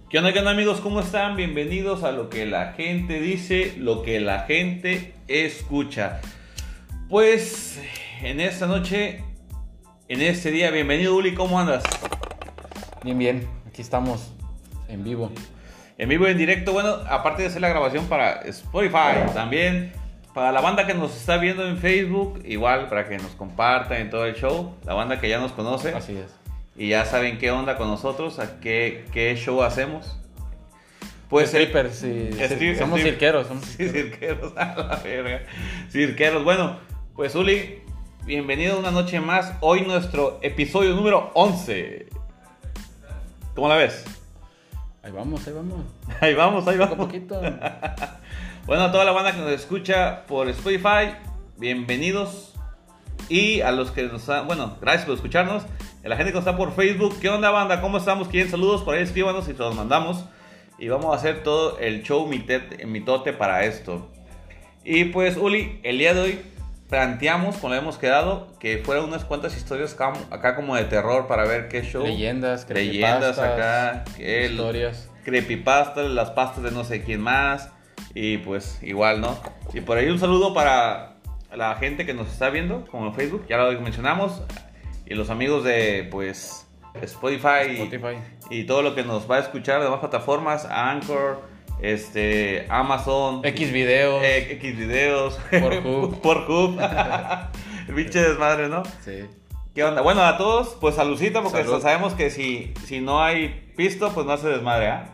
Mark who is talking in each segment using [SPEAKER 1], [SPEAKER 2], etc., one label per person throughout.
[SPEAKER 1] Qué onda amigos? ¿Cómo están? Bienvenidos a lo que la gente dice, lo que la gente escucha. Pues en esta noche, en este día, bienvenido Uli, ¿cómo andas?
[SPEAKER 2] Bien, aquí estamos en vivo.
[SPEAKER 1] En vivo, en directo, bueno, aparte de hacer la grabación para Spotify, también para la banda que nos está viendo en Facebook, igual para que nos compartan en todo el show, la banda que ya nos conoce.
[SPEAKER 2] Así es.
[SPEAKER 1] Y ya saben qué onda con nosotros, a qué show hacemos. Pues
[SPEAKER 2] strippers, somos cirqueros.
[SPEAKER 1] Sí, cirqueros, a la verga. Cirqueros, bueno, pues Uli, bienvenido a una noche más. Hoy nuestro episodio número 11. ¿Cómo la ves?
[SPEAKER 2] Ahí vamos.
[SPEAKER 1] Ahí vamos.
[SPEAKER 2] Poquito.
[SPEAKER 1] Bueno, a toda la banda que nos escucha por Spotify, bienvenidos. Y a los que nos gracias por escucharnos. A la gente que está por Facebook, ¿qué onda banda? ¿Cómo estamos? ¿Quieren saludos? Por ahí escríbanos y se los mandamos. Y vamos a hacer todo el show mitote para esto. Y pues Uli, el día de hoy planteamos, como le hemos quedado, que fueran unas cuantas historias acá como de terror para ver qué show.
[SPEAKER 2] Leyendas acá,
[SPEAKER 1] historias. Creepypastas, las pastas de no sé quién más. Y pues igual, ¿no? Y por ahí un saludo para la gente que nos está viendo, como en Facebook, ya lo mencionamos. Y los amigos de pues Spotify. Y todo lo que nos va a escuchar de demás plataformas, Anchor, Amazon,
[SPEAKER 2] Xvideos,
[SPEAKER 1] Pornhub. El pinche desmadre, ¿no?
[SPEAKER 2] Sí.
[SPEAKER 1] ¿Qué onda? Bueno, a todos, pues saludcita, porque sabemos que si no hay pisto, pues no hace desmadre, ¿ah?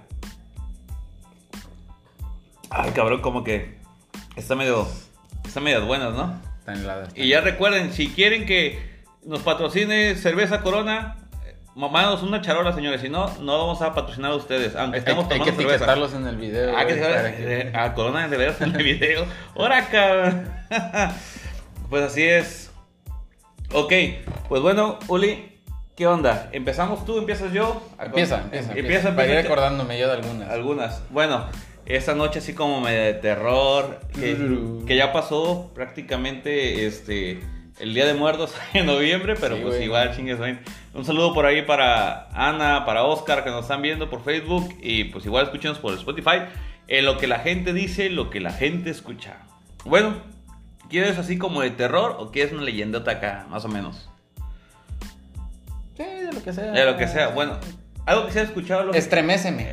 [SPEAKER 1] Ay, cabrón, como que están medias buenas, ¿no?
[SPEAKER 2] Están heladas.
[SPEAKER 1] Y ya recuerden, si quieren que nos patrocine Cerveza Corona, mándanos una charola, señores. Si no, no vamos a patrocinar a ustedes, aunque estemos tomando cerveza.
[SPEAKER 2] Hay que etiquetarlos en el video.
[SPEAKER 1] A Corona de veras en el video. ¡Hora, cabrón! Pues así es. Ok, pues bueno, Uli, ¿qué onda? ¿Empezamos tú? ¿Empiezas yo?
[SPEAKER 2] Empieza. Para ir recordándome yo de algunas.
[SPEAKER 1] Bueno, esta noche así como medio de terror, que ya pasó prácticamente el Día de Muertos en noviembre, pero sí, pues igual chingues. Un saludo por ahí para Ana, para Oscar, que nos están viendo por Facebook. Y pues igual escúchenos por Spotify. Lo que la gente dice, lo que la gente escucha. Bueno, ¿quieres así como de terror o quieres una leyendota acá, más o menos?
[SPEAKER 2] Sí, de lo que sea.
[SPEAKER 1] De lo que sea, bueno. Algo que se ha escuchado.
[SPEAKER 2] Estreméceme.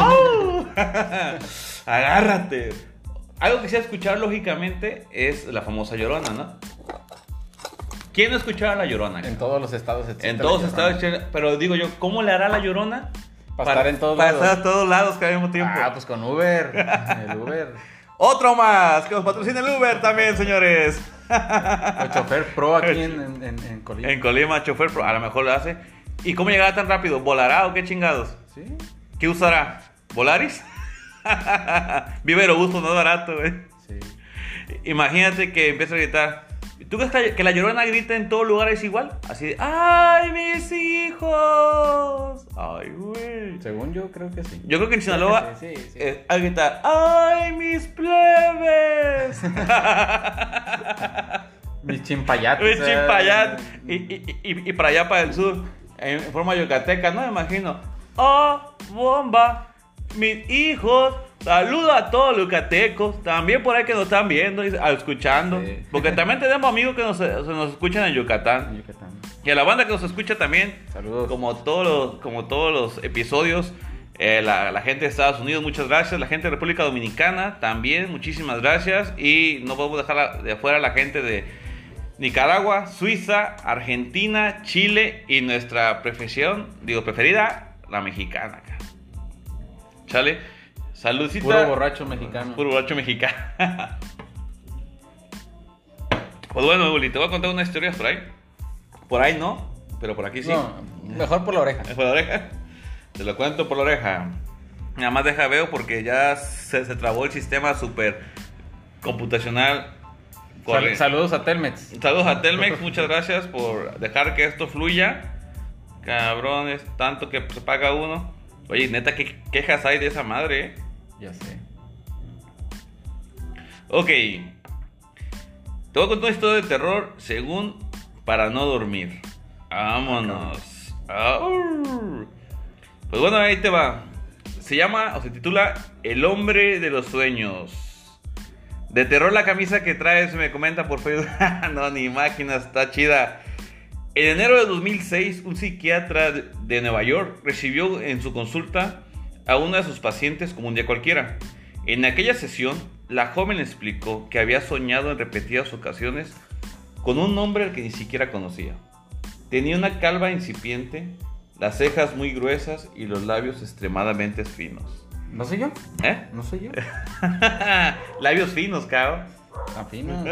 [SPEAKER 1] Agárrate. Algo que se ha escuchado lógicamente es la famosa Llorona, ¿no? ¿Quién no escuchaba a la Llorona?
[SPEAKER 2] En todos los estados existe.
[SPEAKER 1] En todos los estados, pero digo yo, ¿cómo le hará la Llorona?
[SPEAKER 2] Para estar en todos lados.
[SPEAKER 1] Para estar a todos lados que al mismo tiempo.
[SPEAKER 2] Pues con Uber. El Uber.
[SPEAKER 1] Otro más, que nos patrocina el Uber también, señores.
[SPEAKER 2] El chofer pro aquí en Colima.
[SPEAKER 1] En Colima, chofer pro, a lo mejor lo hace. ¿Y cómo llegará tan rápido? ¿Volará o qué chingados?
[SPEAKER 2] Sí.
[SPEAKER 1] ¿Qué usará? ¿Volaris? Vive robusto, no es barato, güey.
[SPEAKER 2] Sí.
[SPEAKER 1] Imagínate que empieza a gritar. ¿Tú crees que la Llorona grita en todo lugar es igual? Así de, ¡ay, mis hijos! ¡Ay, güey!
[SPEAKER 2] Según yo, creo que sí.
[SPEAKER 1] Yo creo que en Sinaloa,
[SPEAKER 2] sí.
[SPEAKER 1] A gritar, ¡ay, mis plebes!
[SPEAKER 2] Mis chimpayates.
[SPEAKER 1] Mis chimpayates. Y para allá, para el sur, en forma yucateca, no me imagino. ¡Oh, bomba! Mis hijos, saludo a todos los yucatecos, también por ahí que nos están viendo y escuchando, sí. Porque también tenemos amigos que nos escuchan en Yucatán. Y a la banda que nos escucha también,
[SPEAKER 2] saludos.
[SPEAKER 1] Como todos los episodios, la gente de Estados Unidos, muchas gracias. La gente de República Dominicana también, muchísimas gracias. Y no podemos dejar de afuera a la gente de Nicaragua, Suiza, Argentina, Chile y nuestra preferida, la mexicana. ¿Sale? Saludcita.
[SPEAKER 2] Puro borracho mexicano. Pues bueno, Uli, te voy a contar una historia por ahí. Por ahí no, pero por aquí sí. No, mejor por la oreja.
[SPEAKER 1] ¿Por la oreja? Te lo cuento por la oreja. Nada más veo porque ya se trabó el sistema súper computacional.
[SPEAKER 2] Saludos a Telmex.
[SPEAKER 1] Saludos a Telmex, muchas gracias por dejar que esto fluya. Cabrones, tanto que se paga uno. Oye, neta, ¿qué quejas hay de esa madre, eh?
[SPEAKER 2] Ya sé.
[SPEAKER 1] Ok. Te voy a contar una historia de terror según para no dormir. Vámonos. Pues bueno, ahí te va. Se llama, o se titula, El hombre de los sueños. De terror la camisa que traes, me comenta por Facebook. No, ni máquina, está chida. En enero de 2006, un psiquiatra de Nueva York recibió en su consulta a una de sus pacientes como un día cualquiera. En aquella sesión, la joven explicó que había soñado en repetidas ocasiones con un hombre al que ni siquiera conocía. Tenía una calva incipiente, las cejas muy gruesas y los labios extremadamente finos.
[SPEAKER 2] ¿No soy yo?
[SPEAKER 1] ¿Eh?
[SPEAKER 2] ¿No soy yo?
[SPEAKER 1] Labios finos, cabrón.
[SPEAKER 2] Ah, fino.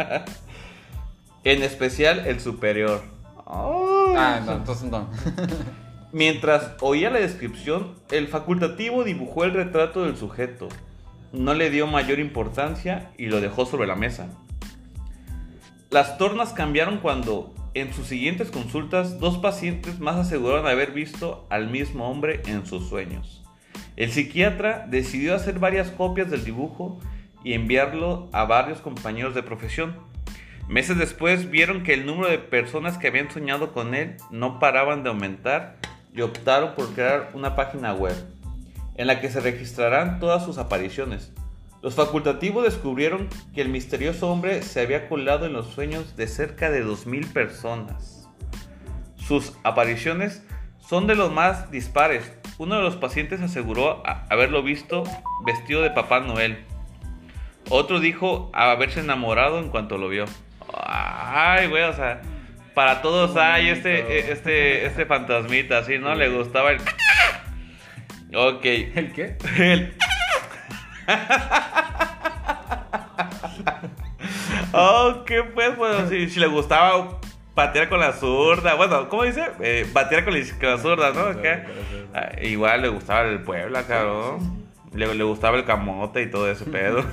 [SPEAKER 1] En especial el superior.
[SPEAKER 2] Oh, no, entonces no.
[SPEAKER 1] Mientras oía la descripción, el facultativo dibujó el retrato del sujeto. No le dio mayor importancia y lo dejó sobre la mesa. Las tornas cambiaron cuando, en sus siguientes consultas, 2 pacientes más aseguraron haber visto al mismo hombre en sus sueños. El psiquiatra decidió hacer varias copias del dibujo y enviarlo a varios compañeros de profesión. Meses después vieron que el número de personas que habían soñado con él no paraban de aumentar y optaron por crear una página web en la que se registrarán todas sus apariciones. Los facultativos descubrieron que el misterioso hombre se había colado en los sueños de cerca de 2,000 personas. Sus apariciones son de los más dispares. Uno de los pacientes aseguró haberlo visto vestido de Papá Noel. Otro dijo haberse enamorado en cuanto lo vio. Ay, güey, o sea, para todos hay este fantasmita, así, ¿no? Le gustaba el... Ok.
[SPEAKER 2] ¿El qué?
[SPEAKER 1] El... Ok, pues, bueno, si le gustaba patear con la zurda, bueno, ¿cómo dice? Patear con la zurda, ¿no? Igual le gustaba el Puebla, cabrón. Le gustaba el camote y todo ese pedo.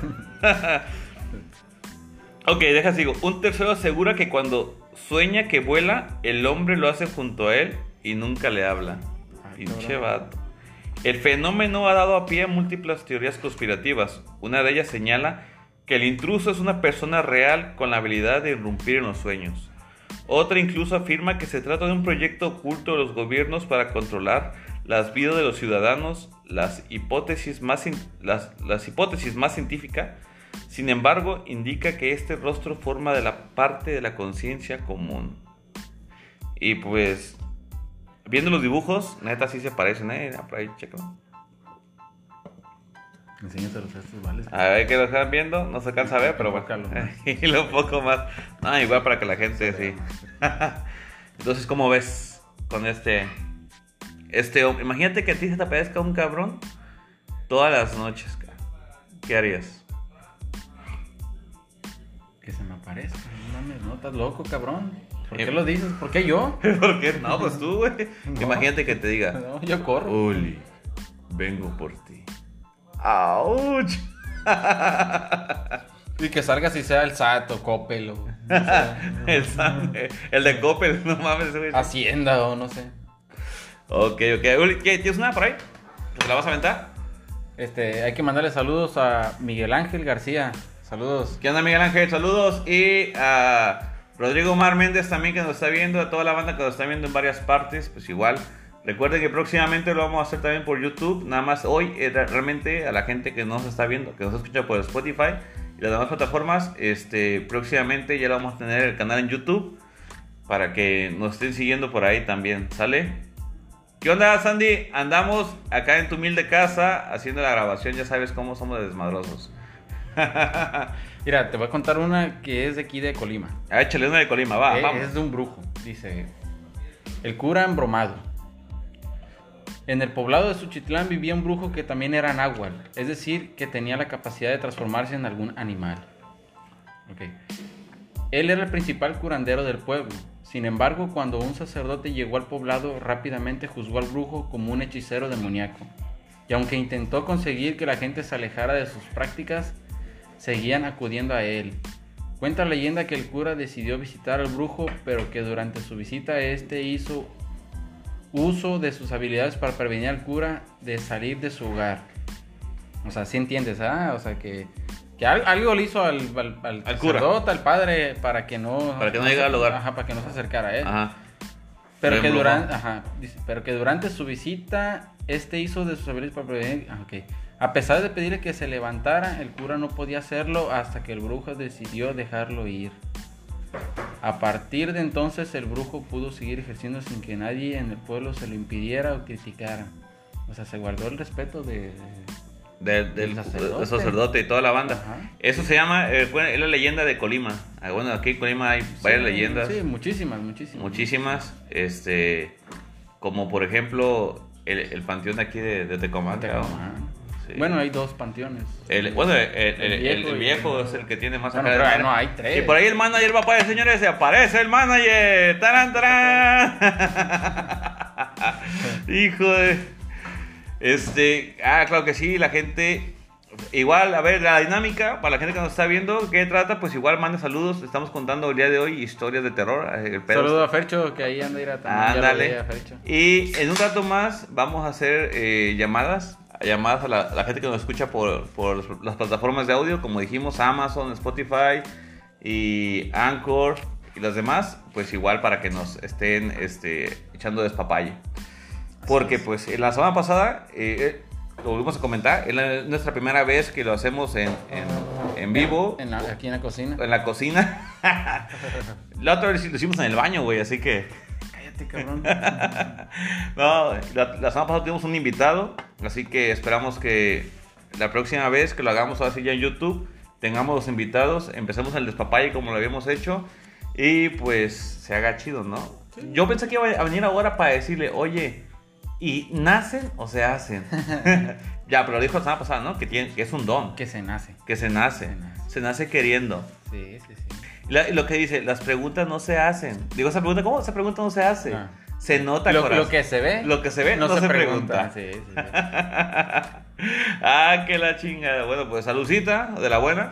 [SPEAKER 1] Ok, deja sigo. Un tercero asegura que cuando sueña que vuela, el hombre lo hace junto a él y nunca le habla. Pinche vato. El fenómeno ha dado a pie a múltiples teorías conspirativas. Una de ellas señala que el intruso es una persona real con la habilidad de irrumpir en los sueños. Otra incluso afirma que se trata de un proyecto oculto de los gobiernos para controlar las vidas de los ciudadanos. Las hipótesis más científicas, sin embargo, indica que este rostro forma de la parte de la conciencia común. Y pues, viendo los dibujos, neta sí se parecen, por ahí, checo.
[SPEAKER 2] Enséñatelos a estos, ¿vale?
[SPEAKER 1] A ver que lo están viendo, no se alcanza a ver, pero bueno. Y lo un poco más. No, igual para que la gente sí. Entonces, ¿cómo ves con este hombre? Imagínate que a ti se te aparezca un cabrón todas las noches, cara. ¿Qué harías?
[SPEAKER 2] Que se me aparezca. No mames, no, estás loco, cabrón. ¿Por qué lo dices? ¿Por qué yo?
[SPEAKER 1] ¿Por qué? No, pues tú, güey. No. Imagínate que te diga.
[SPEAKER 2] No, yo corro.
[SPEAKER 1] Uli, vengo por ti. ¡Auch!
[SPEAKER 2] Y que salgas y sea el SAT o Coppel o... No sé.
[SPEAKER 1] el de Coppel, no mames, güey.
[SPEAKER 2] Hacienda o no sé.
[SPEAKER 1] Ok. Uli, ¿qué? ¿Tienes una por ahí? ¿Te la vas a aventar?
[SPEAKER 2] Hay que mandarle saludos a Miguel Ángel García. Saludos.
[SPEAKER 1] ¿Qué onda, Miguel Ángel? Saludos. Y a Rodrigo Omar Méndez también, que nos está viendo. A toda la banda que nos está viendo en varias partes. Pues igual. Recuerden que próximamente lo vamos a hacer también por YouTube. Nada más hoy, realmente a la gente que nos está viendo, que nos escucha por Spotify y las demás plataformas, próximamente ya lo vamos a tener el canal en YouTube para que nos estén siguiendo por ahí también. ¿Sale? ¿Qué onda, Sandy? Andamos acá en tu humilde casa haciendo la grabación. Ya sabes cómo somos de desmadrosos.
[SPEAKER 2] Mira, te voy a contar una que es de aquí de Colima.
[SPEAKER 1] Échale una de Colima, va, vamos.
[SPEAKER 2] Es de un brujo. Dice: el cura embromado. En el poblado de Suchitlán vivía un brujo que también era náhuatl, es decir, que tenía la capacidad de transformarse en algún animal. Okay. Él era el principal curandero del pueblo. Sin embargo, cuando un sacerdote llegó al poblado, rápidamente juzgó al brujo como un hechicero demoníaco. Y aunque intentó conseguir que la gente se alejara de sus prácticas, seguían acudiendo a él. Cuenta la leyenda que el cura decidió visitar al brujo, pero que durante su visita hizo uso de sus habilidades para prevenir al cura de salir de su hogar. O sea, ¿sí entiendes? O sea, que algo le hizo al sacerdote, al padre, para que no
[SPEAKER 1] llegara al hogar.
[SPEAKER 2] Ajá, para que no se acercara a él.
[SPEAKER 1] Ajá.
[SPEAKER 2] Pero que durante su visita Este hizo de sus habilidades para prevenir. Okay. A pesar de pedirle que se levantara, el cura no podía hacerlo hasta que el brujo decidió dejarlo ir. A partir de entonces, el brujo pudo seguir ejerciendo sin que nadie en el pueblo se lo impidiera o criticara. O sea, se guardó el respeto del
[SPEAKER 1] sacerdote y toda la banda.
[SPEAKER 2] Ajá.
[SPEAKER 1] Eso se llama, es la leyenda de Colima. Bueno, aquí en Colima hay varias leyendas.
[SPEAKER 2] Sí, muchísimas.
[SPEAKER 1] Muchísimas. Como por ejemplo, el panteón de aquí de Tecomán. Sí.
[SPEAKER 2] Bueno, hay 2 panteones.
[SPEAKER 1] El viejo es el que tiene más
[SPEAKER 2] bueno,
[SPEAKER 1] acá.
[SPEAKER 2] Pero no, hay 3.
[SPEAKER 1] Y por ahí el manager, papá, señores, se aparece el manager. ¡Tarán, tarán! Hijo de... claro que sí, la gente... Igual, a ver, la dinámica, para la gente que nos está viendo, ¿qué trata? Pues igual manda saludos. Estamos contando el día de hoy historias de terror.
[SPEAKER 2] Saludo a Fercho, que ahí anda ir a también.
[SPEAKER 1] Ándale. Y en un rato más vamos a hacer llamadas a la gente que nos escucha por las plataformas de audio, como dijimos, Amazon, Spotify y Anchor y las demás, pues igual para que nos estén echando despapalle. Porque pues la semana pasada, lo volvimos a comentar, es nuestra primera vez que lo hacemos en vivo.
[SPEAKER 2] Aquí en la cocina.
[SPEAKER 1] En la cocina. La otra vez lo hicimos en el baño, güey, así que...
[SPEAKER 2] Cállate, cabrón.
[SPEAKER 1] No, la semana pasada tuvimos un invitado, así que esperamos que la próxima vez que lo hagamos ahora sí ya en YouTube, tengamos los invitados, empecemos el despapalle como lo habíamos hecho y pues se haga chido, ¿no? Sí. Yo pensé que iba a venir ahora para decirle, oye, ¿y nacen o se hacen? Ya, pero lo dijo la semana pasada, ¿no? Que es un don.
[SPEAKER 2] Que se nace.
[SPEAKER 1] Se nace queriendo.
[SPEAKER 2] Sí.
[SPEAKER 1] Lo que dice, las preguntas no se hacen. Digo, esa pregunta, ¿cómo? Esa pregunta no se hace. Ah. Se nota,
[SPEAKER 2] lo que se ve.
[SPEAKER 1] Lo que se ve no se pregunta.
[SPEAKER 2] Sí.
[SPEAKER 1] Que la chingada. Bueno, pues saludcita de la buena.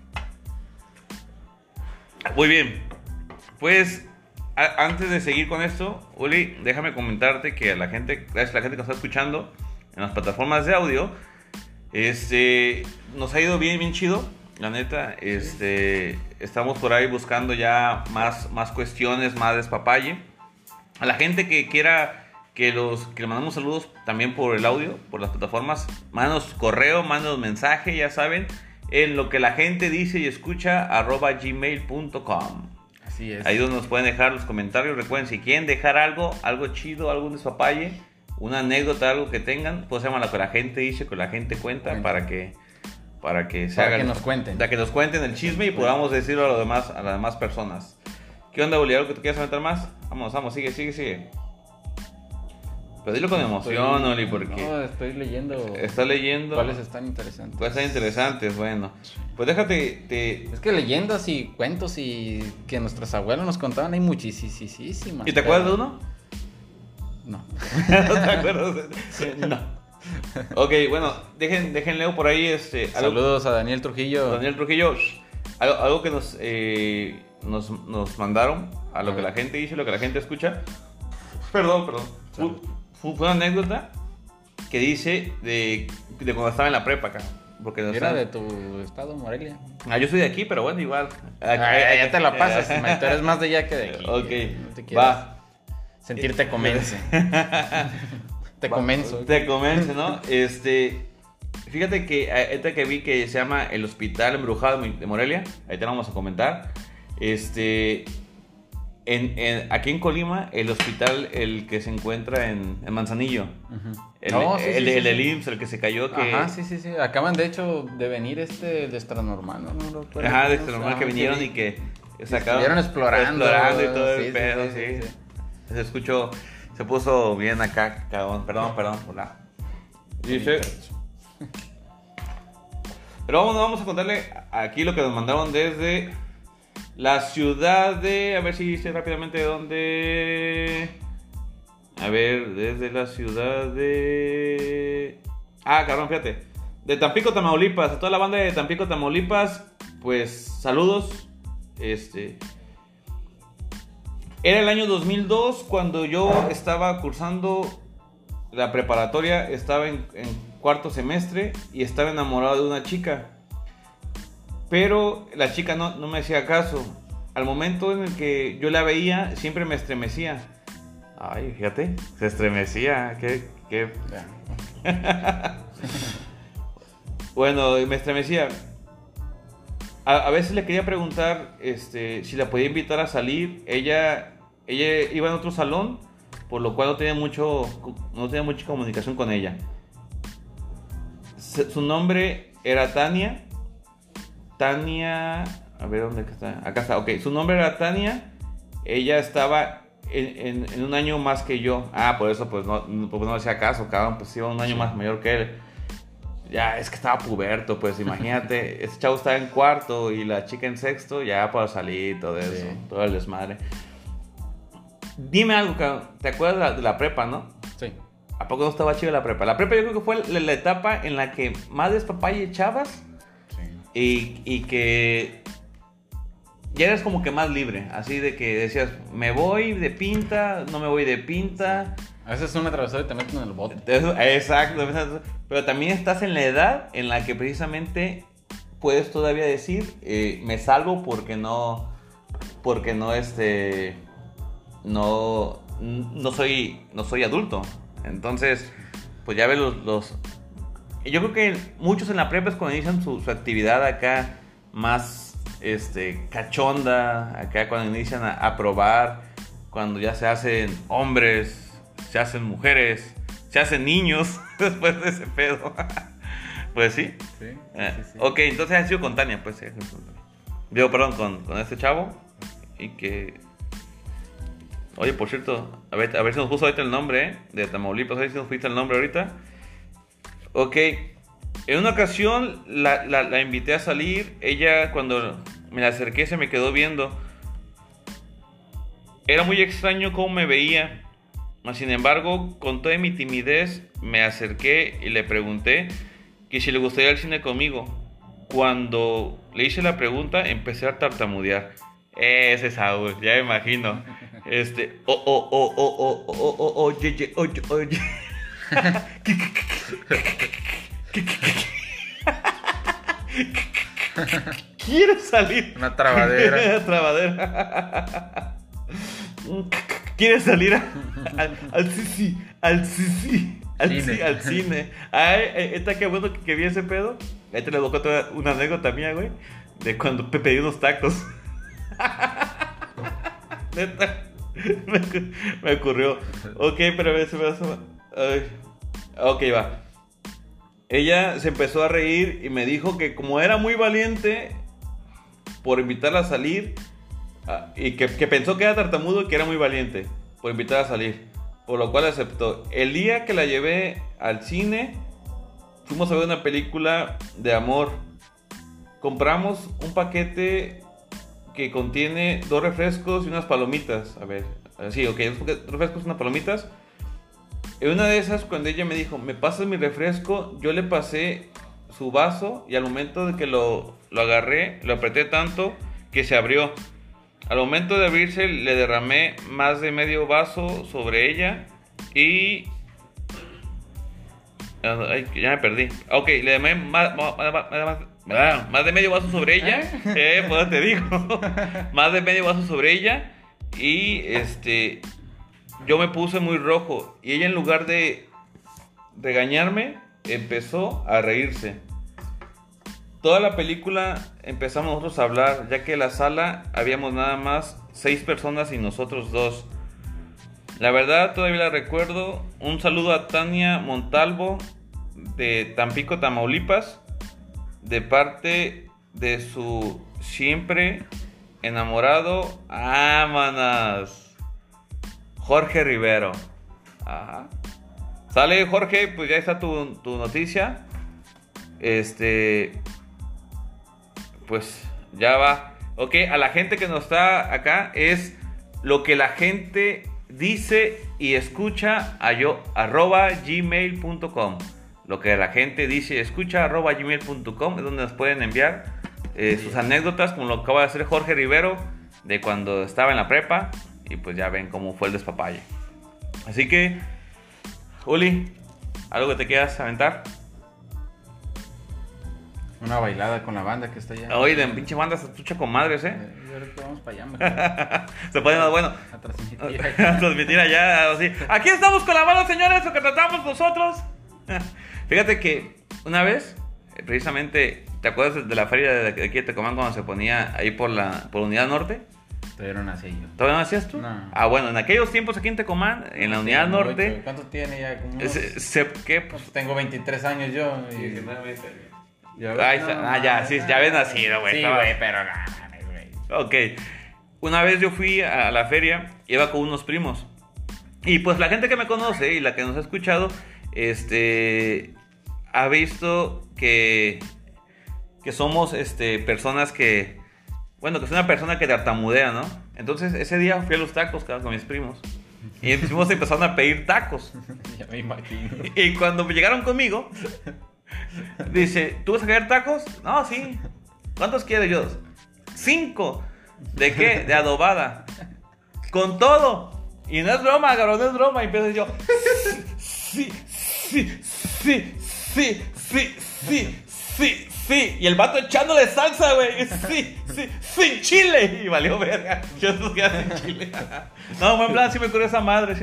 [SPEAKER 1] Muy bien. Pues, antes de seguir con esto, Uli, déjame comentarte que gracias a la gente que nos está escuchando en las plataformas de audio, nos ha ido bien chido. La neta, estamos por ahí buscando ya más cuestiones, más despapalle. A la gente que quiera que le mandamos saludos también por el audio, por las plataformas, mándanos correo, mándanos mensaje, ya saben, en lo que la gente dice y escucha, @gmail.com.
[SPEAKER 2] Así es.
[SPEAKER 1] Ahí donde nos pueden dejar los comentarios. Recuerden, si quieren dejar algo chido, algún despapalle, una anécdota, algo que tengan, pues se llama lo que la gente dice, que la gente cuenta, para que nos cuenten. Para que nos cuenten el chisme y podamos decirlo a las demás personas. ¿Qué onda, Uli? ¿Algo que te quieras comentar más? Vamos, sigue. Pero dilo con emoción, Oli, porque...
[SPEAKER 2] No, estoy leyendo...
[SPEAKER 1] ¿Estás leyendo?
[SPEAKER 2] ¿Cuáles están interesantes?
[SPEAKER 1] ¿Cuáles están interesantes? Bueno, pues déjate...
[SPEAKER 2] Es que leyendas y cuentos y que nuestros abuelos nos contaban hay muchísimas.
[SPEAKER 1] ¿Y te acuerdas de uno?
[SPEAKER 2] No.
[SPEAKER 1] ¿No te acuerdas? No. Ok, bueno, déjenle por ahí
[SPEAKER 2] Saludos a Daniel Trujillo.
[SPEAKER 1] Algo que nos mandaron, a lo que la gente dice, lo que la gente escucha. Perdón. Fue una anécdota que dice de cuando estaba en la prepa acá. Porque
[SPEAKER 2] era de tu estado, Morelia.
[SPEAKER 1] Yo soy de aquí, pero bueno, igual.
[SPEAKER 2] Ya te la pasas, tú eres más de allá que de aquí.
[SPEAKER 1] Ok,
[SPEAKER 2] no te va. Sentirte convence. Te
[SPEAKER 1] convence, ¿no? Fíjate que esta que vi que se llama el Hospital Embrujado de Morelia, ahí te lo vamos a comentar. Aquí en Colima, el hospital, el que se encuentra en Manzanillo, el IMSS, el que se cayó.
[SPEAKER 2] Ajá, sí. Acaban de hecho de venir de Extranormal, ¿no?
[SPEAKER 1] De Extranormal que vinieron y que sacaron.
[SPEAKER 2] Estuvieron explorando
[SPEAKER 1] y todo el pedo, sí. Se escuchó, se puso bien acá, cabrón. Perdón, hola. Pero vamos a contarle aquí lo que nos mandaron desde la ciudad de... A ver si dice rápidamente de dónde... A ver, desde la ciudad de... Cabrón, fíjate. De Tampico, Tamaulipas. A toda la banda de Tampico, Tamaulipas, pues saludos. Era el año 2002 cuando yo estaba cursando la preparatoria. Estaba en cuarto semestre y estaba enamorado de una chica. Pero la chica no me hacía caso. Al momento en el que yo la veía, siempre me estremecía. Ay, fíjate, se estremecía. Qué... Bueno, me estremecía. A veces le quería preguntar si la podía invitar a salir. Ella iba en otro salón, por lo cual no tenía mucha comunicación con ella. Su nombre era Tania. Tania, a ver dónde está. Acá está, ok. Su nombre era Tania. Ella estaba en un año más que yo. Por eso pues no le hacía caso, cabrón. Pues iba un año más mayor que él. Ya, es que estaba puberto, pues imagínate. Ese chavo estaba en cuarto y la chica en sexto, ya para salir, todo eso, sí. Todo el desmadre. Dime algo, cabrón. ¿Te acuerdas de la prepa, no?
[SPEAKER 2] Sí.
[SPEAKER 1] ¿A poco no estaba chido la prepa? La prepa yo creo que fue la etapa en la que más despapalle echabas. Sí. Y que ya eres como que más libre. Así de que decías, me voy de pinta, no me voy de pinta.
[SPEAKER 2] A veces es un atravesado y te meten en el bote.
[SPEAKER 1] Exacto. Pero también estás en la edad en la que precisamente puedes todavía decir, me salvo porque no soy adulto. Entonces, pues ya ves yo creo que muchos en la prepa es cuando inician su actividad acá más cachonda, acá cuando inician a probar, cuando ya se hacen hombres, se hacen mujeres, se hacen niños después de ese pedo. Pues sí. Sí. Ok, entonces ha sido con Tania, pues. Digo, perdón, con este chavo. Y que... Oye, por cierto, a ver si nos puso ahorita el nombre, de Tamaulipas, a ver si nos fuiste el nombre ahorita. Ok, en una ocasión la invité a salir. Ella, cuando me la acerqué, se me quedó viendo. Era muy extraño cómo me veía. Sin embargo, con toda mi timidez, me acerqué y le pregunté que si le gustaría ir al cine conmigo. Cuando le hice la pregunta, empecé a tartamudear. Ese Saúl, ya me imagino. Oye. ¿Quieres salir?
[SPEAKER 2] Una trabadera.
[SPEAKER 1] ¿Quieres salir al cine? Está que bueno que vi ese pedo. Ahí te le voy a contar una anécdota mía, güey, de cuando pedí unos tacos. Neta, me ocurrió. Ok, pero a ver, ok, va. Ella se empezó a reír y me dijo que como era muy valiente por invitarla a salir, y que pensó que era tartamudo y que era muy valiente por invitarla a salir, por lo cual aceptó. El día que la llevé al cine, fuimos a ver una película de amor. Compramos un paquete que contiene 2 refrescos y unas palomitas. A ver, sí, ok, 2 refrescos y unas palomitas. En una de esas, cuando ella me dijo, ¿me pasas mi refresco? Yo le pasé su vaso y al momento de que lo agarré, lo apreté tanto que se abrió. Al momento de abrirse, le derramé más de medio vaso sobre ella y... Ay, ya me perdí. Ok, le derramé más de medio vaso sobre ella. Pues te digo. Más de medio vaso sobre ella. Y yo me puse muy rojo. Y ella, en lugar de regañarme, empezó a reírse. Toda la película empezamos nosotros a hablar, ya que en la sala habíamos nada más 6 personas y nosotros 2. La verdad todavía la recuerdo. Un saludo a Tania Montalvo de Tampico, Tamaulipas, de parte de su siempre enamorado, ámanas, Jorge Rivero. Ajá. Sale, Jorge, pues ya está tu noticia. Pues ya va. Ok, a la gente que nos está acá, es lo que la gente dice y escucha @gmail.com. Lo que la gente dice y escucha @gmail.com es donde nos pueden enviar sus anécdotas, como lo acaba de hacer Jorge Rivero, de cuando estaba en la prepa. Y pues ya ven cómo fue el despapalle. Así que, Uli, ¿algo que te quieras aventar?
[SPEAKER 2] Una bailada con la banda que está allá.
[SPEAKER 1] Oye, de pinche banda se escucha con madres, ¿eh?
[SPEAKER 2] Yo creo que vamos para allá mejor.
[SPEAKER 1] Se pone más bueno.
[SPEAKER 2] A transmitir.
[SPEAKER 1] A transmitir allá, así. Aquí estamos con la banda, señores, lo que tratamos nosotros. Fíjate que una vez, precisamente, ¿te acuerdas de la feria de aquí de Tecomán cuando se ponía ahí por Unidad Norte?
[SPEAKER 2] Todavía no nací yo.
[SPEAKER 1] ¿Todavía no hacías tú?
[SPEAKER 2] No.
[SPEAKER 1] Ah, bueno, en aquellos tiempos aquí en Tecomán, en la Unidad Norte.
[SPEAKER 2] ¿Cuánto tiene ya? Como unos-
[SPEAKER 1] ¿Qué? Pues,
[SPEAKER 2] Tengo 23 años yo. Y...
[SPEAKER 1] Ahí está. Ya, sí, ya habías nacido, güey.
[SPEAKER 2] Sí,
[SPEAKER 1] estaba-
[SPEAKER 2] güey, pero nada, güey.
[SPEAKER 1] Ok. Una vez yo fui a la feria, iba con unos primos. Y pues la gente que me conoce y la que nos ha escuchado, ha visto que somos personas que, bueno, que es una persona que tartamudea, ¿no? Entonces ese día fui a los tacos con mis primos. Y mis primos empezaron a pedir tacos.
[SPEAKER 2] Ya me imagino.
[SPEAKER 1] Y cuando llegaron conmigo, dice, ¿tú vas a querer tacos? No, sí. ¿Cuántos quieres yo? 5. ¿De qué? De adobada. Con todo. Y no es broma, cabrón, no es broma. Y empiezo yo, sí. Y el vato echándole salsa, güey. Sí, sin chile. Y valió verga. Yo esos que sin chile. No, buen plan, sí me ocurrió esa madre.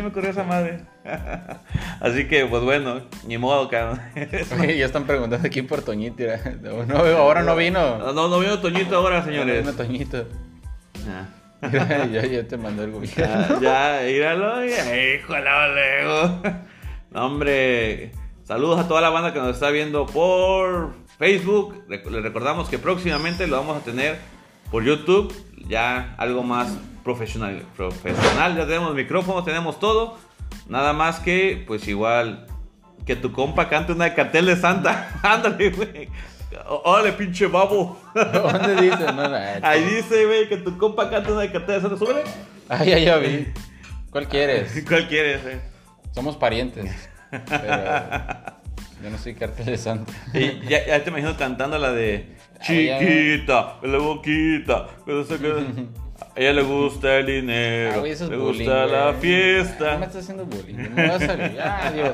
[SPEAKER 1] Así que, pues bueno, ni modo, cabrón.
[SPEAKER 2] Oye, ya están preguntando aquí por Toñito. No, ahora no vino.
[SPEAKER 1] No vino Toñito ahora,
[SPEAKER 2] No
[SPEAKER 1] señores.
[SPEAKER 2] vino Toñito.
[SPEAKER 1] Ah.
[SPEAKER 2] Mira, ya te mandó el gobierno.
[SPEAKER 1] Ya, míralo. Híjole, luego. No, hombre. Saludos a toda la banda que nos está viendo por Facebook. Les recordamos que próximamente lo vamos a tener por YouTube. Ya algo más profesional. Ya tenemos micrófonos, tenemos todo. Nada más que, pues igual, que tu compa cante una de Cartel de Santa. Ándale, güey. Órale, pinche babo.
[SPEAKER 2] ¿Dónde dice? No,
[SPEAKER 1] Ahí dice, güey, que tu compa canta una de Cartel de Santa. Súbele.
[SPEAKER 2] Ah, ya vi. ¿Cuál quieres?
[SPEAKER 1] ¿Cuál quieres,
[SPEAKER 2] Somos parientes. Pero yo no soy Cartel de Santa.
[SPEAKER 1] Y ya te imagino cantando la de
[SPEAKER 2] ya.
[SPEAKER 1] chiquita, la boquita, pero sé que a ella le gusta el dinero,
[SPEAKER 2] Güey, eso es
[SPEAKER 1] le
[SPEAKER 2] bullying,
[SPEAKER 1] gusta la
[SPEAKER 2] güey.
[SPEAKER 1] fiesta.
[SPEAKER 2] No me estás haciendo bullying. Me voy a salir. Ya, adiós.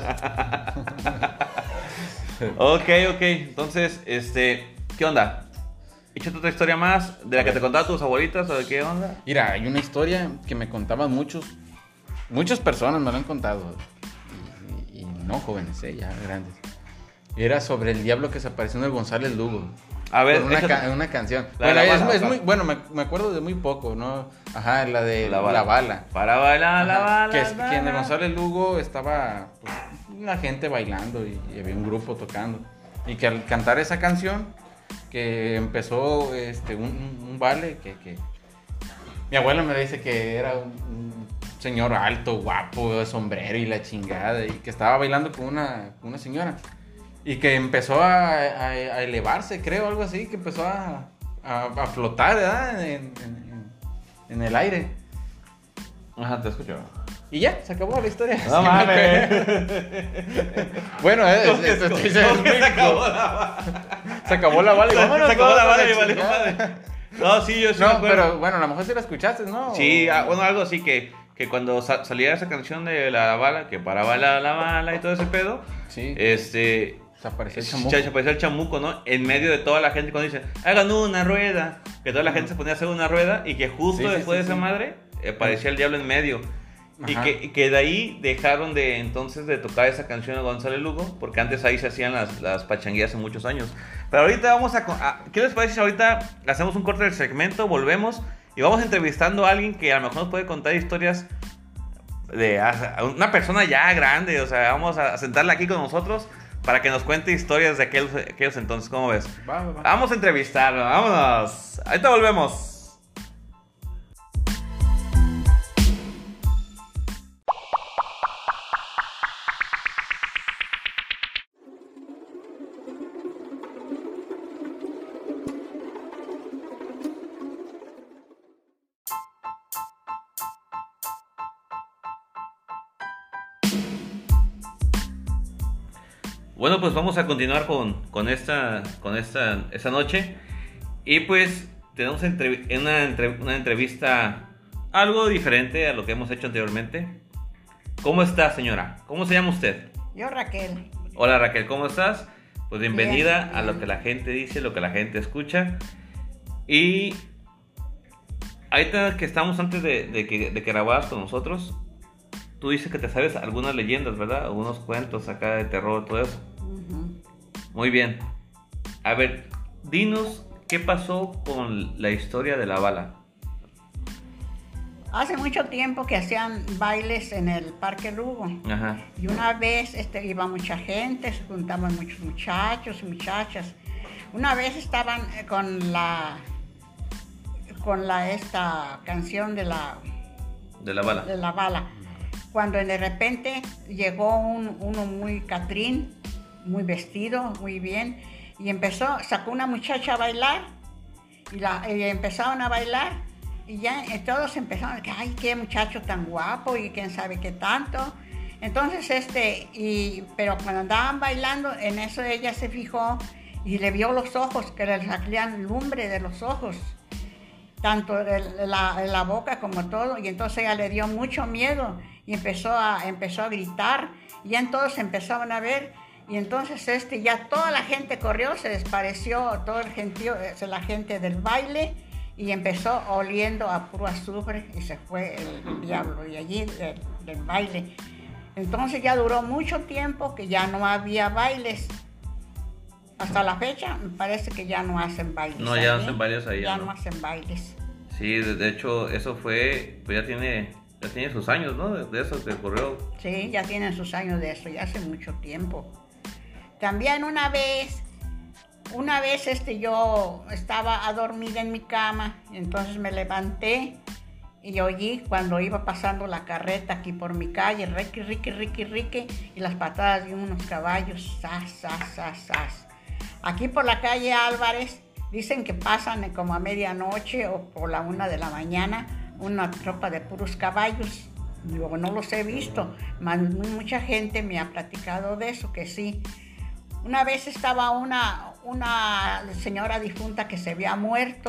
[SPEAKER 1] Ok, entonces, ¿qué onda? Échate otra historia más de la que te contaban tus abuelitas o de qué onda.
[SPEAKER 2] Mira, hay una historia que me contaban muchas personas me lo han contado. Y no jóvenes, ya grandes. Era sobre el diablo que se apareció en el González Lugo.
[SPEAKER 1] A ver,
[SPEAKER 2] Por una canción.
[SPEAKER 1] La de
[SPEAKER 2] Bueno,
[SPEAKER 1] la bala,
[SPEAKER 2] es muy, bueno, me acuerdo de muy poco, ¿no? Ajá, la de la bala.
[SPEAKER 1] Para bailar la
[SPEAKER 2] Ajá,
[SPEAKER 1] bala.
[SPEAKER 2] que en el González Lugo estaba pues, una gente bailando y había un grupo tocando. Y que al cantar esa canción, que empezó un vale, que mi abuela me dice que era un señor alto, guapo, de sombrero y la chingada, y que estaba bailando con una señora. Y que empezó a elevarse, creo, algo así, que empezó a flotar, ¿verdad? En el aire.
[SPEAKER 1] Ajá, te escucho.
[SPEAKER 2] Y ya, se acabó la historia.
[SPEAKER 1] No
[SPEAKER 2] Sí,
[SPEAKER 1] mames.
[SPEAKER 2] Bueno,
[SPEAKER 1] Se
[SPEAKER 2] acabó la bala y vámonos.
[SPEAKER 1] Se acabó la bala y
[SPEAKER 2] chingada.
[SPEAKER 1] valió madre. No, sí, yo sí me
[SPEAKER 2] No,
[SPEAKER 1] acuerdo.
[SPEAKER 2] pero bueno, a lo mejor sí la escuchaste, ¿no?
[SPEAKER 1] Sí, bueno, algo así que cuando salía esa canción de la bala, que para bailar la bala y todo ese pedo,
[SPEAKER 2] Sí.
[SPEAKER 1] se
[SPEAKER 2] apareció el chamuco.
[SPEAKER 1] se apareció el chamuco, ¿no? En medio de toda la gente cuando dicen, hagan una rueda, que toda la gente se ponía a hacer una rueda y que justo
[SPEAKER 2] Sí, sí,
[SPEAKER 1] después
[SPEAKER 2] sí,
[SPEAKER 1] de esa
[SPEAKER 2] sí.
[SPEAKER 1] madre aparecía el diablo en medio.
[SPEAKER 2] Ajá.
[SPEAKER 1] Y que de ahí dejaron de tocar esa canción de González Lugo, porque antes ahí se hacían las pachanguillas hace muchos años. Pero ahorita vamos ¿qué les parece si ahorita hacemos un corte del segmento, volvemos y vamos entrevistando a alguien que a lo mejor nos puede contar historias de a una persona ya grande? O sea, vamos a sentarla aquí con nosotros para que nos cuente historias de aquellos entonces. ¿Cómo ves?
[SPEAKER 2] Va.
[SPEAKER 1] Vamos a entrevistarlo, vámonos. Ahorita volvemos. Bueno, pues vamos a continuar con esta noche. Y pues tenemos una entrevista algo diferente a lo que hemos hecho anteriormente. ¿Cómo está, señora? ¿Cómo se llama usted?
[SPEAKER 3] Yo, Raquel.
[SPEAKER 1] Hola, Raquel, ¿cómo estás? Pues bienvenida
[SPEAKER 3] Bien,
[SPEAKER 1] a lo
[SPEAKER 3] bien.
[SPEAKER 1] que la gente dice, lo que la gente escucha. Y ahorita que estamos antes de que grabaras con nosotros, tú dices que te sabes algunas leyendas, ¿verdad? Algunos cuentos acá de terror, todo eso.
[SPEAKER 3] Ujú.
[SPEAKER 1] Muy bien. A ver, dinos qué pasó con la historia de la bala.
[SPEAKER 3] Hace mucho tiempo que hacían bailes en el Parque Lugo.
[SPEAKER 1] Ajá.
[SPEAKER 3] Y una vez iba mucha gente, se juntaban muchos muchachos y muchachas. Una vez estaban con esta canción
[SPEAKER 1] De la bala.
[SPEAKER 3] de la bala. Cuando de repente llegó uno muy catrín, muy vestido, muy bien, y sacó una muchacha a bailar, y empezaron a bailar. Y ya todos empezaron, ay, qué muchacho tan guapo y quién sabe qué tanto. Entonces, pero cuando andaban bailando, en eso ella se fijó y le vio los ojos, que le salían lumbre de los ojos, tanto de la boca como todo. Y entonces ella le dio mucho miedo y empezó a gritar. Y ya todos empezaban a ver. Y entonces ya toda la gente corrió, se despareció todo el gentío, la gente del baile. Y empezó oliendo a puro azufre y se fue el diablo de allí, del baile. Entonces ya duró mucho tiempo que ya no había bailes. Hasta la fecha me parece que ya no hacen bailes.
[SPEAKER 1] No, ya no hacen bailes ahí.
[SPEAKER 3] Ya no hacen bailes.
[SPEAKER 1] Sí, de hecho, eso fue, pues ya tiene sus años, ¿no? De eso que ocurrió.
[SPEAKER 3] Sí, ya tienen sus años de eso, ya hace mucho tiempo. También una vez yo estaba dormida en mi cama, entonces me levanté y oí cuando iba pasando la carreta aquí por mi calle, riqui, y las patadas de unos caballos, zas. Aquí por la calle Álvarez dicen que pasan como a medianoche o por la 1 de la mañana una tropa de puros caballos. Yo no los he visto, mucha gente me ha platicado de eso, que sí. Una vez estaba una señora difunta que se había muerto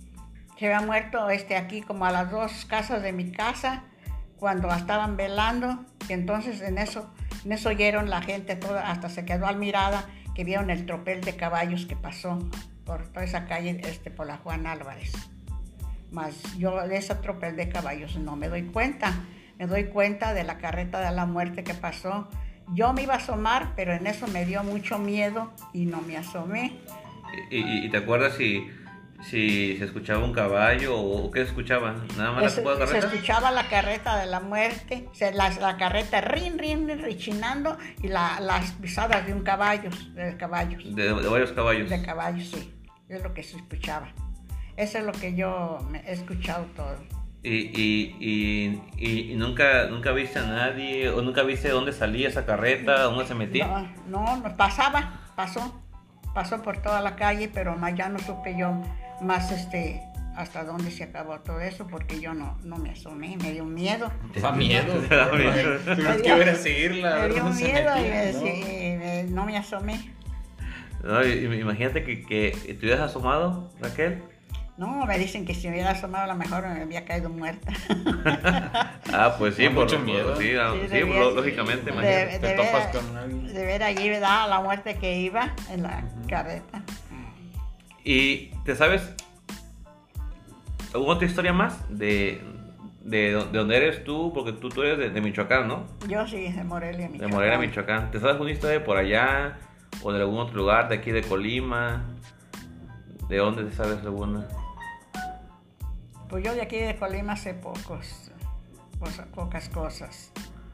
[SPEAKER 3] aquí como a las 2 casas de mi casa, cuando la estaban velando, y entonces en eso oyeron la gente toda, hasta se quedó admirada, que vieron el tropel de caballos que pasó por toda esa calle, por la Juan Álvarez. Mas yo de ese tropel de caballos no me doy cuenta de la carreta de la muerte que pasó. Yo me iba a asomar, pero en eso me dio mucho miedo y no me asomé.
[SPEAKER 1] ¿Y te acuerdas si se escuchaba un caballo o qué se escuchaba? ¿Nada más la carreta?
[SPEAKER 3] Se escuchaba la carreta de la muerte, la carreta rin, rechinando, y las pisadas de caballos.
[SPEAKER 1] De varios caballos.
[SPEAKER 3] De caballos, sí. Es lo que se escuchaba. Eso es lo que yo he escuchado todo.
[SPEAKER 1] ¿Y nunca viste a nadie o nunca viste dónde salía esa carreta, dónde se metía?
[SPEAKER 3] No, pasó por toda la calle, pero ya no supe yo más hasta dónde se acabó todo eso, porque yo no me asomé, me dio miedo.
[SPEAKER 2] ¿Te da miedo?
[SPEAKER 3] Tuvimos
[SPEAKER 2] que ir a seguirla.
[SPEAKER 3] Me dio
[SPEAKER 2] ¿Dónde se
[SPEAKER 3] miedo
[SPEAKER 2] metía?
[SPEAKER 3] y no me asomé.
[SPEAKER 1] No, imagínate que te hubieras asomado, Raquel.
[SPEAKER 3] No, me dicen que si me hubiera asomado a lo mejor me había caído muerta.
[SPEAKER 1] Pues sí,
[SPEAKER 2] Con mucho miedo.
[SPEAKER 1] Sí, lógicamente, imagínate.
[SPEAKER 2] Te topas con alguien.
[SPEAKER 3] De ver allí, ¿verdad? A la muerte que iba en la carreta.
[SPEAKER 1] ¿Y te sabes alguna otra historia más de dónde eres tú? Porque tú eres de Michoacán, ¿no?
[SPEAKER 3] Yo sí, de Morelia, Michoacán.
[SPEAKER 1] De Morelia, Michoacán. ¿Te sabes alguna historia de por allá? ¿O de algún otro lugar de aquí de Colima? ¿De dónde te sabes alguna?
[SPEAKER 3] Pues yo de aquí de Colima sé pocas cosas.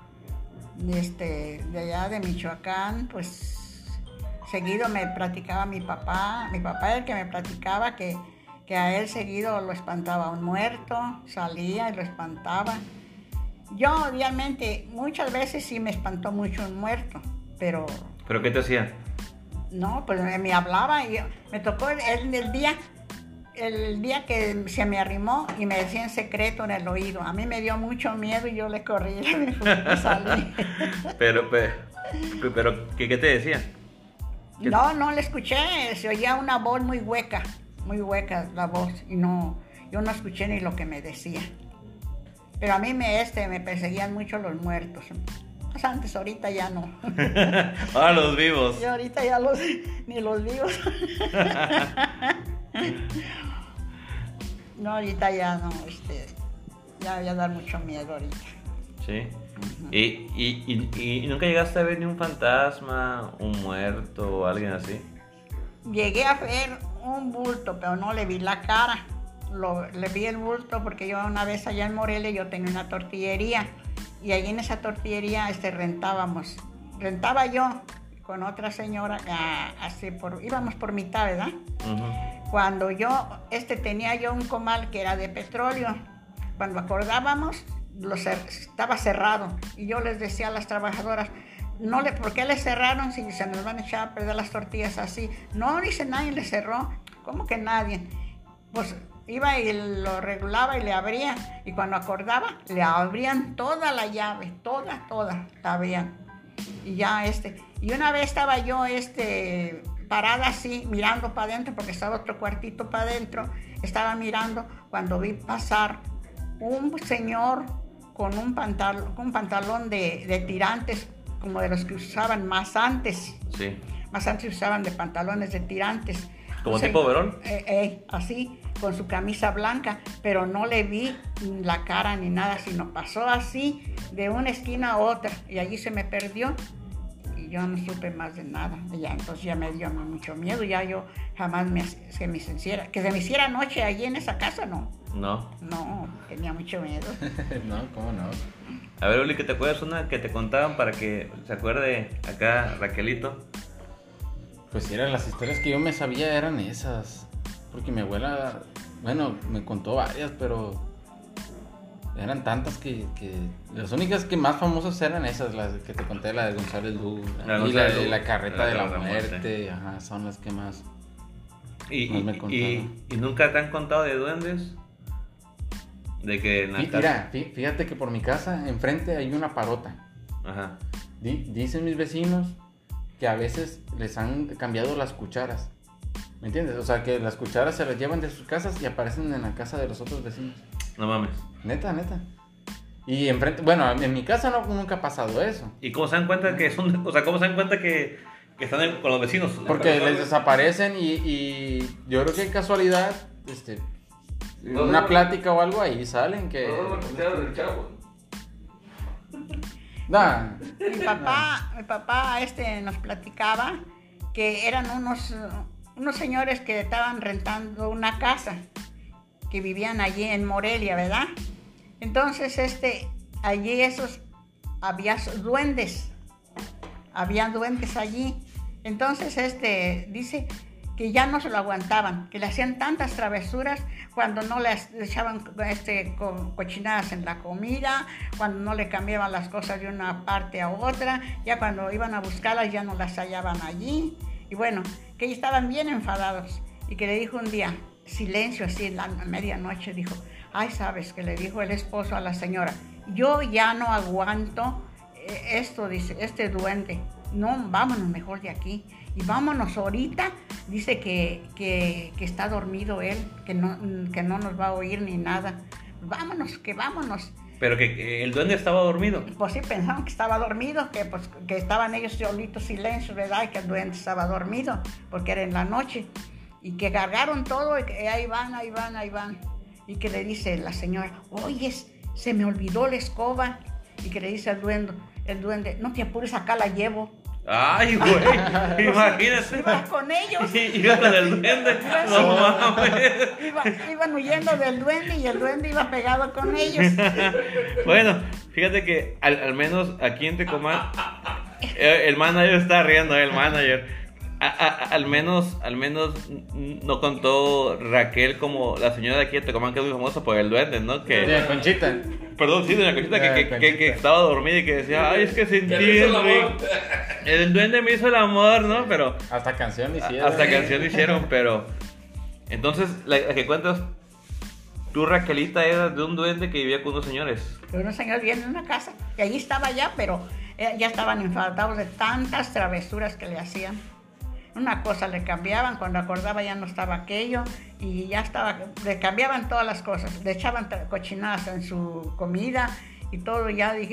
[SPEAKER 3] De allá de Michoacán, pues seguido me platicaba mi papá. Mi papá era el que me platicaba que a él seguido lo espantaba un muerto, salía y lo espantaba. Yo realmente muchas veces sí me espantó mucho un muerto, pero...
[SPEAKER 1] ¿Pero qué te hacía?
[SPEAKER 3] No, pues me hablaba y me tocó el día que se me arrimó y me decía en secreto en el oído. A mí me dio mucho miedo y yo le corrí y me salí.
[SPEAKER 1] Pero ¿qué te decía?
[SPEAKER 3] No le escuché, se oía una voz muy hueca la voz, y yo no escuché ni lo que me decía. Pero a mí me perseguían mucho los muertos. Pues antes, ahorita ya no.
[SPEAKER 1] Ahora los vivos.
[SPEAKER 3] Y ahorita ya ni los vivos. No, ahorita ya no, ya voy a dar mucho miedo ahorita.
[SPEAKER 1] Sí. ¿Y nunca llegaste a ver ni un fantasma, un muerto o alguien así?
[SPEAKER 3] Llegué a ver un bulto, pero no le vi la cara. Le vi el bulto porque yo una vez allá en Morelia yo tenía una tortillería y allí en esa tortillería rentábamos. Rentaba yo con otra señora, íbamos por mitad, ¿verdad? Uh-huh. Cuando tenía yo un comal que era de petróleo. Cuando acordábamos, estaba cerrado y yo les decía a las trabajadoras, ¿por qué le cerraron si se nos van a echar a perder las tortillas así? No, dice, nadie le cerró. ¿Cómo que nadie? Pues iba y lo regulaba y le abría, y cuando acordaba, le abrían toda la llave, toda, la abrían. Y ya y una vez estaba yo parada así, mirando para adentro, porque estaba otro cuartito para adentro, estaba mirando cuando vi pasar un señor con un pantalón de tirantes, como de los que usaban más antes.
[SPEAKER 1] Sí.
[SPEAKER 3] Más antes usaban de pantalones de tirantes.
[SPEAKER 1] ¿Como tipo overol?
[SPEAKER 3] Así, con su camisa blanca, pero no le vi la cara ni nada, sino pasó así de una esquina a otra y allí se me perdió y yo no supe más de nada. Entonces ya me dio mucho miedo, ya yo jamás que se me hiciera noche allí en esa casa, no.
[SPEAKER 1] No,
[SPEAKER 3] tenía mucho miedo.
[SPEAKER 2] No, ¿cómo no?
[SPEAKER 1] A ver, Uli, ¿que te acuerdas una que te contaban para que se acuerde acá Raquelito?
[SPEAKER 2] Pues eran las historias que yo me sabía, eran esas. Porque mi abuela, bueno, me contó varias, pero eran tantas que las únicas que más famosas eran esas, las que te conté, la de González Lugo, y la de la carreta de la muerte. Ajá, son las que más me contaron.
[SPEAKER 1] ¿Y nunca te han contado de duendes? De que en la
[SPEAKER 2] Mira, fíjate que por mi casa enfrente hay una parota.
[SPEAKER 1] Ajá.
[SPEAKER 2] Dicen mis vecinos que a veces les han cambiado las cucharas. ¿Me entiendes? O sea, que las cucharas se las llevan de sus casas y aparecen en la casa de los otros vecinos.
[SPEAKER 1] No mames.
[SPEAKER 2] Neta. Y enfrente, bueno, en mi casa nunca ha pasado eso.
[SPEAKER 1] ¿Y cómo se dan cuenta que son, cómo se dan cuenta que están con los vecinos?
[SPEAKER 2] Porque les desaparecen y yo creo que en casualidad, una plática o algo ahí salen que... Nah.
[SPEAKER 3] Mi papá nos platicaba que eran unos señores que estaban rentando una casa, que vivían allí en Morelia, ¿verdad? Entonces, allí había duendes allí. Entonces, dice que ya no se lo aguantaban, que le hacían tantas travesuras cuando no le echaban cochinadas en la comida, cuando no le cambiaban las cosas de una parte a otra, ya cuando iban a buscarlas ya no las hallaban allí. Y bueno, que ellos estaban bien enfadados y que le dijo un día, silencio, así en la medianoche, dijo, ay, ¿sabes qué? Le dijo el esposo a la señora, yo ya no aguanto esto, dice, duende, no, vámonos mejor de aquí. Y vámonos ahorita, dice que está dormido él, que no nos va a oír ni nada. Vámonos.
[SPEAKER 1] Pero que el duende estaba dormido.
[SPEAKER 3] Pues sí, pensaban que estaba dormido, que estaban ellos solitos, silencio, ¿verdad? Y que el duende estaba dormido, porque era en la noche. Y que cargaron todo, y que ahí van. Y que le dice la señora, oye, se me olvidó la escoba. Y que le dice el duende, no te apures, acá la llevo.
[SPEAKER 1] Ay, güey, imagínate.
[SPEAKER 3] Iba con ellos.
[SPEAKER 1] Iba con el duende. No mames.
[SPEAKER 3] Iban huyendo del duende y el duende iba pegado con ellos.
[SPEAKER 1] Bueno, fíjate que al menos aquí en Tecomán, el manager está riendo, el manager. Al menos no contó Raquel como la señora de aquí de Tecomán, que es muy famosa por el duende, ¿no?
[SPEAKER 2] Doña Conchita.
[SPEAKER 1] Perdón, sí, doña Conchita, que estaba dormida y que decía, ay, es que sentí el duende me hizo el amor, ¿no? Pero
[SPEAKER 2] hasta canción hicieron.
[SPEAKER 1] Pero entonces, la que cuentas, tú, Raquelita, eras de un duende que vivía con unos señores.
[SPEAKER 3] Que unos señores vivían en una casa, y allí estaba ya, pero ya estaban enfadados de tantas travesuras que le hacían. Una cosa le cambiaban, cuando acordaba ya no estaba aquello, y ya le cambiaban todas las cosas, le echaban cochinadas en su comida y todo, ya dijeron,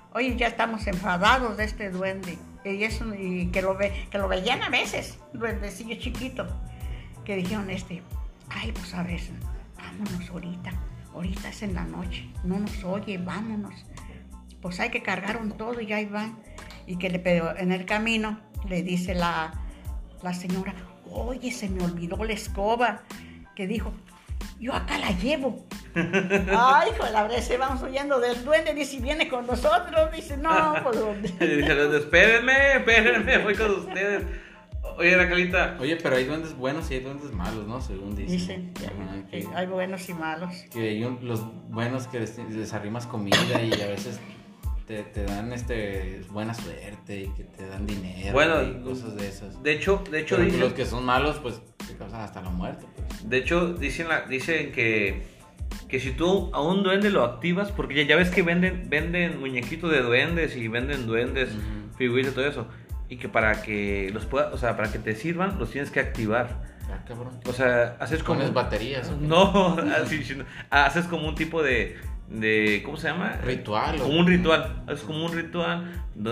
[SPEAKER 3] oye, ya estamos enfadados de este duende. Y que lo veían a veces, duendecillo chiquito, que dijeron ay, pues a ver, vámonos ahorita es en la noche, no nos oye, vámonos. Pues hay que cargar un todo y ahí van. Pero en el camino le dice la señora, oye, se me olvidó la escoba, que dijo, yo acá la llevo. Ay, hijo, la verdad, se vamos huyendo del duende, dice, viene con nosotros, dice, no, pues ¿dónde?
[SPEAKER 1] Dice, espérenme, voy con ustedes. Oye, Raquelita.
[SPEAKER 2] Oye, pero hay duendes buenos y hay duendes malos, ¿no? Según dicen.
[SPEAKER 3] Dicen, hay buenos y malos.
[SPEAKER 2] Que hay los buenos que les arrimas comida y a veces te dan buena suerte y que te dan dinero,
[SPEAKER 1] bueno,
[SPEAKER 2] y cosas de esas.
[SPEAKER 1] De hecho
[SPEAKER 2] pero
[SPEAKER 1] dicen,
[SPEAKER 2] los que son malos, pues te causan hasta la muerte, pues.
[SPEAKER 1] De hecho, dicen que si tú a un duende lo activas, porque ya ves que venden muñequitos de duendes y venden duendes, figuritas y todo eso, y que para que los pueda, o sea, para que te sirvan, los tienes que activar.
[SPEAKER 2] Ah, cabrón.
[SPEAKER 1] O sea, haces como
[SPEAKER 2] ¿Pones baterías?
[SPEAKER 1] No, haces como un tipo de ¿cómo se llama?
[SPEAKER 2] Ritual.
[SPEAKER 1] Como un ritual. Es como un ritual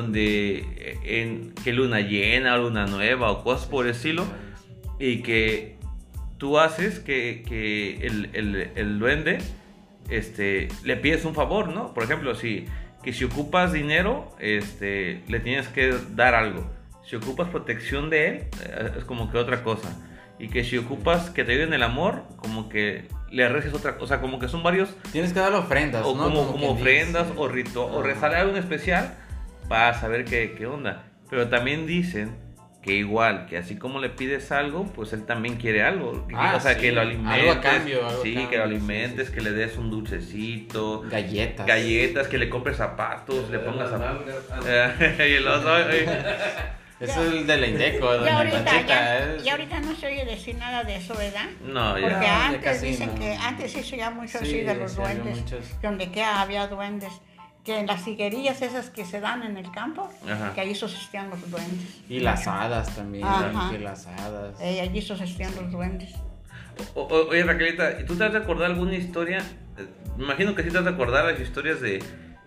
[SPEAKER 1] donde que luna llena, luna nueva o cosas por el estilo, y que tú haces que el duende le pides un favor, ¿no? Por ejemplo, si ocupas dinero, le tienes que dar algo. Si ocupas protección de él, es como que otra cosa. Y que si ocupas que te ayuden en el amor, como que le reces otra cosa, como que son varios.
[SPEAKER 2] Tienes que darle ofrendas,
[SPEAKER 1] o
[SPEAKER 2] ¿no?
[SPEAKER 1] como ofrendas o ritual, o rezarle algo en especial para saber qué onda. Pero también dicen que igual, que así como le pides algo, pues él también quiere algo. O sea, sí, que lo alimentes.
[SPEAKER 2] Algo a cambio, algo
[SPEAKER 1] sí,
[SPEAKER 2] a cambio,
[SPEAKER 1] que lo alimentes, sí. Que le des un dulcecito.
[SPEAKER 2] Galletas,
[SPEAKER 1] que le compres zapatos, le pongas zapatos. Y el otro,
[SPEAKER 2] eso es el de la Indeco,
[SPEAKER 3] y ahorita no se oye decir nada de eso, ¿verdad?
[SPEAKER 1] No, ya.
[SPEAKER 3] Porque antes dicen que antes se oía mucho así de los duendes, donde que había duendes, que en las higuerillas esas que se dan en el campo, ajá, que allí subsistían los duendes.
[SPEAKER 2] Y las hadas también, que las hadas.
[SPEAKER 3] Allí subsistían los duendes.
[SPEAKER 1] Oye, Raquelita, ¿tú te has de acordar alguna historia? Me imagino que sí te has de acordar las historias de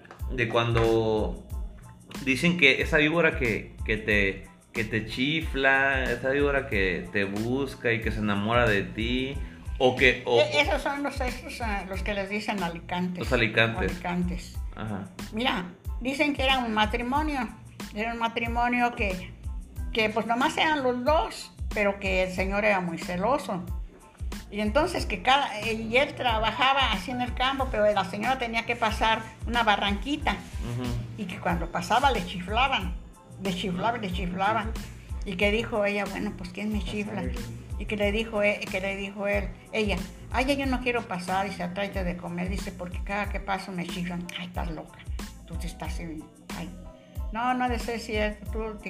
[SPEAKER 1] cuando dicen que esa víbora que te chifla, esa víbora que te busca y que se enamora de ti,
[SPEAKER 3] esos son los que les dicen alicantes.
[SPEAKER 1] Los alicantes.
[SPEAKER 3] Alicantes.
[SPEAKER 1] Ajá.
[SPEAKER 3] Mira, dicen que era un matrimonio que pues nomás eran los dos, pero que el señor era muy celoso. Y entonces y él trabajaba así en el campo, pero la señora tenía que pasar una barranquita, y que cuando pasaba le chiflaban. Y que dijo ella, bueno, pues ¿quién me chifla? Y que le dijo ella, ay, yo no quiero pasar, y se tráete de comer, dice, porque cada que paso me chiflan. Ay, estás loca, tú te estás, ay, no de ser cierto, tú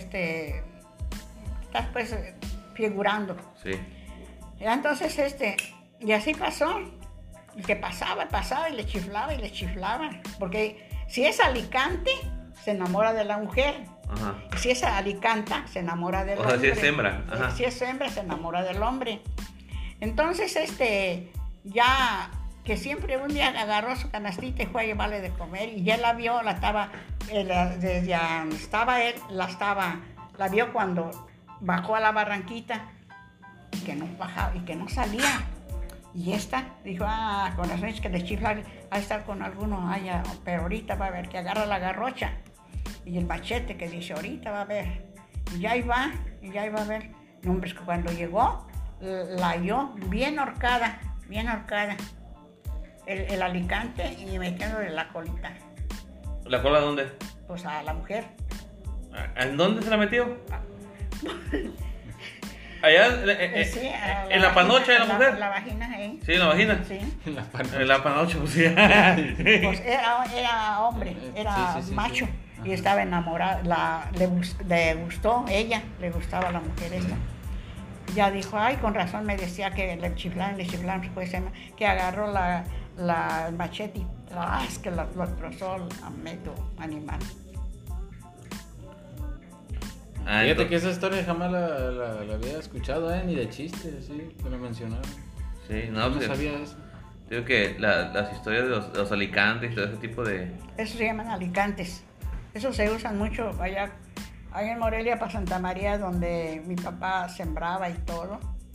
[SPEAKER 3] estás pues figurando.
[SPEAKER 1] Sí.
[SPEAKER 3] Entonces y así pasó, y que pasaba y le chiflaba, porque si es alicante, se enamora de la mujer.
[SPEAKER 1] Ajá.
[SPEAKER 3] Y si es alicanta, se enamora del hombre.
[SPEAKER 1] O sea, si es hembra. Ajá.
[SPEAKER 3] Si es hembra, se enamora del hombre. Entonces, ya que siempre un día agarró su canastita y fue a llevarle de comer, y ya la vio, desde donde estaba él, la vio cuando bajó a la barranquita, y que no bajaba, y que no salía. Y dijo, con las noches que le chifla, va a estar con alguno allá, pero ahorita va a ver, que agarra la garrocha y el machete, que dice, ahorita va a ver. Y ya iba a ver. No, hombre, es que cuando llegó, la halló bien ahorcada, el alicante, y metiéndole la colita.
[SPEAKER 1] ¿La cola dónde?
[SPEAKER 3] Pues a la mujer.
[SPEAKER 1] ¿En dónde se la metió? Allá,
[SPEAKER 3] sí,
[SPEAKER 1] en la panocha de la mujer.
[SPEAKER 3] La vagina,
[SPEAKER 1] Sí, en la vagina.
[SPEAKER 3] Sí.
[SPEAKER 1] En la panocha, pues sí.
[SPEAKER 3] Pues era hombre, era macho, y estaba enamorado, le gustó ella, le gustaba la mujer esta. Ya dijo, ay, con razón me decía que le chiflaban, pues, que agarró el machete y que lo trozó a medio animal.
[SPEAKER 2] Fíjate que esa historia jamás la había escuchado, ni de chiste, así, que lo mencionaron.
[SPEAKER 1] Sí,
[SPEAKER 2] no sabía eso.
[SPEAKER 1] Digo que las historias de los alicantes y todo ese tipo de...
[SPEAKER 3] Eso se llaman alicantes. Eso se usan mucho allá en Morelia para Santa María, donde mi papá sembraba y todo.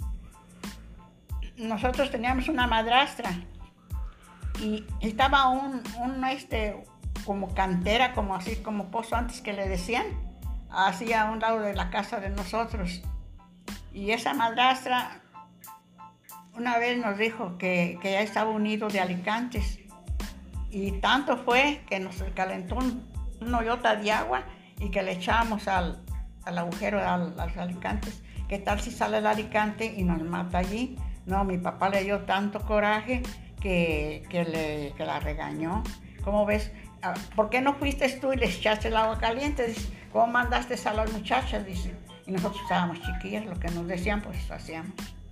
[SPEAKER 3] Nosotros teníamos una madrastra y estaba como cantera, como así, como pozo antes que le decían, así a un lado de la casa de nosotros. Y esa madrastra una vez nos dijo que ya estaba unido de alicantes. Y tanto fue que nos calentó una ollota de agua y que le echábamos al agujero a los alicantes. ¿Qué tal si sale el alicante y nos mata allí? No, mi papá le dio tanto coraje que la regañó. ¿Cómo ves? ¿Por qué no fuiste tú y les echaste el agua caliente? Dice, ¿cómo mandaste a las muchachas? Dice, y nosotros estábamos chiquillas, lo que nos decían, pues hacíamos.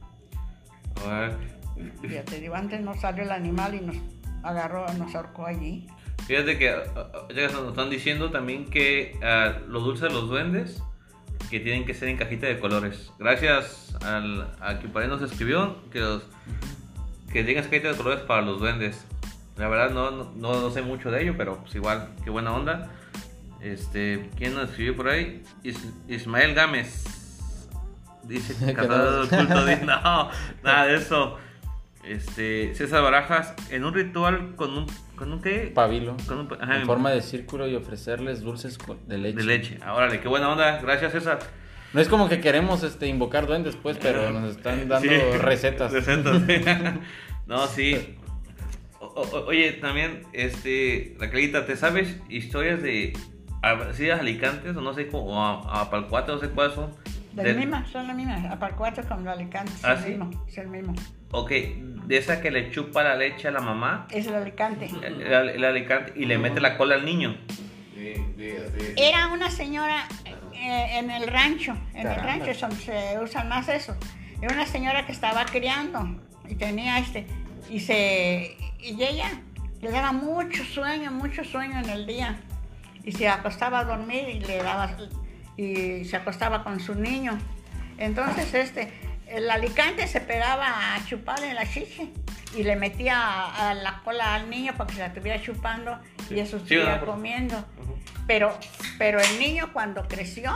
[SPEAKER 3] Ya te digo, antes no salió el animal y nos agarró, nos ahorcó allí.
[SPEAKER 1] Fíjate que ya nos están diciendo también que los dulces de los duendes que tienen que ser en cajita de colores. Gracias a que por ahí nos escribió que tengas cajita de colores para los duendes. La verdad no sé mucho de ello, pero pues igual, qué buena onda. ¿Quién nos escribió por ahí? Ismael Gámez. Dice que casado oculto. No, nada de eso. César Barajas, en un ritual con un ¿qué?
[SPEAKER 2] Pabilo.
[SPEAKER 1] Ajá,
[SPEAKER 2] en forma de círculo y ofrecerles dulces de leche.
[SPEAKER 1] De leche. Órale, qué buena onda. Gracias, César.
[SPEAKER 2] No es como que queremos invocar duendes, pues, pero nos están dando recetas.
[SPEAKER 1] Recetas. No, sí. Oye, también, Raquelita, ¿te sabes historias de alicantes o no sé, o a Palcuate, no sé cuáles son?
[SPEAKER 3] Son las mismas, a Palcuate con los alicantes, es el mismo.
[SPEAKER 1] Ok, de esa que le chupa la leche a la mamá.
[SPEAKER 3] Es el alicante.
[SPEAKER 1] El alicante y le mete la cola al niño.
[SPEAKER 3] Sí. Era una señora en el rancho, se usa más eso. Era una señora que estaba criando y tenía y ella le daba mucho sueño en el día. Y se acostaba a dormir y se acostaba con su niño. Entonces el alicante se pegaba a chuparle en la chiche y le metía a la cola al niño para que se la estuviera chupando y eso estuviera comiendo. Pero el niño cuando creció,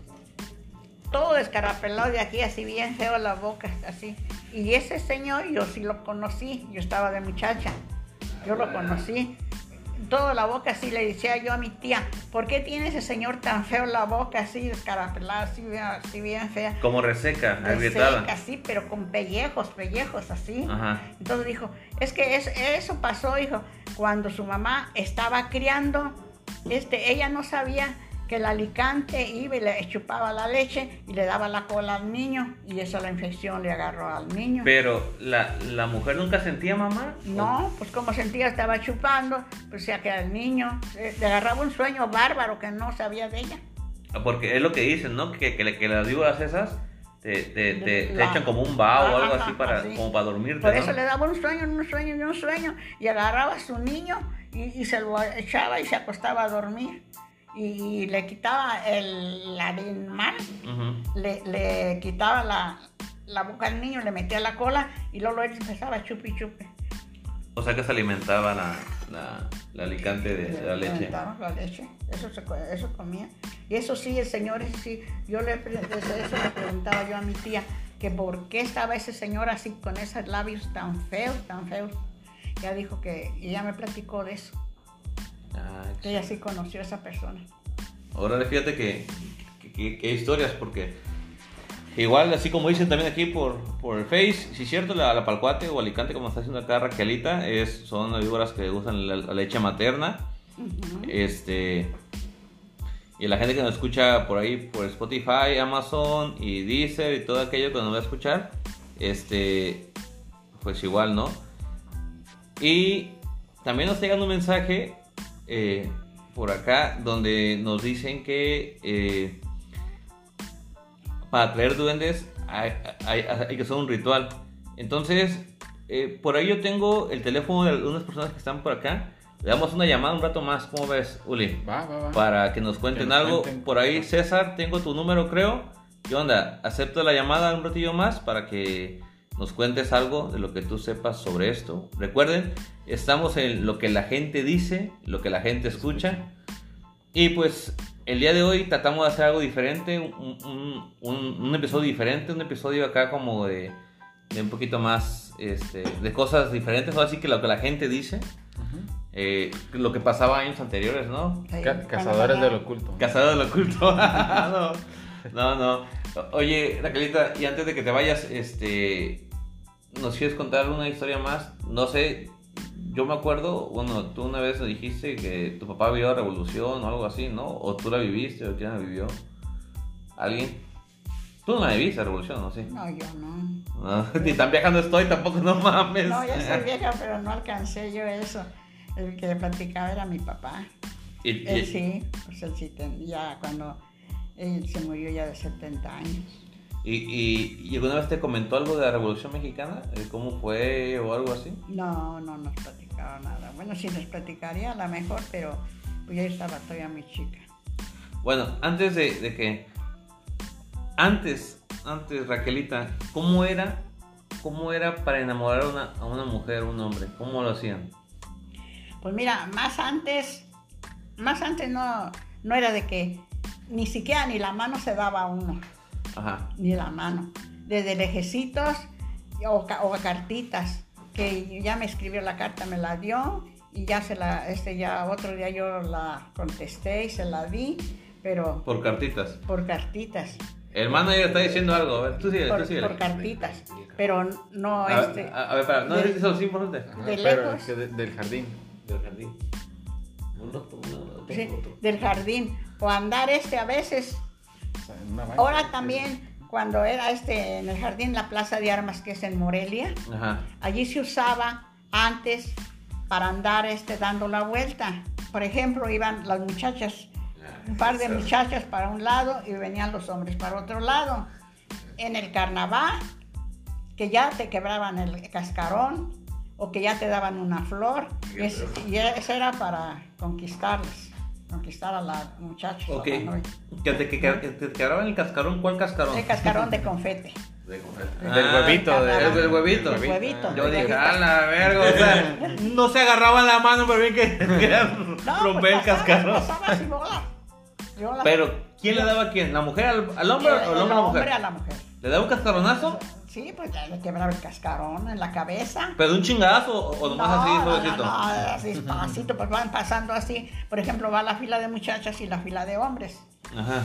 [SPEAKER 3] todo descarapelado de aquí, así bien feo la boca, así. Y ese señor yo sí lo conocí, yo estaba de muchacha, yo lo conocí. Toda la boca así, le decía yo a mi tía, ¿por qué tiene ese señor tan feo la boca así, descarapelada, así bien fea?
[SPEAKER 1] Como reseca, agrietada.
[SPEAKER 3] Reseca, sí, pero con pellejos así.
[SPEAKER 1] Ajá.
[SPEAKER 3] Entonces dijo, es que eso pasó, hijo, cuando su mamá estaba criando, ella no sabía que el alicante iba y le chupaba la leche y le daba la cola al niño y esa la infección le agarró al niño.
[SPEAKER 1] Pero la mujer nunca sentía, mamá.
[SPEAKER 3] No, pues como sentía, estaba chupando, pues ya que al niño le agarraba un sueño bárbaro que no sabía de ella.
[SPEAKER 1] Porque es lo que dicen, ¿no? Que las víboras esas te echan como un vaho o algo así como para dormirte.
[SPEAKER 3] Por eso le daba un sueño y agarraba a su niño y se lo echaba y se acostaba a dormir. Y le quitaba el animal, le quitaba la boca al niño, le metía la cola y luego él empezaba a chupe.
[SPEAKER 1] O sea que se alimentaba la alicante de la leche.
[SPEAKER 3] Alimentaba la leche, eso comía. Y eso sí, el señor, sí, eso le preguntaba yo a mi tía, que por qué estaba ese señor así con esos labios tan feos. Ya dijo que, y ella me platicó de eso. Que ella sí conoció a esa persona.
[SPEAKER 1] Ahora fíjate que historias, porque igual, así como dicen también aquí por el Face, si es cierto, la Palcuate o alicante, como está haciendo acá Raquelita, son víboras que usan la leche materna. Y la gente que nos escucha por ahí, por Spotify, Amazon y Deezer y todo aquello que nos va a escuchar, pues igual, ¿no? Y también nos llegan un mensaje por acá donde nos dicen que para traer duendes hay que hacer un ritual. Entonces por ahí yo tengo el teléfono de algunas personas que están por acá. Le damos una llamada un rato más. ¿Cómo ves, Uli?
[SPEAKER 2] Va.
[SPEAKER 1] Para que nos cuenten algo. Por ahí, César, tengo tu número, creo. ¿Qué onda? Acepto la llamada un ratillo más para que nos cuentes algo de lo que tú sepas sobre esto. Recuerden, estamos en lo que la gente dice, lo que la gente escucha. Y pues el día de hoy tratamos de hacer algo diferente, un episodio diferente, un episodio acá como de un poquito más de cosas diferentes, ¿no? Así que lo que la gente dice, lo que pasaba años anteriores, ¿no?
[SPEAKER 3] Sí,
[SPEAKER 2] Cazadores del oculto.
[SPEAKER 1] Cazadores del oculto. No. Oye, Raquelita, y antes de que te vayas, ¿nos quieres contar una historia más? No sé, yo me acuerdo, bueno, tú una vez dijiste que tu papá vio la revolución o algo así, ¿no? O tú la viviste, o quién la vivió. ¿Alguien? Tú no la viviste, la revolución, ¿no? Sí.
[SPEAKER 3] No, yo no.
[SPEAKER 1] No, ni tan vieja no estoy, tampoco, no mames.
[SPEAKER 3] No, ya soy vieja, pero no alcancé yo eso. El que platicaba era mi papá. Él sí, pues él sí, ya cuando él se murió ya de 70 años.
[SPEAKER 1] ¿Y alguna vez te comentó algo de la Revolución Mexicana? ¿Cómo fue o algo así?
[SPEAKER 3] No nos platicaba nada. Bueno, sí nos platicaría a lo mejor, pero pues yo estaba todavía muy chica.
[SPEAKER 1] Bueno, antes de que... Antes, Raquelita, ¿cómo era para enamorar a una mujer, un hombre? ¿Cómo lo hacían?
[SPEAKER 3] Pues mira, más antes no era de que ni siquiera ni la mano se daba a uno.
[SPEAKER 1] Ajá.
[SPEAKER 3] Ni la mano. Desde lejecitos o cartitas, que ya me escribió la carta, me la dio y ya ya otro día yo la contesté y se la di, pero...
[SPEAKER 1] Por cartitas.
[SPEAKER 3] Por cartitas.
[SPEAKER 1] El manager está diciendo algo, a ver, tú sigue.
[SPEAKER 3] Por cartitas, pero no
[SPEAKER 1] a ver, espera, no es eso sí importante.
[SPEAKER 3] De lejos.
[SPEAKER 2] Del jardín.
[SPEAKER 1] Del jardín.
[SPEAKER 3] Sí, del jardín. O andar a veces. Ahora también, cuando era en el jardín, la Plaza de Armas, que es en Morelia,
[SPEAKER 1] ajá,
[SPEAKER 3] allí se usaba antes para andar dando la vuelta. Por ejemplo, iban las muchachas, un par de muchachas para un lado y venían los hombres para otro lado. En el carnaval, que ya te quebraban el cascarón o que ya te daban una flor, y eso era para conquistar a la muchacha.
[SPEAKER 1] Ok, que te quebraban el cascarón, ¿cuál cascarón?
[SPEAKER 3] El cascarón de confete.
[SPEAKER 2] Del huevito.
[SPEAKER 1] Del huevito.
[SPEAKER 3] El huevito.
[SPEAKER 1] Yo dije, a la verga, o sea, no se agarraban la mano, pero bien que querían romper el cascarón.
[SPEAKER 3] Pasaba así, bola.
[SPEAKER 1] Pero, ¿quién le daba a quién? ¿La mujer al hombre o el hombre a la mujer?
[SPEAKER 3] El hombre a la mujer.
[SPEAKER 1] ¿Le daba un cascaronazo?
[SPEAKER 3] Sí, pues ya le quebraba el cascarón en la cabeza.
[SPEAKER 1] ¿Pero un chingazo o nomás así, suavecito?
[SPEAKER 3] No, así despacito, pues van pasando así. Por ejemplo, va la fila de muchachas y la fila de hombres.
[SPEAKER 1] Ajá.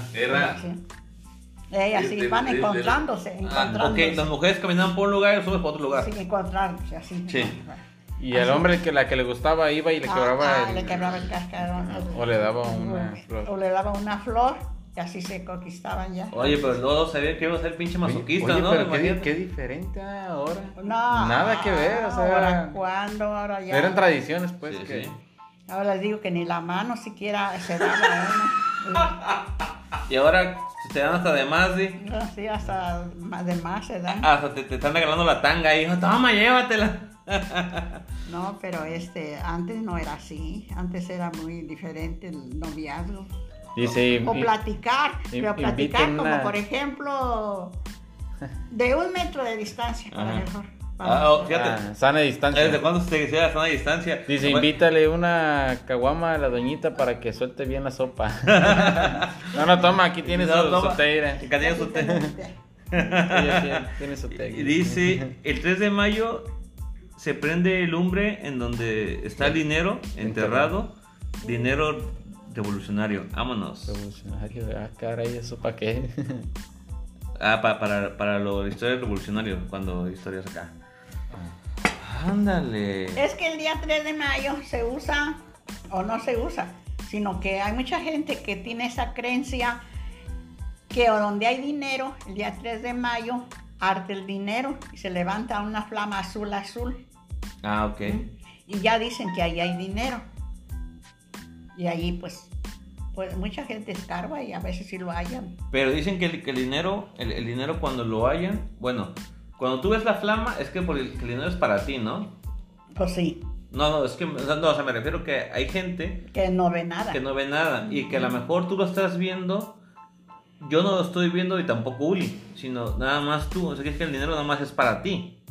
[SPEAKER 3] Sí. Así van encontrándose.
[SPEAKER 1] Ok, las mujeres caminaban por un lugar y los hombres por otro lugar.
[SPEAKER 3] Sí, encontrándose así.
[SPEAKER 1] Sí.
[SPEAKER 2] Y el hombre la que le gustaba iba y le quebraba
[SPEAKER 3] le quebraba el cascarón.
[SPEAKER 2] O le daba una flor.
[SPEAKER 3] O le daba una flor y así se conquistaban ya.
[SPEAKER 1] Oye, pero luego sabía que iba a ser pinche masoquista,
[SPEAKER 2] oye,
[SPEAKER 1] ¿no?
[SPEAKER 2] Pero qué diferente ahora.
[SPEAKER 3] No.
[SPEAKER 2] Nada que ver, o sea.
[SPEAKER 3] ¿Ahora cuándo? Ahora ya.
[SPEAKER 2] Eran tradiciones, pues.
[SPEAKER 1] Sí,
[SPEAKER 2] que...
[SPEAKER 1] sí.
[SPEAKER 3] Ahora les digo que ni la mano siquiera se daba a uno.
[SPEAKER 1] Y ahora te dan hasta de más, ¿sí?
[SPEAKER 3] No, sí, hasta de más se dan.
[SPEAKER 1] Hasta te están regalando la tanga ahí. Toma, llévatela.
[SPEAKER 3] No, pero antes no era así. Antes era muy diferente el noviazgo.
[SPEAKER 2] Dice,
[SPEAKER 3] o platicar, pero platicar como por ejemplo de 1 metro de distancia, para mejor.
[SPEAKER 1] Fíjate.
[SPEAKER 2] Sana distancia.
[SPEAKER 1] ¿Desde cuándo se decía sana distancia?
[SPEAKER 2] Dice, invítale una caguama a la doñita para que suelte bien la sopa. No, toma, aquí tienes su té.
[SPEAKER 1] Aquí tienes su té.
[SPEAKER 2] Ella tiene su té.
[SPEAKER 1] Y dice, el 3 de mayo se prende lumbre en donde está el dinero enterrado. Dinero revolucionario. Vámonos.
[SPEAKER 2] Revolucionario. Caray, ¿eso para qué?
[SPEAKER 1] Para lo historia revolucionario, cuando historias acá. Ándale.
[SPEAKER 3] Es que el día 3 de mayo se usa o no se usa, sino que hay mucha gente que tiene esa creencia que donde hay dinero, el día 3 de mayo arde el dinero y se levanta una flama azul.
[SPEAKER 1] Ok.
[SPEAKER 3] Y ya dicen que ahí hay dinero. Y ahí pues mucha gente escarba y a veces sí lo hallan.
[SPEAKER 1] Pero dicen que el dinero, el dinero cuando lo hallan, bueno, cuando tú ves la flama es que el dinero es para ti, ¿no?
[SPEAKER 3] Pues sí.
[SPEAKER 1] No, es que, o sea, me refiero que hay gente
[SPEAKER 3] que no ve nada.
[SPEAKER 1] Que no ve nada y que a lo mejor tú lo estás viendo, yo no lo estoy viendo y tampoco Uli, sino nada más tú, o sea, que es que el dinero nada más es para ti.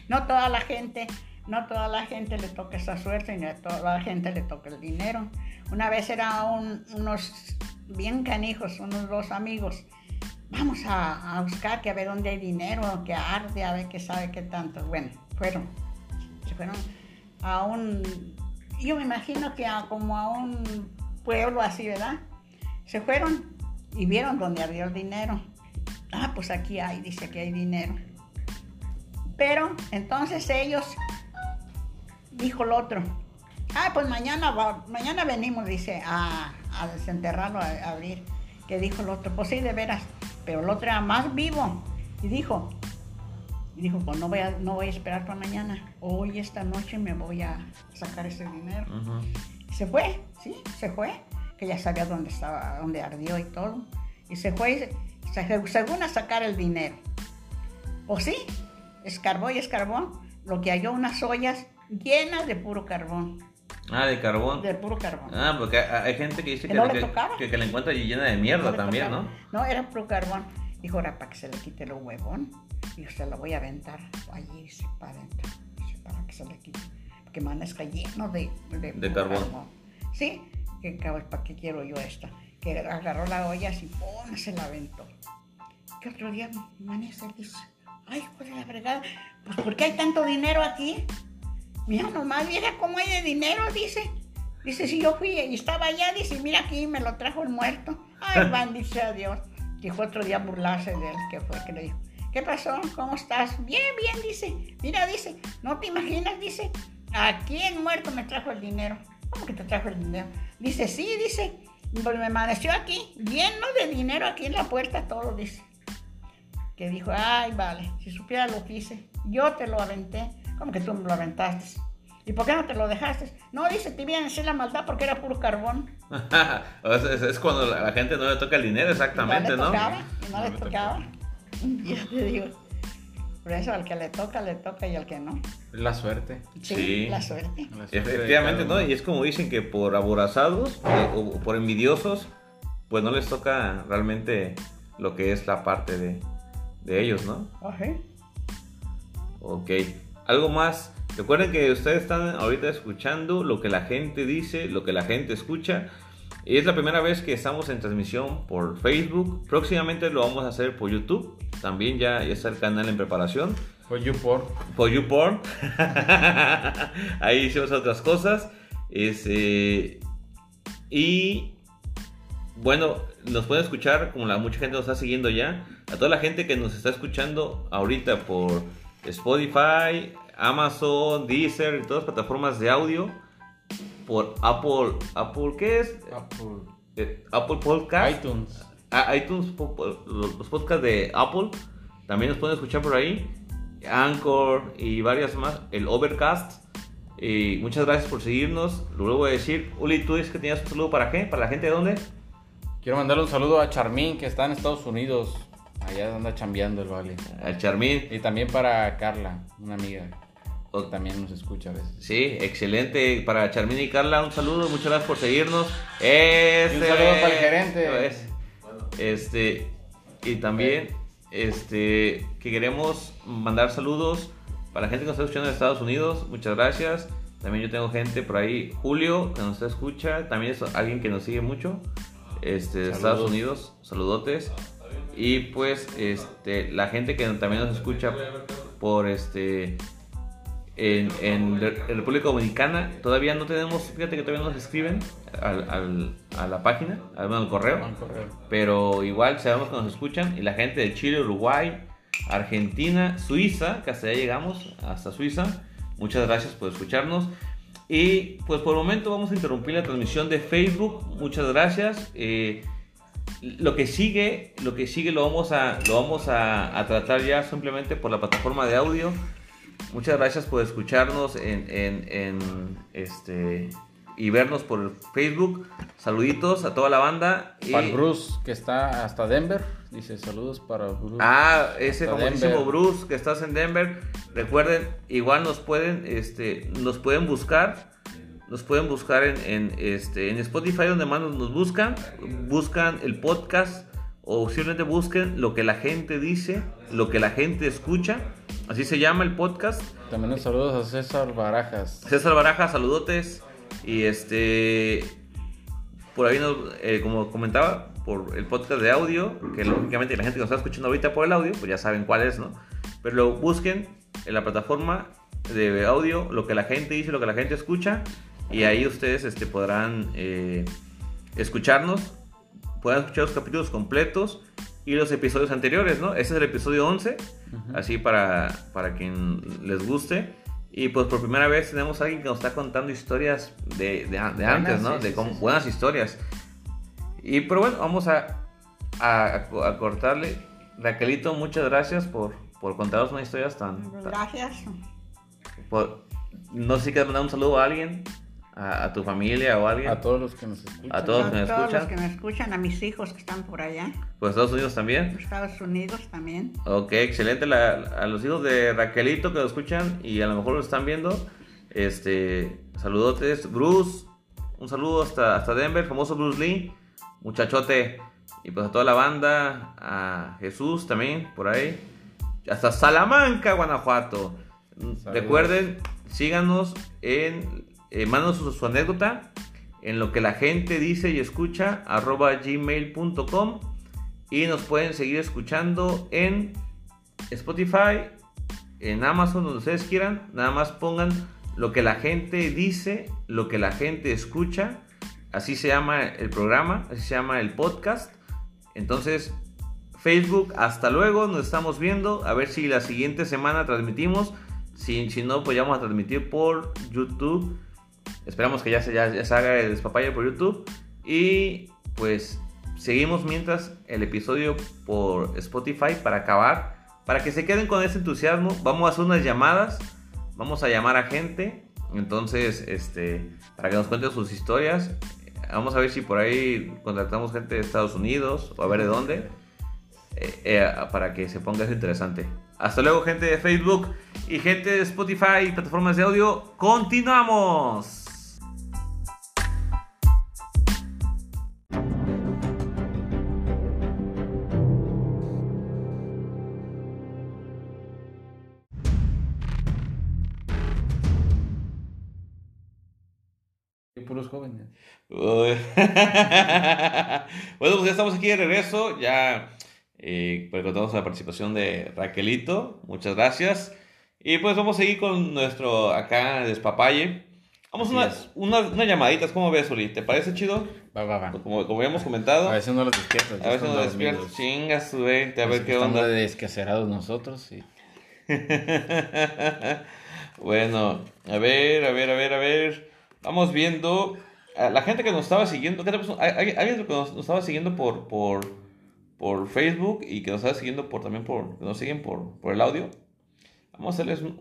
[SPEAKER 3] No toda la gente le toca esa suerte, ni a toda la gente le toca el dinero. Una vez eran unos bien canijos, unos dos amigos. Vamos a buscar, que a ver dónde hay dinero, que arde, a ver qué sabe qué tanto. Bueno, se fueron a yo me imagino que como a un pueblo así, ¿verdad? Se fueron y vieron dónde ardió el dinero. Ah, pues aquí dice que hay dinero. Pero entonces dijo el otro, pues mañana venimos, dice, a desenterrarlo, a abrir. Que dijo el otro, pues sí, de veras, pero el otro era más vivo. Y dijo, pues no voy a esperar para mañana. Hoy, esta noche, me voy a sacar ese dinero.
[SPEAKER 1] Uh-huh.
[SPEAKER 3] Y se fue, que ya sabía dónde estaba, dónde ardió y todo. Y se fue, según a sacar el dinero. Pues sí, escarbó y escarbó, lo que halló unas ollas llenas de puro carbón.
[SPEAKER 1] De carbón.
[SPEAKER 3] De puro carbón.
[SPEAKER 1] Porque hay gente que dice
[SPEAKER 3] que no le tocaba.
[SPEAKER 1] Que la encuentra llena de mierda
[SPEAKER 3] no
[SPEAKER 1] también,
[SPEAKER 3] tocaba.
[SPEAKER 1] ¿no?
[SPEAKER 3] No, era puro carbón. Dijo, ahora para que se le quite lo huevón. Dijo, se lo voy a aventar allí, dice, para adentro. Dice, para que se le quite. Porque amanezca lleno de
[SPEAKER 1] carbón.
[SPEAKER 3] Sí, ¿para qué quiero yo esta? Que agarró la olla así, ¡pum!, se la aventó. Que otro día amanece y dice, ay, hijo de la fregada, pues ¿por qué hay tanto dinero aquí? Mira nomás, mira cómo hay de dinero, dice. Dice, si yo fui y estaba allá, dice, mira aquí, me lo trajo el muerto. Ay, bendice a Dios. Dijo otro día burlarse de él, que fue, que le dijo, ¿qué pasó? ¿Cómo estás? Bien, dice. Mira, dice, no te imaginas, dice, aquí el muerto me trajo el dinero. ¿Cómo que te trajo el dinero? Dice, sí, dice, pues me amaneció aquí, lleno de dinero aquí en la puerta, todo, dice. Que dijo, ay, vale, si supiera lo que hice, yo te lo aventé. ¿Cómo que tú me lo aventaste? ¿Y por qué no te lo dejaste? No, dice, te iban a hacer la maldad porque era puro carbón.
[SPEAKER 1] Es cuando a la gente no le toca el dinero, exactamente, ¿no?
[SPEAKER 3] No le tocaba. Ya te digo. Por eso al que le toca y al que no.
[SPEAKER 2] La suerte.
[SPEAKER 3] Sí. La suerte.
[SPEAKER 1] Efectivamente, ¿no? Y es como dicen que por aborazados o por envidiosos, pues no les toca realmente lo que es la parte de ellos, ¿no?
[SPEAKER 3] Ajá.
[SPEAKER 1] Ok. Algo más. Recuerden que ustedes están ahorita escuchando lo que la gente dice, lo que la gente escucha. Y es la primera vez que estamos en transmisión por Facebook. Próximamente lo vamos a hacer por YouTube. También ya está el canal en preparación.
[SPEAKER 2] Por YouPorn.
[SPEAKER 1] Por YouPorn. Ahí hicimos otras cosas. Y bueno, nos pueden escuchar, como mucha gente nos está siguiendo ya. A toda la gente que nos está escuchando ahorita por Spotify, Amazon, Deezer y todas las plataformas de audio, por Apple, ¿qué es? Apple Podcast,
[SPEAKER 2] iTunes,
[SPEAKER 1] los podcasts de Apple, también nos pueden escuchar por ahí, Anchor y varias más, el Overcast. Y muchas gracias por seguirnos. Luego voy a decir, Uli, tú dices que tenías un saludo ¿para qué? ¿Para la gente de dónde?
[SPEAKER 2] Quiero mandarle un saludo a Charmín, que está en Estados Unidos. Allá anda chambeando el vale.
[SPEAKER 1] A Charmín.
[SPEAKER 2] Y también para Carla, una amiga, que también nos escucha a veces.
[SPEAKER 1] Sí, excelente. Para Charmín y Carla, un saludo. Muchas gracias por seguirnos.
[SPEAKER 2] Y un saludo para el gerente.
[SPEAKER 1] Y también que queremos mandar saludos para la gente que nos está escuchando en Estados Unidos. Muchas gracias. También yo tengo gente por ahí, Julio, que nos escucha. También es alguien que nos sigue mucho. De Estados Unidos. Saludotes. Y pues la gente que también nos escucha por en República Dominicana, todavía no tenemos, fíjate que todavía nos escriben a la página, al correo, pero igual sabemos que nos escuchan. Y la gente de Chile, Uruguay, Argentina, Suiza, que hasta allá llegamos, hasta Suiza, muchas gracias por escucharnos. Y pues por el momento vamos a interrumpir la transmisión de Facebook. Muchas gracias. Lo que sigue lo vamos a tratar ya simplemente por la plataforma de audio. Muchas gracias por escucharnos y vernos por Facebook. Saluditos a toda la banda.
[SPEAKER 2] Para Bruce, que está hasta Denver, dice saludos para Bruce.
[SPEAKER 1] Ese famosísimo Bruce que estás en Denver. Recuerden, igual nos pueden buscar. Nos pueden buscar en Spotify, donde más nos buscan el podcast, o simplemente busquen lo que la gente dice, lo que la gente escucha. Así se llama el podcast.
[SPEAKER 2] También un saludos a César Barajas.
[SPEAKER 1] César Barajas, saludotes. Y por ahí como comentaba, por el podcast de audio, que lógicamente la gente que nos está escuchando ahorita por el audio, pues ya saben cuál es, ¿no? Pero lo busquen en la plataforma de audio, lo que la gente dice, lo que la gente escucha, y ahí ustedes podrán escucharnos, puedan escuchar los capítulos completos y los episodios anteriores, ¿no? Este es el episodio 11, así para quien les guste. Y pues por primera vez tenemos a alguien que nos está contando historias de antes, ¿no?
[SPEAKER 2] Sí,
[SPEAKER 1] buenas historias. Pero bueno, vamos a cortarle. Raquelito, muchas gracias por contarnos unas historias tan...
[SPEAKER 3] Gracias.
[SPEAKER 1] No sé si quieres mandar un saludo a alguien, a tu familia o a alguien.
[SPEAKER 2] A todos los que nos escuchan.
[SPEAKER 1] A todos los que nos
[SPEAKER 3] Todos
[SPEAKER 1] escuchan.
[SPEAKER 3] los que me escuchan, a mis hijos que están por allá.
[SPEAKER 1] Pues Estados Unidos también.
[SPEAKER 3] Estados Unidos también.
[SPEAKER 1] Ok, excelente. A los hijos de Raquelito que lo escuchan y a lo mejor lo están viendo. Saludotes. Bruce, un saludo hasta Denver, famoso Bruce Lee, muchachote. Y pues a toda la banda, a Jesús también, por ahí. Hasta Salamanca, Guanajuato.
[SPEAKER 2] Saludos.
[SPEAKER 1] Recuerden, síganos mándanos su anécdota en lo que la gente dice y escucha @gmail.com, y nos pueden seguir escuchando en Spotify, en Amazon, donde ustedes quieran. Nada más pongan lo que la gente dice, lo que la gente escucha. Así se llama el programa, así se llama el podcast. Entonces, Facebook, hasta luego, nos estamos viendo. A ver si la siguiente semana transmitimos. Si no, pues ya vamos a transmitir por YouTube. Esperamos que ya se haga el despapalle por YouTube. Y pues seguimos mientras el episodio por Spotify para acabar. Para que se queden con ese entusiasmo, vamos a hacer unas llamadas. Vamos a llamar a gente. Entonces, para que nos cuenten sus historias. Vamos a ver si por ahí contactamos gente de Estados Unidos o a ver de dónde. Para que se ponga eso interesante. Hasta luego, gente de Facebook y gente de Spotify y plataformas de audio. ¡Continuamos!
[SPEAKER 2] Y puros jóvenes.
[SPEAKER 1] Uy. Bueno, pues ya estamos aquí de regreso. Ya pues contamos la participación de Raquelito. Muchas gracias. Y pues vamos a seguir con nuestro acá despapalle. Vamos a unas llamaditas. ¿Cómo ves, Uli? ¿Te parece chido?
[SPEAKER 2] Va.
[SPEAKER 1] Como habíamos comentado.
[SPEAKER 2] A veces no los despiertas.
[SPEAKER 1] A veces no despiertas. Chingas, tu vente, a ver qué
[SPEAKER 2] Estamos
[SPEAKER 1] onda.
[SPEAKER 2] descacerados nosotros, sí.
[SPEAKER 1] Bueno, a ver. Vamos viendo a la gente que nos estaba siguiendo. ¿Qué te pasó? Alguien que nos estaba siguiendo por Facebook y que nos estaba siguiendo que nos siguen por el audio. Vamos a hacerles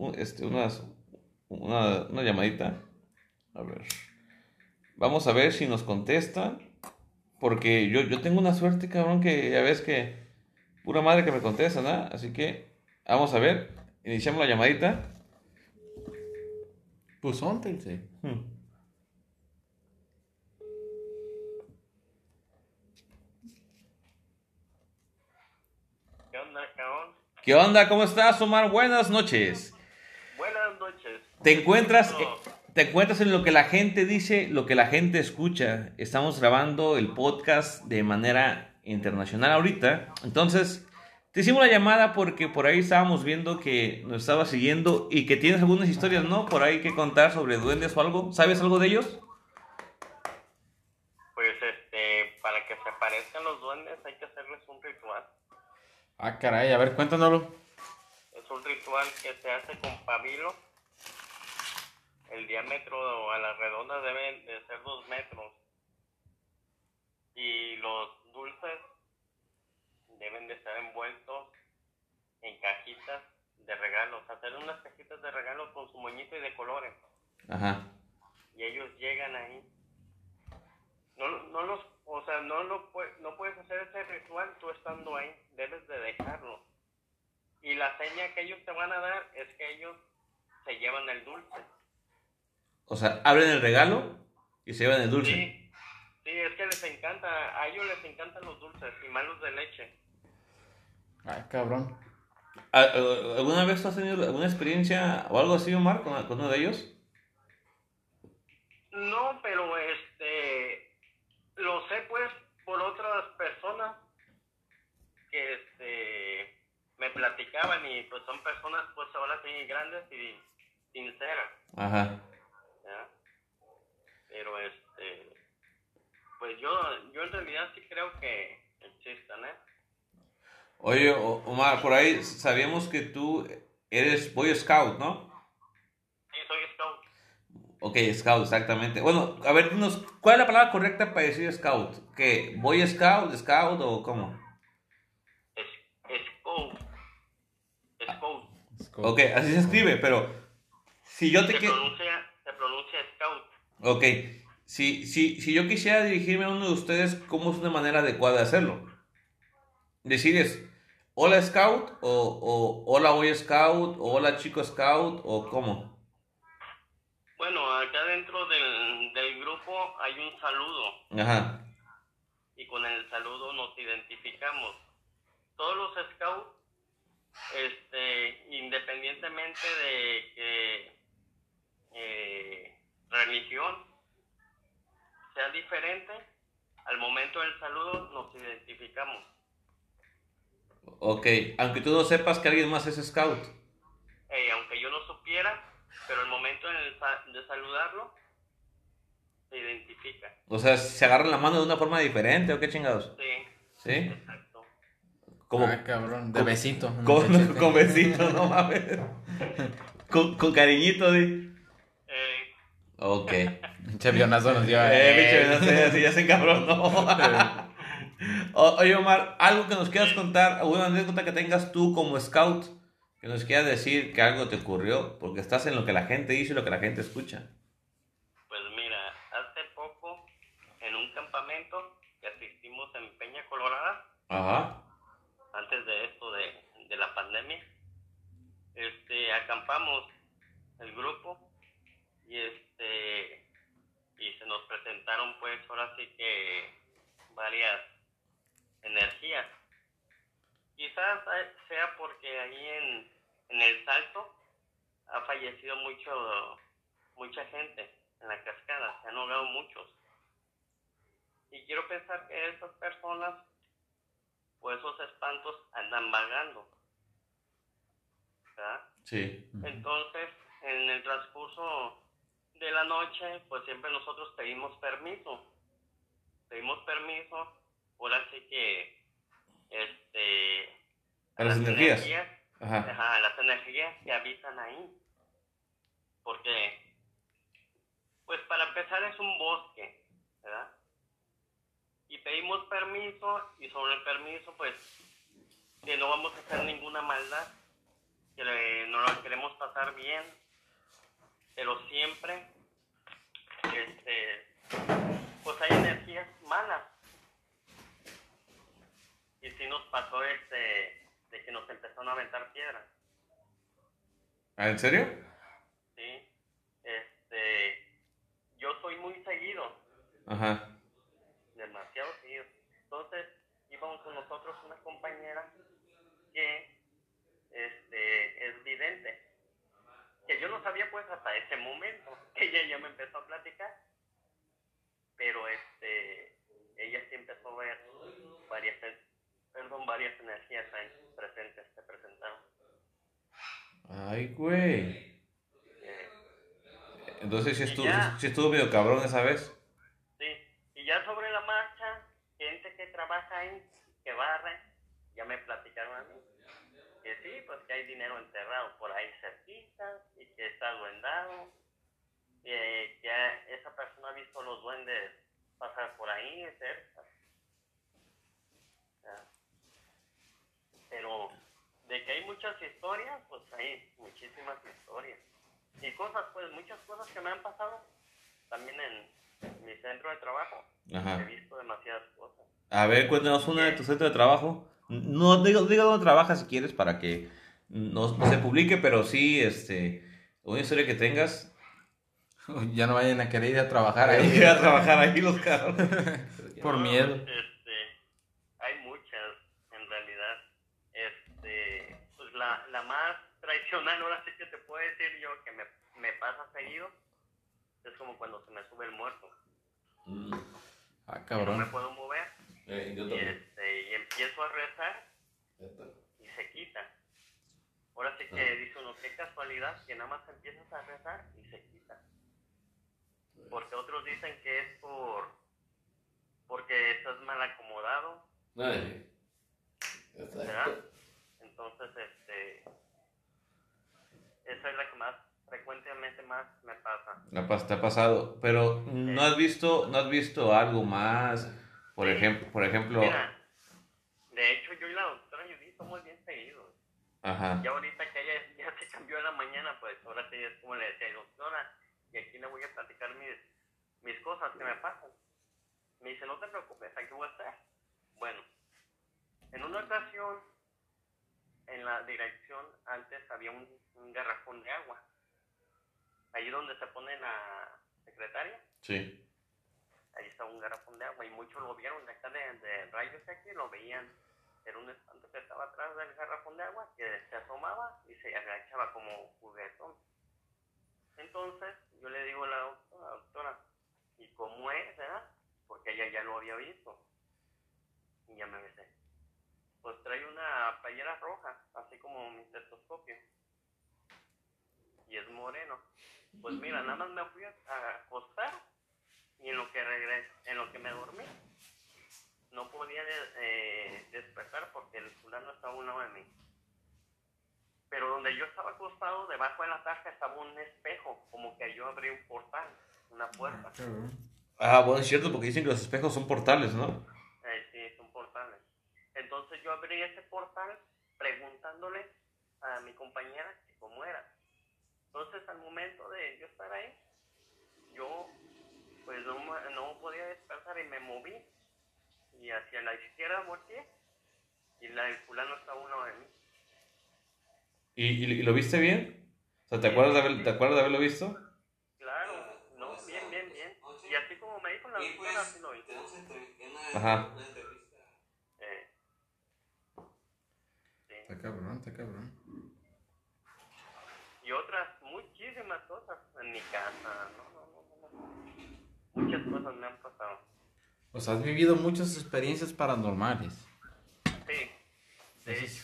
[SPEAKER 1] una llamadita. A ver. Vamos a ver si nos contestan. Porque yo tengo una suerte, cabrón, que ya ves que pura madre que me contesta, ¿no? Así que vamos a ver. Iniciamos la llamadita.
[SPEAKER 2] Pues son, sí.
[SPEAKER 4] ¿Qué onda, cabrón?
[SPEAKER 1] ¿Qué onda? ¿Cómo estás, Omar? Buenas noches.
[SPEAKER 4] Buenas noches.
[SPEAKER 1] ¿Te encuentras en lo que la gente dice, lo que la gente escucha? Estamos grabando el podcast de manera internacional ahorita. Entonces, te hicimos la llamada porque por ahí estábamos viendo que nos estabas siguiendo y que tienes algunas historias, ¿no? Por ahí que contar sobre duendes o algo. ¿Sabes algo de ellos?
[SPEAKER 4] Pues, para que se parezcan los duendes hay que hacerles un ritual.
[SPEAKER 2] Ah, caray, a ver, cuéntanoslo.
[SPEAKER 4] Es un ritual que se hace con pabilo. El diámetro a la redonda debe de ser 2 metros. Y los dulces deben de estar envueltos en cajitas de regalos. Hacer unas cajitas de regalos con su moñito y de colores.
[SPEAKER 1] Ajá.
[SPEAKER 4] Y ellos llegan ahí. No puedes hacer ese ritual tú estando ahí. Debes de dejarlo. Y la seña que ellos te van a dar es que ellos se llevan el dulce.
[SPEAKER 1] O sea, abren el regalo y se llevan el dulce.
[SPEAKER 4] Sí, es que les encanta. A ellos les encantan los dulces y más los de leche.
[SPEAKER 2] Ay, cabrón.
[SPEAKER 1] ¿Alguna vez tú has tenido alguna experiencia o algo así, Omar, con uno de ellos?
[SPEAKER 4] No, pero lo sé pues por otras personas que me platicaban y pues son personas pues ahora sí grandes y sinceras,
[SPEAKER 1] Ajá.
[SPEAKER 4] ¿ya? Pero pues yo en realidad sí creo que existen, ¿eh?
[SPEAKER 1] Oye, Omar, por ahí sabíamos que tú eres Boy Scout, ¿no?
[SPEAKER 4] Sí, soy scout.
[SPEAKER 1] Ok, Scout, exactamente. Bueno, a ver, dinos, ¿cuál es la palabra correcta para decir Scout? ¿Qué? ¿Boy Scout, Scout o cómo?
[SPEAKER 4] Scout. Scout.
[SPEAKER 1] Ok, así se escribe, pero si yo te quiero...
[SPEAKER 4] Se pronuncia scout.
[SPEAKER 1] Ok, si yo quisiera dirigirme a uno de ustedes, ¿cómo es una manera adecuada de hacerlo? Decides, hola Scout, o hola Boy Scout, o hola Chico Scout, o cómo.
[SPEAKER 4] Bueno, acá dentro del grupo hay un saludo
[SPEAKER 1] Ajá,
[SPEAKER 4] y con el saludo nos identificamos. Todos los scouts, independientemente de que religión sea diferente, al momento del saludo nos identificamos.
[SPEAKER 1] ok, aunque tú no sepas que alguien más es Scout.
[SPEAKER 4] Aunque yo no supiera, pero el momento de saludarlo, se identifica.
[SPEAKER 1] O sea, se agarran la mano de una forma diferente, ¿o qué chingados?
[SPEAKER 4] Sí,
[SPEAKER 1] ¿Sí?
[SPEAKER 4] exacto.
[SPEAKER 1] Como,
[SPEAKER 2] Ah, cabrón, de besito.
[SPEAKER 1] con besito, no mames. Con cariñito, di.
[SPEAKER 4] Eh,
[SPEAKER 1] Ok.
[SPEAKER 2] Pinche avionazo nos dio.
[SPEAKER 1] Pinche, no sé, así ya se encabronó. Oye, Omar, algo que nos quieras contar, alguna anécdota que tengas tú como scout, que nos quieras decir que algo te ocurrió, porque estás en lo que la gente dice y lo que la gente escucha.
[SPEAKER 4] Pues mira, hace poco, en un campamento que asistimos en Peña Colorada,
[SPEAKER 1] Ajá.
[SPEAKER 4] antes de esto de la pandemia, acampamos el grupo y y se nos presentaron pues ahora sí que varias energías. Quizás sea porque ahí en el Salto ha fallecido mucha gente en la cascada, se han ahogado muchos. Y quiero pensar que esas personas, pues esos espantos andan vagando, ¿verdad?
[SPEAKER 1] Sí.
[SPEAKER 4] Entonces, en el transcurso de la noche, pues siempre nosotros pedimos permiso. Ahora sí que,
[SPEAKER 1] A las energías.
[SPEAKER 4] a las energías que habitan ahí. Porque, pues para empezar es un bosque, ¿verdad? Y pedimos permiso y sobre el permiso, pues, que no vamos a hacer ninguna maldad, que no lo queremos pasar bien, pero siempre, pues hay energías malas. Y sí nos pasó de que nos empezaron a aventar piedras.
[SPEAKER 1] ¿Ah, en serio?
[SPEAKER 4] Sí. Yo soy muy seguido.
[SPEAKER 1] Ajá.
[SPEAKER 4] Demasiado seguido. Entonces, íbamos con nosotros una compañera que es vidente. Que yo no sabía pues hasta ese momento. Ella ya me empezó a platicar. Pero ella sí empezó a ver varias energías ahí presentes, se presentaron.
[SPEAKER 1] Ay, güey. Entonces
[SPEAKER 4] Ya,
[SPEAKER 1] sí estuvo medio cabrón esa vez.
[SPEAKER 4] sí. Y ya sobre la marcha, gente que trabaja ahí, que barre, ya me platicaron a mí. Que sí, pues que hay dinero enterrado por ahí cerquita y que está duendado. Que esa persona ha visto los duendes pasar por ahí cerca. ¿Ya? Pero de que hay muchas historias, pues hay muchísimas historias. Y cosas, pues muchas cosas que me han pasado también en mi centro de trabajo.
[SPEAKER 1] Ajá.
[SPEAKER 4] He visto demasiadas cosas.
[SPEAKER 1] A ver, cuéntanos una de tu centro de trabajo. No, diga dónde trabajas si quieres para que no se publique, pero sí, una historia que tengas.
[SPEAKER 2] Ya no vayan a querer ir a trabajar
[SPEAKER 1] Para
[SPEAKER 2] ahí.
[SPEAKER 1] ir a trabajar ahí los cabrones.
[SPEAKER 2] Por miedo.
[SPEAKER 4] Hay muchas, en realidad. Pues tradicional, ahora sí que te puedo decir yo que me pasa seguido, es como cuando se me sube el muerto.
[SPEAKER 2] Ah,
[SPEAKER 4] No
[SPEAKER 2] cabrón.
[SPEAKER 4] me puedo mover
[SPEAKER 1] Yo
[SPEAKER 4] y,
[SPEAKER 1] también.
[SPEAKER 4] y empiezo a rezar y se quita. Ahora sí que dice uno, qué casualidad que nada más empiezas a rezar y se quita. Porque otros dicen que es porque estás mal acomodado,
[SPEAKER 1] Ay,
[SPEAKER 4] ¿verdad?
[SPEAKER 1] exacto.
[SPEAKER 4] Entonces, esa es la que más frecuentemente más me pasa.
[SPEAKER 1] Te ha pasado, pero ¿no has visto algo más? Por
[SPEAKER 4] Sí.
[SPEAKER 1] ejemplo,
[SPEAKER 4] Mira, de hecho yo y la doctora Judy somos bien seguidos.
[SPEAKER 1] ajá.
[SPEAKER 4] Y ahorita que ella ya se cambió en la mañana, pues ahora sí es como le decía, doctora, y aquí le voy a platicar mis cosas que me pasan. Me dice, no te preocupes, aquí voy a estar. Bueno, en una ocasión, en la dirección, antes había un garrafón de agua. Ahí donde se pone la secretaria,
[SPEAKER 1] Sí.
[SPEAKER 4] ahí está un garrafón de agua y muchos lo vieron de acá de rayos aquí, lo veían. Era un espanto que estaba atrás del garrafón de agua que se asomaba y se agachaba como juguetón. Entonces yo le digo a la doctora, ¿y cómo es, verdad? Porque ella ya lo había visto. Y ya me dice, pues trae una playera roja, así como mi estetoscopio. Y es moreno. Pues mira, nada más me fui a acostar y en lo que me dormí, no podía despertar porque el fulano estaba a un lado de mí. Pero donde yo estaba acostado, debajo de la tarja estaba un espejo, como que yo abrí un portal, una puerta.
[SPEAKER 1] Ah, bueno, es cierto, porque dicen que los espejos son portales, ¿no?
[SPEAKER 4] Sí, son portales. Entonces yo abrí ese portal preguntándole a mi compañera que cómo era. Entonces al momento de yo estar ahí, yo pues no podía despertar y me moví. Y hacia la izquierda volteé y el fulano estaba a un lado de mí.
[SPEAKER 1] ¿Y lo viste bien? O sea, ¿te
[SPEAKER 4] Sí,
[SPEAKER 1] acuerdas
[SPEAKER 4] sí.
[SPEAKER 1] de haberlo visto?
[SPEAKER 4] Claro, no, bien. Y así como me dijo la doctora, así lo vi.
[SPEAKER 1] Ajá.
[SPEAKER 4] Sí.
[SPEAKER 2] Está cabrón.
[SPEAKER 4] Y otras muchísimas cosas en mi casa, no. Muchas cosas me han pasado.
[SPEAKER 2] O sea, has vivido muchas experiencias paranormales.
[SPEAKER 4] Sí, de hecho,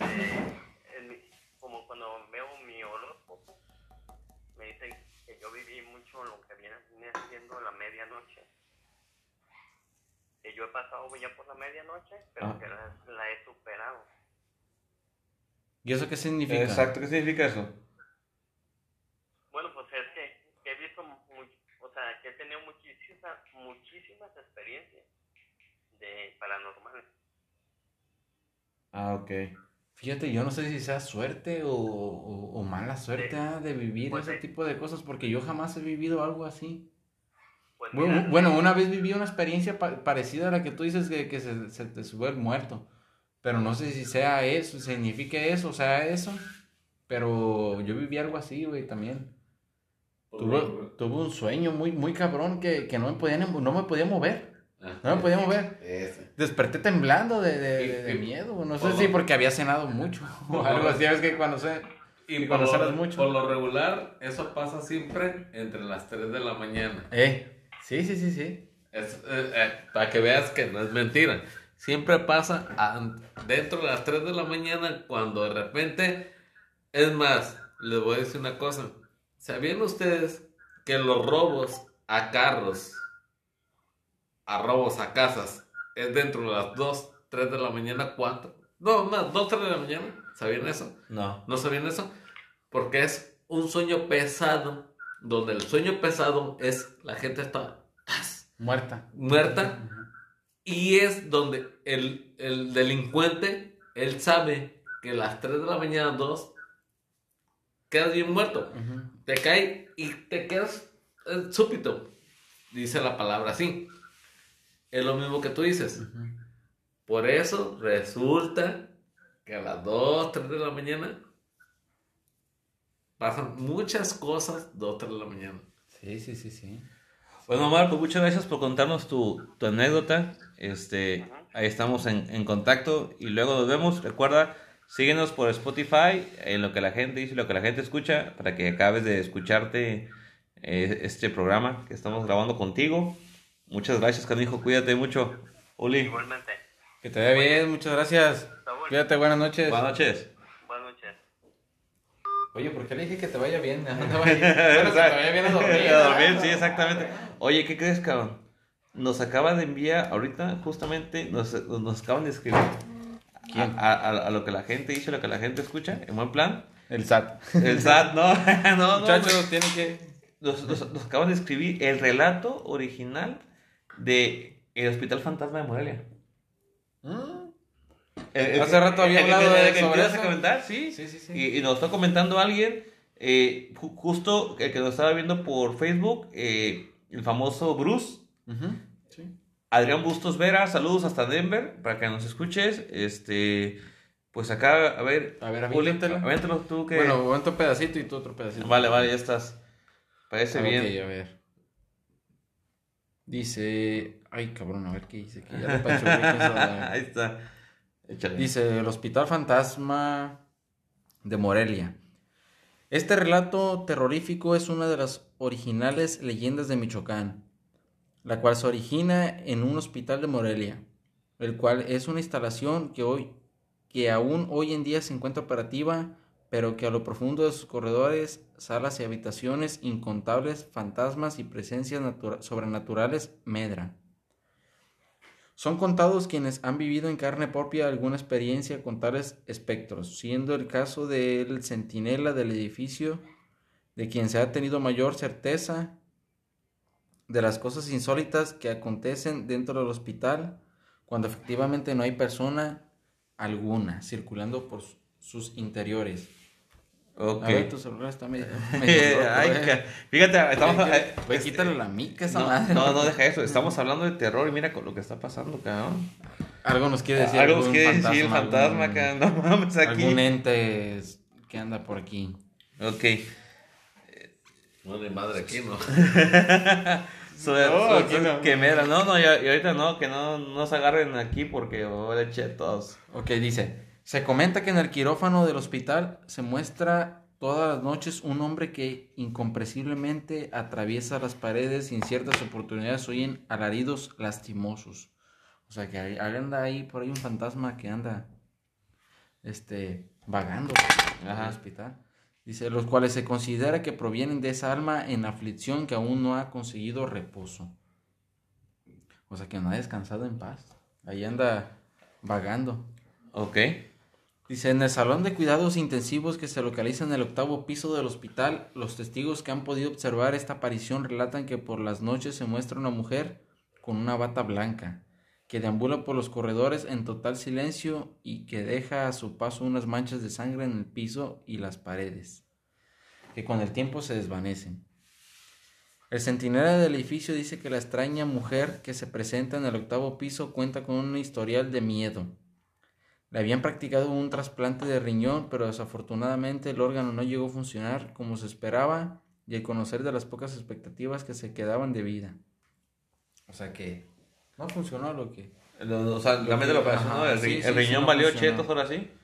[SPEAKER 4] como cuando veo mi horóscopo, me dicen que yo viví mucho lo que viene siendo la medianoche. Que yo he pasado ya por la medianoche, pero que la he superado.
[SPEAKER 2] ¿Y eso qué significa?
[SPEAKER 1] Exacto, ¿qué significa eso?
[SPEAKER 4] Bueno, pues es que he visto, o sea, que he tenido muchísimas experiencias de paranormales.
[SPEAKER 1] Ah, ok.
[SPEAKER 2] Fíjate, yo no sé si sea suerte o mala suerte de vivir
[SPEAKER 4] Pues
[SPEAKER 2] ese tipo de cosas, porque yo jamás he vivido algo así.
[SPEAKER 4] Pues mira,
[SPEAKER 2] Bueno, una vez viví una experiencia parecida a la que tú dices que se te sube el muerto, pero no sé si sea eso, signifique eso, o sea eso, pero yo viví algo así, güey, también. Tuve un sueño muy cabrón que no me podía mover. No me podía mover. Desperté temblando de miedo. No sé si porque había cenado mucho o algo así. Es que cuando cenas mucho.
[SPEAKER 5] Por lo regular, eso pasa siempre entre las 3 de la mañana.
[SPEAKER 2] Sí.
[SPEAKER 5] Para que veas que no es mentira. Siempre pasa dentro de las 3 de la mañana cuando de repente... Es más, les voy a decir una cosa. ¿Sabían ustedes que los robos a carros, a robos a casas, es dentro de las 2, 3 de la mañana, 4? No, más, 2, 3 de la mañana. ¿Sabían eso?
[SPEAKER 1] No.
[SPEAKER 5] ¿No sabían eso? Porque es un sueño pesado, donde el sueño pesado es la gente está
[SPEAKER 2] Muerta.
[SPEAKER 5] Y es donde el delincuente, él sabe que a las 3 de la mañana, 2, quedas bien muerto. Te cae y te quedas súbito. Dice la palabra así. Es lo mismo que tú dices. Por eso resulta que a las 2, 3 de la mañana pasan muchas cosas 2, 3 de la mañana.
[SPEAKER 2] Sí.
[SPEAKER 1] Bueno, Omar, pues muchas gracias por contarnos tu anécdota. Ahí estamos en contacto y luego nos vemos. Recuerda Síguenos por Spotify, en lo que la gente dice y lo que la gente escucha, para que acabes de escucharte este programa que estamos grabando contigo. Muchas gracias, canijo. Cuídate mucho. Uli.
[SPEAKER 4] Igualmente.
[SPEAKER 2] Que te vaya bien, muchas gracias.
[SPEAKER 4] Saúl.
[SPEAKER 2] Cuídate, buenas noches.
[SPEAKER 1] Buenas noches.
[SPEAKER 4] Buenas noches.
[SPEAKER 2] Oye, ¿por qué le dije que te vaya bien? Bueno, que te vaya bien a dormir.
[SPEAKER 1] A dormir, sí, exactamente. Oye, ¿qué crees, cabrón? Nos acaba de enviar, ahorita justamente, nos acaban de escribir.
[SPEAKER 2] ¿Quién?
[SPEAKER 1] A lo que la gente dice, lo que la gente escucha, en buen plan.
[SPEAKER 2] El SAT.
[SPEAKER 1] El SAT, no, no,
[SPEAKER 2] Muchachos, tienen que...
[SPEAKER 1] Nos acaban de escribir el relato original de El Hospital Fantasma de Morelia.
[SPEAKER 2] Hace rato había hablado
[SPEAKER 1] que
[SPEAKER 2] sobre
[SPEAKER 1] empiezas
[SPEAKER 2] eso.
[SPEAKER 1] a comentar, sí.
[SPEAKER 2] Sí.
[SPEAKER 1] Y nos está comentando alguien, justo el que nos estaba viendo por Facebook, el famoso Bruce.
[SPEAKER 2] Sí.
[SPEAKER 1] Adrián Bustos Vera, saludos hasta Denver, para que nos escuches. Pues acá, a ver, Juli,
[SPEAKER 2] aviéntalo.
[SPEAKER 1] aviéntalo tú que...
[SPEAKER 2] Bueno, aguanta un pedacito y tú otro pedacito.
[SPEAKER 1] Vale, ya estás. Parece bien.
[SPEAKER 2] Ok, a ver. Dice... Ay, cabrón, a ver qué dice. Que ya le apachurré, quién sabe.
[SPEAKER 1] Ahí está. Échale.
[SPEAKER 2] Dice, el Hospital Fantasma de Morelia. Este relato terrorífico es una de las originales leyendas de Michoacán, la cual se origina en un hospital de Morelia, el cual es una instalación que aún hoy en día se encuentra operativa, pero que a lo profundo de sus corredores, salas y habitaciones, incontables fantasmas y presencias sobrenaturales medran. Son contados quienes han vivido en carne propia alguna experiencia con tales espectros, siendo el caso del centinela del edificio, de quien se ha tenido mayor certeza de las cosas insólitas que acontecen dentro del hospital, cuando efectivamente no hay persona alguna circulando por sus interiores.
[SPEAKER 1] Ok.
[SPEAKER 2] A ver, tu celular está medio loco,
[SPEAKER 1] Ay, fíjate, estamos...
[SPEAKER 2] Güey, quítale la mica esa madre.
[SPEAKER 1] no, deja eso. Estamos hablando de terror y mira con lo que está pasando, cabrón.
[SPEAKER 2] Algo nos quiere decir.
[SPEAKER 1] Algo nos
[SPEAKER 2] algún
[SPEAKER 1] quiere decir el fantasma,
[SPEAKER 2] algún-
[SPEAKER 1] cabrón. No mames, aquí.
[SPEAKER 2] Algún ente que anda por aquí.
[SPEAKER 1] Ok.
[SPEAKER 5] No, ni madre aquí, ¿no?
[SPEAKER 2] aquí no.
[SPEAKER 1] Que mera, no, y ahorita no, que no se agarren aquí porque voy a echar todos.
[SPEAKER 2] Ok, dice. Se comenta que en el quirófano del hospital se muestra todas las noches un hombre que incomprensiblemente atraviesa las paredes y en ciertas oportunidades oyen alaridos lastimosos. O sea que anda ahí por ahí un fantasma que anda vagando en el hospital. Dice, los cuales se considera que provienen de esa alma en aflicción que aún no ha conseguido reposo. O sea que no ha descansado en paz. Ahí anda vagando.
[SPEAKER 1] Ok.
[SPEAKER 2] Dice, en el salón de cuidados intensivos que se localiza en el 8º piso del hospital, los testigos que han podido observar esta aparición relatan que por las noches se muestra una mujer con una bata blanca, que deambula por los corredores en total silencio y que deja a su paso unas manchas de sangre en el piso y las paredes, que con el tiempo se desvanecen. El centinela del edificio dice que la extraña mujer que se presenta en el 8º piso cuenta con un historial de miedo. Le habían practicado un trasplante de riñón, pero desafortunadamente el órgano no llegó a funcionar como se esperaba y al conocer de las pocas expectativas que se quedaban de vida. O sea que no funcionó lo que...
[SPEAKER 1] O sea, la mente de la operación,
[SPEAKER 2] Ajá,
[SPEAKER 1] ¿no? El,
[SPEAKER 2] sí,
[SPEAKER 1] el
[SPEAKER 2] sí,
[SPEAKER 1] riñón
[SPEAKER 2] no
[SPEAKER 1] valió
[SPEAKER 2] funcionó.
[SPEAKER 1] chetos ahora sí.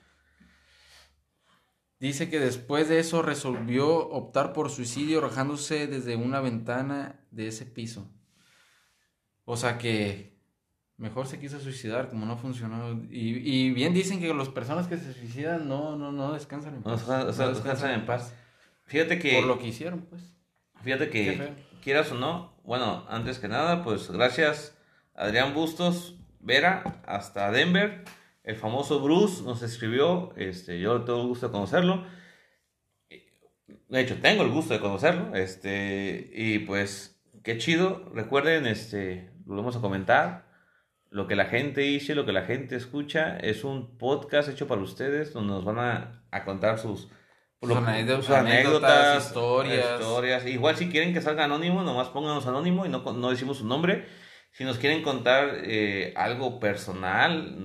[SPEAKER 2] Dice que después de eso resolvió optar por suicidio arrojándose desde una ventana de ese piso. O sea que mejor se quiso suicidar como no funcionó. Y bien dicen que las personas que se suicidan no descansan en
[SPEAKER 1] No,
[SPEAKER 2] paz.
[SPEAKER 1] o sea, descansan en paz. Fíjate que...
[SPEAKER 2] Por lo que hicieron, pues.
[SPEAKER 1] Fíjate
[SPEAKER 2] Qué
[SPEAKER 1] que,
[SPEAKER 2] feo.
[SPEAKER 1] quieras o no, bueno, antes que nada, pues gracias Adrián Bustos Vera hasta Denver. El famoso Bruce nos escribió, yo tengo el gusto de conocerlo. De hecho, tengo el gusto de conocerlo, y pues, qué chido. Recuerden, lo vamos a comentar. Lo que la gente dice, lo que la gente escucha, es un podcast hecho para ustedes, donde nos van a contar sus
[SPEAKER 2] anécdotas, historias.
[SPEAKER 1] Igual si quieren que salga anónimo, nomás pónganos anónimo y no decimos su nombre. Si nos quieren contar algo personal,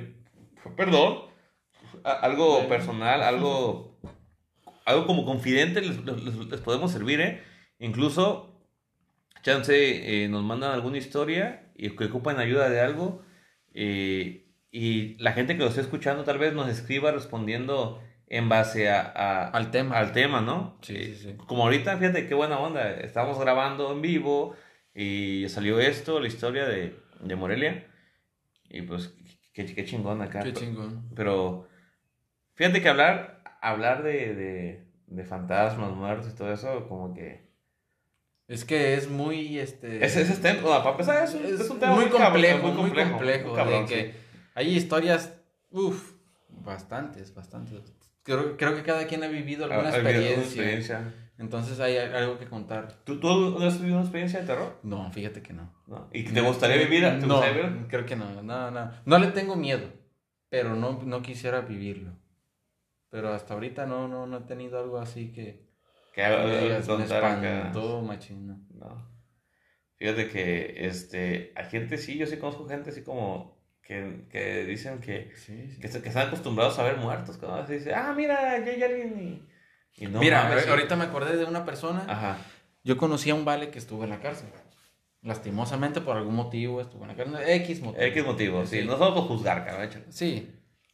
[SPEAKER 1] algo personal, algo como confidente, les podemos servir, Incluso, chance, nos mandan alguna historia y que ocupan ayuda de algo, y y la gente que lo esté escuchando tal vez nos escriba respondiendo en base
[SPEAKER 2] Al tema.
[SPEAKER 1] al tema, ¿no?
[SPEAKER 2] Sí.
[SPEAKER 1] Como ahorita, fíjate qué buena onda. Estábamos grabando en vivo y salió esto, la historia de Morelia. Y pues, qué chingón acá.
[SPEAKER 2] Qué chingón.
[SPEAKER 1] Pero fíjate que hablar de fantasmas, muertos y todo eso, como que...
[SPEAKER 2] Es que es muy,
[SPEAKER 1] Ese tema, bueno, para empezar, es un tema
[SPEAKER 2] muy complejo,
[SPEAKER 1] cabrón,
[SPEAKER 2] muy complejo.
[SPEAKER 1] muy cabrón,
[SPEAKER 2] de que
[SPEAKER 1] sí.
[SPEAKER 2] hay historias, bastantes. Creo que cada quien ha vivido alguna
[SPEAKER 1] Ha habido una
[SPEAKER 2] experiencia. Entonces hay algo que contar.
[SPEAKER 1] ¿Tú has vivido una experiencia de terror?
[SPEAKER 2] No, fíjate que no.
[SPEAKER 1] ¿No? ¿Y te gustaría vivir? ¿Te
[SPEAKER 2] No,
[SPEAKER 1] gustaría vivir?
[SPEAKER 2] creo que no. No le tengo miedo, pero no quisiera vivirlo. Pero hasta ahorita no he tenido algo así que
[SPEAKER 1] Que
[SPEAKER 2] digas, me
[SPEAKER 1] contar acá.
[SPEAKER 2] espantó, machín, no.
[SPEAKER 1] No. Fíjate que hay gente, sí, yo sí conozco gente así como que dicen que
[SPEAKER 2] Sí.
[SPEAKER 1] que están acostumbrados a ver muertos. Cuando así dice, mira, ya hay alguien y no
[SPEAKER 2] Mira,
[SPEAKER 1] mames, sí.
[SPEAKER 2] ahorita me acordé de una persona.
[SPEAKER 1] Ajá.
[SPEAKER 2] Yo conocí a un vale que estuvo en la cárcel. Lastimosamente, por algún motivo, estuvo en la cárcel. X motivo.
[SPEAKER 1] X motivo, sí. No somos por juzgar, cabrón.
[SPEAKER 2] Sí.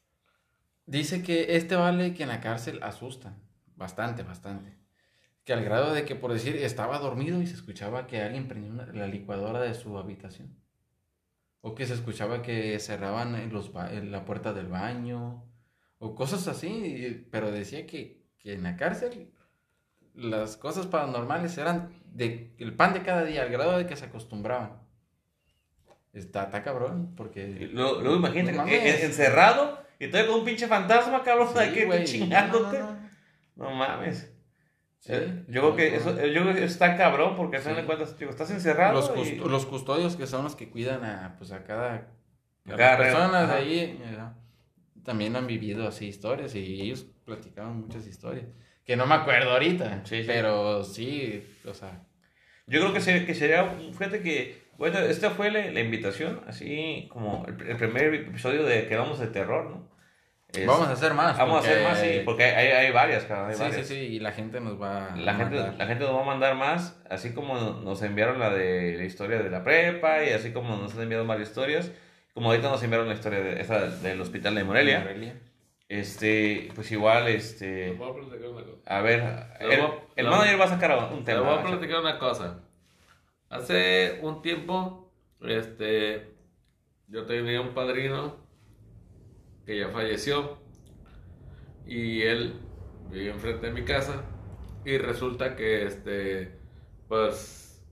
[SPEAKER 2] Dice que este vale que en la cárcel asusta. Bastante. Que al grado de que, por decir, estaba dormido y se escuchaba que alguien prendió la licuadora de su habitación. O que se escuchaba que cerraban la puerta del baño. O cosas así. Pero decía que en la cárcel las cosas paranormales eran el pan de cada día, al grado de que se acostumbraban. Está cabrón, porque...
[SPEAKER 1] Luego imagínate
[SPEAKER 2] No
[SPEAKER 1] que
[SPEAKER 2] mames.
[SPEAKER 1] encerrado y todavía con un pinche fantasma, cabrón,
[SPEAKER 2] Sí,
[SPEAKER 1] aquí
[SPEAKER 2] güey.
[SPEAKER 1] chingándote.
[SPEAKER 2] No.
[SPEAKER 1] No mames.
[SPEAKER 2] Sí.
[SPEAKER 1] Yo creo que eso está cabrón porque al final
[SPEAKER 2] Sí.
[SPEAKER 1] de cuentas, digo, estás encerrado
[SPEAKER 2] Los custodios que son los que cuidan a cada
[SPEAKER 1] Cada
[SPEAKER 2] las personas
[SPEAKER 1] ajá.
[SPEAKER 2] ahí también han vivido así historias y ellos platicaban muchas historias que no me acuerdo ahorita,
[SPEAKER 1] Sí.
[SPEAKER 2] pero sí, o sea,
[SPEAKER 1] Yo creo que sería, fíjate que, bueno, esta fue la invitación, así como el primer episodio de que vamos de terror, ¿no?
[SPEAKER 2] vamos a hacer más.
[SPEAKER 1] Vamos a hacer
[SPEAKER 2] porque-
[SPEAKER 1] más, sí, porque hay varias, cabrón, hay
[SPEAKER 2] sí,
[SPEAKER 1] varias.
[SPEAKER 2] sí, y la gente nos va
[SPEAKER 1] La
[SPEAKER 2] a
[SPEAKER 1] gente nos va a mandar más, así como nos enviaron la de la historia de la prepa y así como nos han enviado varias historias, como ahorita nos enviaron la historia de esa del hospital de Morelia. Pues igual,
[SPEAKER 5] Te voy a platicar una cosa.
[SPEAKER 1] a ver, el
[SPEAKER 5] No.
[SPEAKER 1] manager va a sacar un
[SPEAKER 5] Te
[SPEAKER 1] tema.
[SPEAKER 5] voy a platicar una cosa. Hace un tiempo, yo tenía un padrino que ya falleció y él vivía enfrente de mi casa y resulta que pues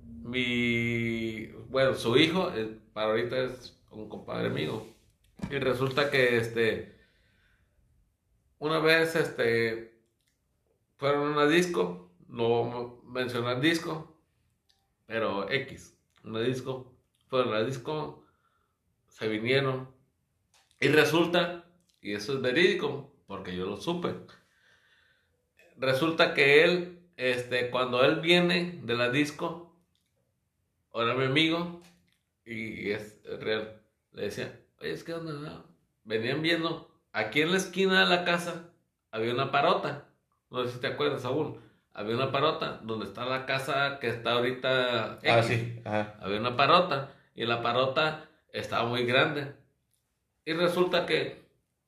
[SPEAKER 5] su hijo para ahorita es un compadre mío y resulta que una vez fueron a una disco, no voy a mencionar disco, pero X, una disco, fueron a la disco, se vinieron y resulta, y eso es verídico porque yo lo supe, resulta que él, cuando él viene de la disco, ahora mi amigo, y es real, le decía, oye, es que onda, venían viendo, aquí en la esquina de la casa había una parota, no sé si te acuerdas, Saúl, había una parota donde está la casa que está ahorita X.
[SPEAKER 1] Sí, ajá.
[SPEAKER 5] Había una parota y la parota estaba muy grande y resulta que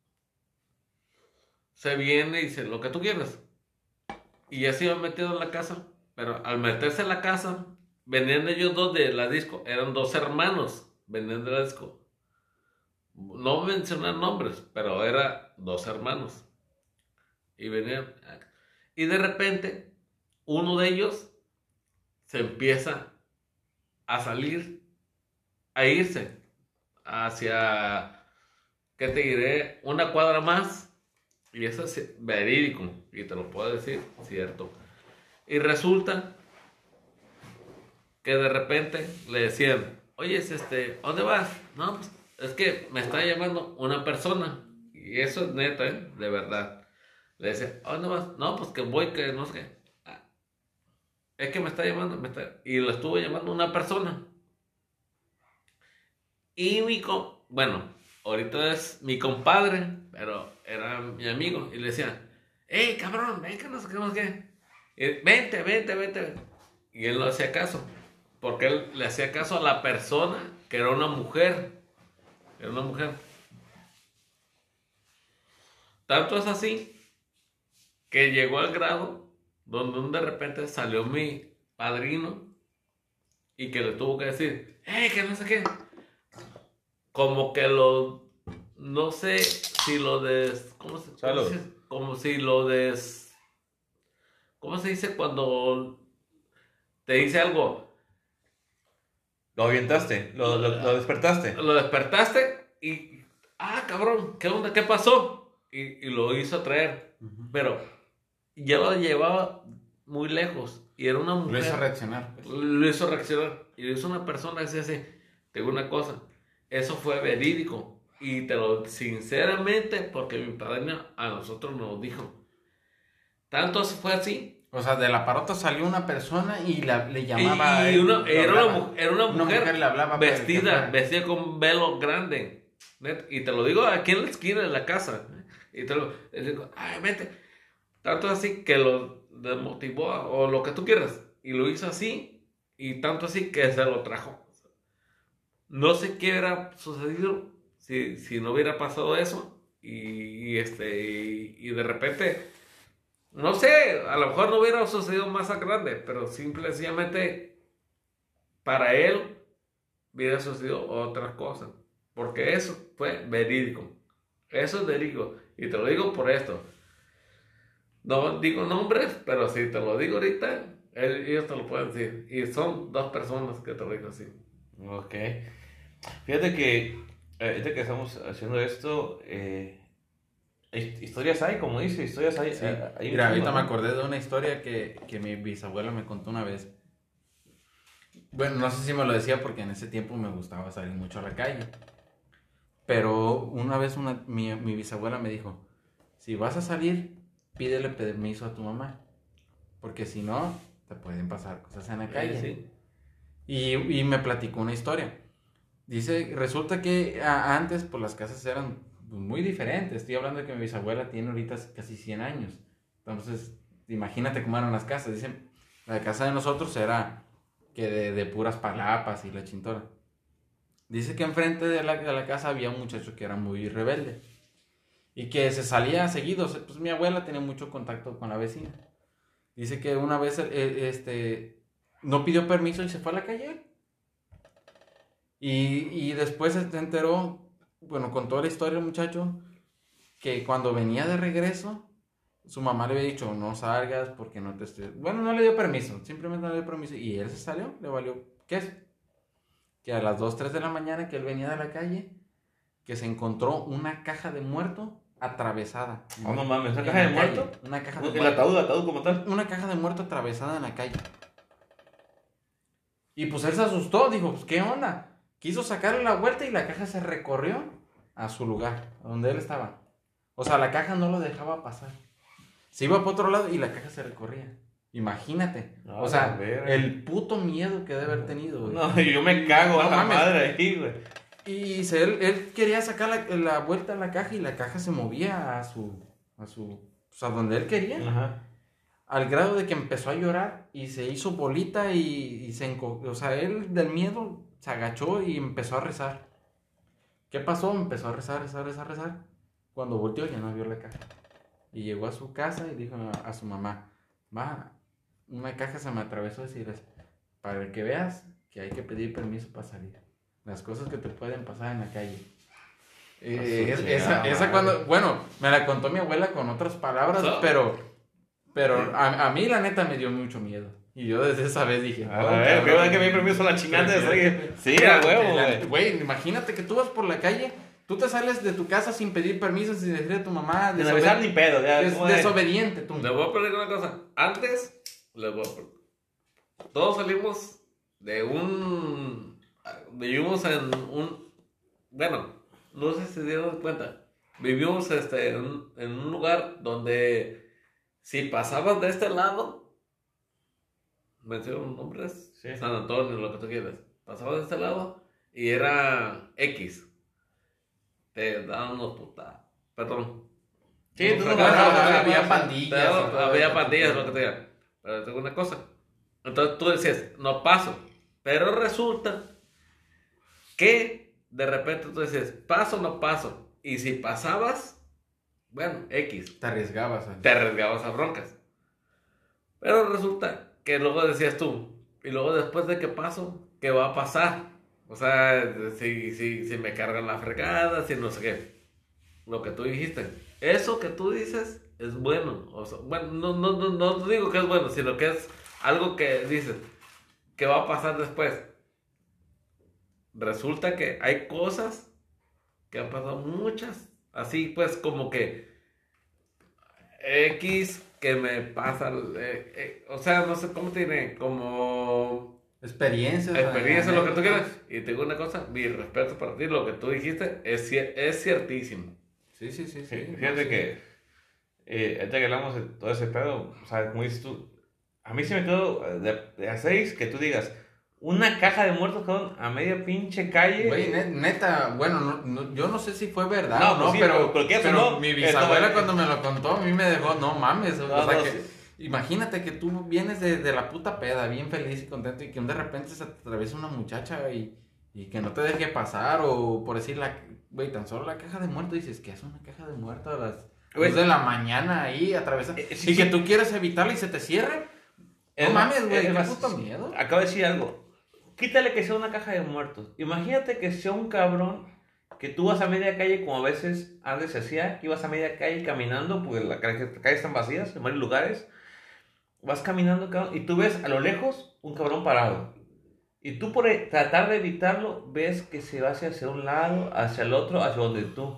[SPEAKER 5] se viene y dice lo que tú quieras y ya se iba metido en la casa, pero al meterse en la casa venían ellos dos de la disco, eran dos hermanos, venían de la disco, no mencionar nombres, pero eran dos hermanos y venían y de repente uno de ellos se empieza a salir, a irse hacia, ¿qué te diré? Una cuadra más. Y eso es verídico, y te lo puedo decir, cierto. Y resulta que de repente le decían, oye, ¿dónde vas? No, pues es que me está llamando una persona. Y eso es neta, de verdad. Le decía, ¿a dónde vas? No, pues que voy, que no sé qué. Es que me está llamando, y lo estuvo llamando una persona. Y bueno, ahorita es mi compadre, pero era mi amigo. Y le decía, hey, cabrón, ven que no sé qué, no sé qué. Y, vente. Y él no hacía caso, porque él le hacía caso a la persona, que era una mujer. Era una mujer. Tanto es así que llegó al grado donde de repente salió mi padrino y que le tuvo que decir, que no sé qué. Como que no sé si ¿cómo se dice? Como si ¿cómo se dice cuando te dice algo?
[SPEAKER 1] Lo avientaste, lo despertaste.
[SPEAKER 5] Lo despertaste y, cabrón, ¿qué onda? ¿Qué pasó? Y lo hizo traer. Pero ya lo llevaba muy lejos y era una mujer.
[SPEAKER 2] Lo hizo reaccionar. Pues.
[SPEAKER 5] Lo hizo reaccionar. Y lo hizo una persona que se hace, te digo una cosa, eso fue verídico. Y te lo, sinceramente, porque mi padre a nosotros nos dijo. Tanto fue así.
[SPEAKER 2] O sea, de la parota salió una persona y le llamaba.
[SPEAKER 5] Era una mujer
[SPEAKER 2] le hablaba
[SPEAKER 5] vestida con velo grande. Y te lo digo aquí en la esquina de la casa. Y te lo digo, vete. Tanto así que lo desmotivó o lo que tú quieras. Y lo hizo así. Y tanto así que se lo trajo. No sé qué hubiera sucedido si no hubiera pasado eso. Y de repente, no sé, a lo mejor no hubiera sucedido más a grande. Pero simplemente para él hubiera sucedido otras cosas. Porque eso fue verídico. Eso es verídico. Y te lo digo por esto. No digo nombres, pero si te lo digo ahorita, ellos te lo pueden decir. Y son 2 personas que te lo digo así.
[SPEAKER 1] Ok. Fíjate que ahorita que estamos haciendo esto, historias hay, como dice, historias hay.
[SPEAKER 2] Sí.
[SPEAKER 1] Hay
[SPEAKER 2] Mira, ahorita
[SPEAKER 1] ¿no?
[SPEAKER 2] me acordé de una historia que mi bisabuela me contó una vez. Bueno, no sé si me lo decía porque en ese tiempo me gustaba salir mucho a la calle. Pero una vez mi bisabuela me dijo, si vas a salir, pídele permiso a tu mamá. Porque si no, te pueden pasar cosas en la calle.
[SPEAKER 5] Sí.
[SPEAKER 2] Y me platicó una historia. Dice, resulta que antes pues las casas eran muy diferentes. Estoy hablando de que mi bisabuela tiene ahorita casi 100 años. Entonces, imagínate cómo eran las casas. Dice, la casa de nosotros era que de puras palapas y la chintora. Dice que enfrente de la casa había un muchacho que era muy rebelde. Y que se salía seguido. Pues mi abuela tenía mucho contacto con la vecina. Dice que una vez no pidió permiso y se fue a la calle. Y después se enteró, bueno, con toda la historia el muchacho, que cuando venía de regreso, su mamá le había dicho, no salgas porque no te estoy... Bueno, no le dio permiso, simplemente no le dio permiso. Y él se salió, le valió queso. Que a las 2, 3 de la mañana que él venía de la calle, que se encontró una caja de muerto atravesada.
[SPEAKER 1] Oh, no mames, ¿una caja de muerto?
[SPEAKER 2] Una caja de
[SPEAKER 1] El
[SPEAKER 2] muerto.
[SPEAKER 1] ataúd como tal.
[SPEAKER 2] Una caja de muerto atravesada en la calle. Y pues él se asustó, dijo, pues ¿qué onda? Quiso sacarle la vuelta y la caja se recorrió a su lugar, a donde él estaba. O sea, la caja no lo dejaba pasar. Se iba para otro lado y la caja se recorría. Imagínate.
[SPEAKER 1] No,
[SPEAKER 2] o sea,
[SPEAKER 1] verga.
[SPEAKER 2] el puto miedo que debe haber tenido, güey.
[SPEAKER 1] No, yo me cago a la
[SPEAKER 2] mames.
[SPEAKER 1] madre ahí, güey.
[SPEAKER 2] Y él quería sacar la vuelta a la caja y la caja se movía pues a donde él quería.
[SPEAKER 1] Ajá.
[SPEAKER 2] Al grado de que empezó a llorar y se hizo bolita y se encogió. O sea, él del miedo se agachó y empezó a rezar. ¿Qué pasó? Empezó a rezar. Cuando volteó ya no vio la caja. Y llegó a su casa y dijo a su mamá, una caja se me atravesó, decirles, para que veas que hay que pedir permiso para salir. Las cosas que te pueden pasar en la calle. Esa cuando, bueno, me la contó mi abuela con otras palabras, pero a mí la neta me dio mucho miedo. Y yo desde esa vez dije,
[SPEAKER 1] A ver, que va que me permiso la chingada de salir. Sí, a huevo, güey.
[SPEAKER 2] Güey, imagínate que tú vas por la calle, tú te sales de tu casa sin pedir permiso, sin decirle a tu mamá.
[SPEAKER 1] Sin avisar ni pedo, ya.
[SPEAKER 2] Desobediente, tú.
[SPEAKER 5] Le voy a platicar una cosa. Antes, todos salimos vivimos en bueno, no sé si se dieron cuenta. Vivimos en un lugar donde si pasabas de este lado, menciono nombres,
[SPEAKER 1] Sí.
[SPEAKER 5] San Antonio, lo que tú quieras. Pasabas de este lado y era X. Te daban unos putas. Perdón.
[SPEAKER 1] Sí, tú no
[SPEAKER 2] había pandillas.
[SPEAKER 5] Había pandillas, lo que te diga. Pero tengo una cosa. Entonces tú decías, no paso. Pero resulta que de repente tú decías, paso o no paso. Y si pasabas, bueno, X,
[SPEAKER 2] Te arriesgabas.
[SPEAKER 5] te arriesgabas a broncas. Pero resulta que luego decías tú, y luego después de que paso, ¿qué va a pasar? O sea, si me cargan la fregada, si no sé qué. Lo que tú dijiste. Eso que tú dices es bueno. O sea, bueno, no digo que es bueno, sino que es algo que dices, ¿qué va a pasar después? Resulta que hay cosas que han pasado muchas. Así pues como que X que me pasa, o sea, no sé cómo te diré, como
[SPEAKER 2] Experiencias.
[SPEAKER 5] experiencia, lo que tú
[SPEAKER 2] anécdotas.
[SPEAKER 5] quieras. Y te digo una cosa, mi respeto para ti, lo que tú dijiste es ciertísimo.
[SPEAKER 2] Sí.
[SPEAKER 1] Fíjate que, ahorita que hablamos de todo ese pedo, o sea, como dices tú, a mí se me quedó de a 6 que tú digas, una caja de muertos, cabrón, a media pinche calle.
[SPEAKER 2] Güey, neta, bueno, yo no sé si fue verdad
[SPEAKER 1] No,
[SPEAKER 2] o no,
[SPEAKER 1] pues sí,
[SPEAKER 2] pero,
[SPEAKER 1] porque eso
[SPEAKER 2] pero
[SPEAKER 1] no,
[SPEAKER 2] mi bisabuela
[SPEAKER 1] no,
[SPEAKER 2] cuando me lo contó, a mí me dejó, no mames, o sea
[SPEAKER 1] no,
[SPEAKER 2] que,
[SPEAKER 1] sí.
[SPEAKER 2] imagínate que tú vienes de la puta peda, bien feliz y contento, y que de repente se te atraviesa una muchacha y que no te deje pasar, o por decir, güey, tan solo la caja de muertos, dices, que es una caja de muertos a las
[SPEAKER 1] Güey.
[SPEAKER 2] 2 de la mañana ahí, atravesa,
[SPEAKER 1] Sí,
[SPEAKER 2] y que
[SPEAKER 1] sí.
[SPEAKER 2] tú quieres evitarla y se te cierre, no mames, güey,
[SPEAKER 1] es
[SPEAKER 2] qué
[SPEAKER 1] más,
[SPEAKER 2] puto miedo.
[SPEAKER 1] Acabo de decir algo. Quítale que sea una caja de muertos. Imagínate que sea un cabrón que tú vas a media calle, como a veces antes se hacía, que ibas a media calle caminando, porque las calles están vacías en varios lugares. Vas caminando, cabrón, y tú ves a lo lejos un cabrón parado. Y tú por tratar de evitarlo, ves que se va hacia un lado, hacia el otro, hacia donde tú.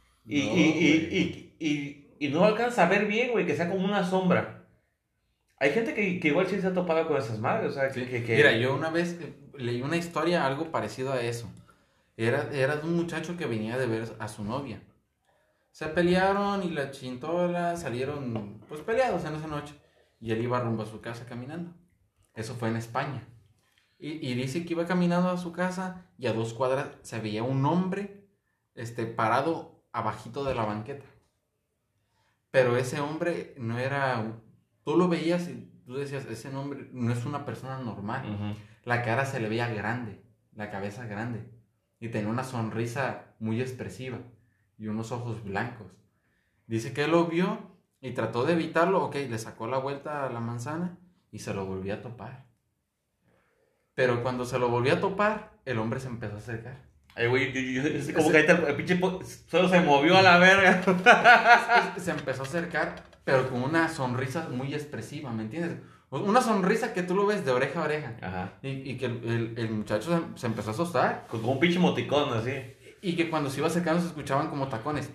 [SPEAKER 1] Y no alcanzas a ver bien, güey, que sea como una sombra. Hay gente que igual sí se ha topado con esas madres, o sea,
[SPEAKER 2] Sí.
[SPEAKER 1] que...
[SPEAKER 2] Mira, yo una vez leí una historia algo parecido a eso. Era de un muchacho que venía de ver a su novia. Se pelearon y la chintola salieron pues peleados en esa noche. Y él iba rumbo a su casa caminando. Eso fue en España. Y dice que iba caminando a su casa y a 2 cuadras se veía un hombre parado abajito de la banqueta. Pero ese hombre no era... Tú lo veías y tú decías, ese hombre no es una persona normal.
[SPEAKER 1] Ujú.
[SPEAKER 2] La cara se le veía grande, la cabeza grande. Y tenía una sonrisa muy expresiva y unos ojos blancos. Dice que él lo vio y trató de evitarlo. Ok, le sacó la vuelta a la manzana y se lo volvió a topar. Pero cuando se lo volvió a topar, el hombre se empezó a acercar.
[SPEAKER 1] Ay, güey, es como que ahorita el pinche solo se movió a la verga.
[SPEAKER 2] Se empezó a acercar, pero con una sonrisa muy expresiva, ¿me entiendes? Una sonrisa que tú lo ves de oreja a oreja.
[SPEAKER 1] Ajá.
[SPEAKER 2] Y que el muchacho se empezó a asustar.
[SPEAKER 1] Como un pinche moticón, así.
[SPEAKER 2] Y que cuando se iba acercando se escuchaban como tacones.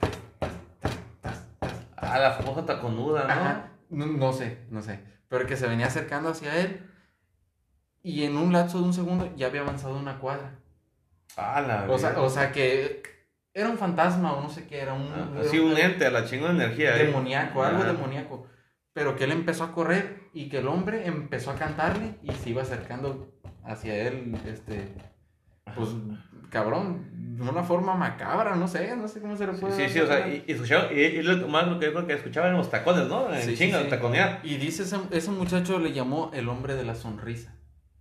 [SPEAKER 1] Ah, la famosa taconuda, ¿no?
[SPEAKER 2] Ajá. No sé. Pero que se venía acercando hacia él. Y en un lapso de un segundo ya había avanzado 1 cuadra.
[SPEAKER 1] Ah, la
[SPEAKER 2] O sea que era un fantasma o no sé qué, era
[SPEAKER 1] así un ente, a la chingona energía.
[SPEAKER 2] demoníaco, algo
[SPEAKER 1] Ajá.
[SPEAKER 2] demoníaco. Pero que él empezó a correr y que el hombre empezó a cantarle y se iba acercando hacia él, pues, cabrón, de una forma macabra, no sé cómo se le puede
[SPEAKER 1] Sí, o sea, y escuchaba, y lo más lo que yo creo que escuchaba eran los tacones, ¿no? En
[SPEAKER 2] Sí,
[SPEAKER 1] chinga,
[SPEAKER 2] sí.
[SPEAKER 1] taconear.
[SPEAKER 2] Y dice ese muchacho le llamó el hombre de la sonrisa.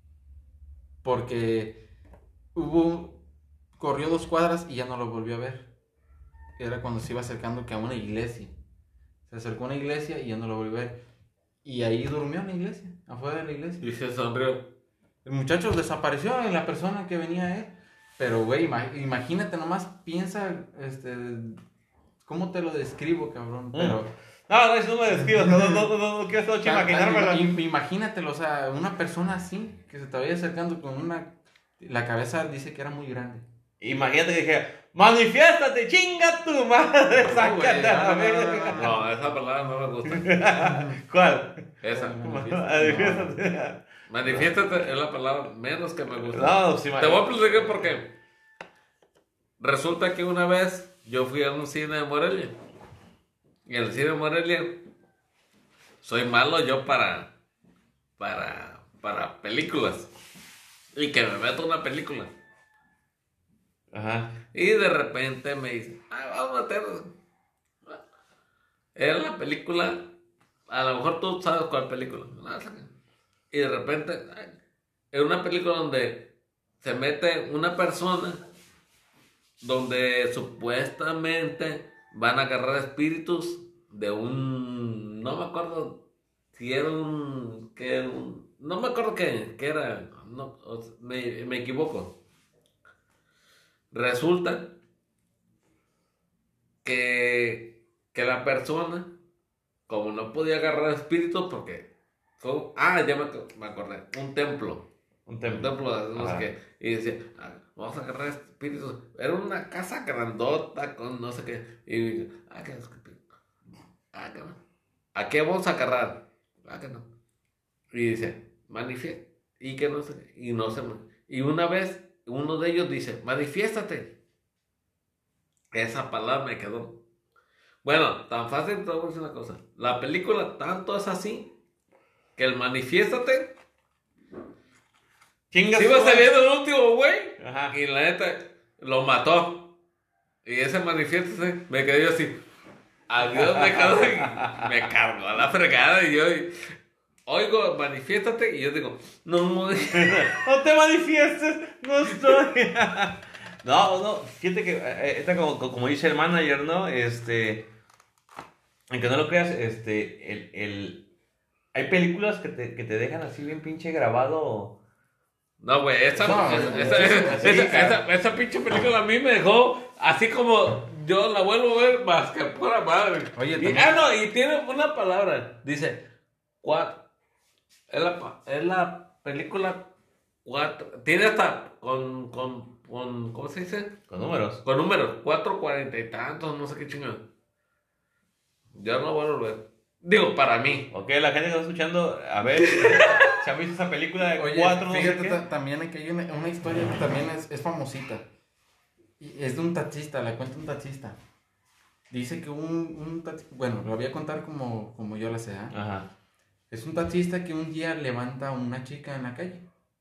[SPEAKER 2] Porque corrió 2 cuadras y ya no lo volvió a ver. Era cuando se iba acercando que a una iglesia. Se acercó a una iglesia y ya no lo volvió a ver. Y ahí durmió en la iglesia, afuera de la iglesia.
[SPEAKER 5] Y se sonrió.
[SPEAKER 2] El muchacho desapareció en la persona que venía a él. Pero, güey, imagínate nomás, piensa, ¿cómo te lo describo, cabrón? Pero...
[SPEAKER 1] No, eso no me describas, no quiero todo imaginármelo.
[SPEAKER 2] Imagínatelo, o sea, una persona así, que se te vaya acercando con una... La cabeza dice que era muy grande.
[SPEAKER 1] Imagínate que dijera, manifiéstate, chinga tu madre, sácate a la verga.
[SPEAKER 5] No, esa palabra no me gusta.
[SPEAKER 1] ¿Cuál?
[SPEAKER 5] Esa.
[SPEAKER 1] Manifiéstate.
[SPEAKER 5] Manifiéstate es la palabra menos que me gusta.
[SPEAKER 1] No, sí,
[SPEAKER 5] Te voy a platicar por qué. Resulta que una vez yo fui a un cine de Morelia. Y en el cine de Morelia soy malo yo para películas. Y que me meto una película.
[SPEAKER 1] Ajá.
[SPEAKER 5] Y de repente me dicen, vamos a meter. Era la película, a lo mejor tú sabes cuál película. Y de repente, era una película donde se mete una persona donde supuestamente van a agarrar espíritus de un... No me acuerdo si era un... no me acuerdo qué era. No, me equivoco. Resulta que la persona, como no podía agarrar espíritus porque... ya me acordé. Un templo.
[SPEAKER 1] Un templo.
[SPEAKER 5] No sé qué. Y decía, vamos a agarrar espíritus. Era una casa grandota con no sé qué. Y ¿a qué vamos a agarrar? Que no. Y dice, manifiesta. Y que no sé qué. Y no se. Y una vez, uno de ellos dice, manifiéstate. Esa palabra me quedó. Bueno, tan fácil, te voy a decir una cosa. La película tanto es así que el manifiéstate.
[SPEAKER 1] Chingas.
[SPEAKER 5] Sí, iba saliendo el último güey.
[SPEAKER 1] Ajá.
[SPEAKER 5] Y la neta lo mató. Y ese manifiéstase me quedé yo así. Adiós, me cargó a la fregada. Y yo oigo, manifiéstate. Y yo digo, no
[SPEAKER 1] te manifiestes, no estoy. No, fíjate que esta como dice el manager, ¿no? Aunque no lo creas, hay películas que te dejan así bien pinche grabado.
[SPEAKER 5] No, güey, esa pinche película a mí me dejó así como yo la vuelvo a ver más que pura madre.
[SPEAKER 2] Oye,
[SPEAKER 5] y tiene una palabra. Dice, es la película 4. Tiene hasta con ¿cómo se dice?
[SPEAKER 1] Con números.
[SPEAKER 5] Con números, 440 y tantos, no sé qué chingado. Ya no vuelvo a ver. Digo, para mí.
[SPEAKER 1] Ok, la gente que está escuchando, a ver, ¿se han visto esa película de
[SPEAKER 2] Oye,
[SPEAKER 1] 4?
[SPEAKER 2] fíjate, también aquí hay una historia que también es famosita. Y es de un taxista, la cuenta un taxista. Dice que un taxista, bueno, lo voy a contar como yo la sé, ¿eh?
[SPEAKER 1] Ajá.
[SPEAKER 2] Es un taxista que un día levanta a una chica en la calle.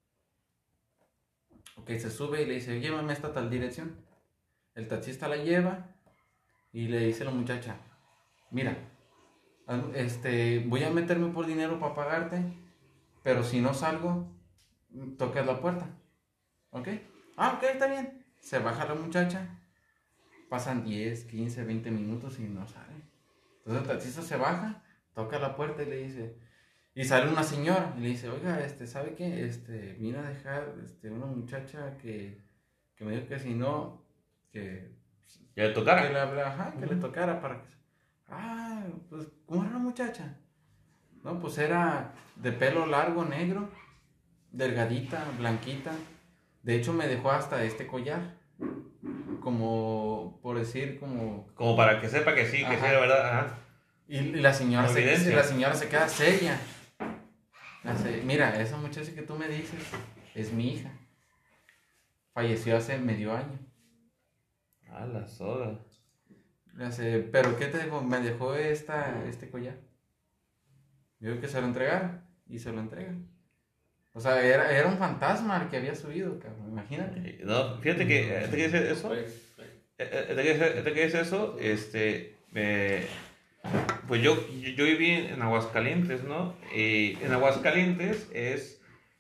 [SPEAKER 2] Ok, se sube y le dice, llévame a esta tal dirección. El taxista la lleva y le dice a la muchacha, mira, voy a meterme por dinero para pagarte, pero si no salgo, tocas la puerta. ¿Ok? Ok, está bien. Se baja la muchacha, pasan 10, 15, 20 minutos y no sale. Entonces el taxista se baja, toca la puerta y le dice, y sale una señora y le dice, oiga, ¿sabe qué? Vine a dejar una muchacha que me dijo que si no, que
[SPEAKER 1] ¿Ya le tocara?
[SPEAKER 2] Que le tocara para que... pues, ¿cómo era la muchacha? No, pues era de pelo largo, negro, delgadita, blanquita. De hecho, me dejó hasta este collar. Como, por decir, como...
[SPEAKER 1] Como para que sepa que sí, que sí, de verdad. Ajá.
[SPEAKER 2] Y la señora
[SPEAKER 1] Evidencia.
[SPEAKER 2] se queda seria. Mira, esa muchacha que tú me dices es mi hija. Falleció hace medio año.
[SPEAKER 1] La soda.
[SPEAKER 2] ¿Pero qué te dejó? Me dejó este collar. Digo que se lo entregara. Y se lo entregan. O sea, era un fantasma el que había subido, cabrón. Imagínate.
[SPEAKER 1] No, fíjate que, ¿te quieres eso? ¿Te quieres eso? Pues yo viví en Aguascalientes, ¿no? En Aguascalientes es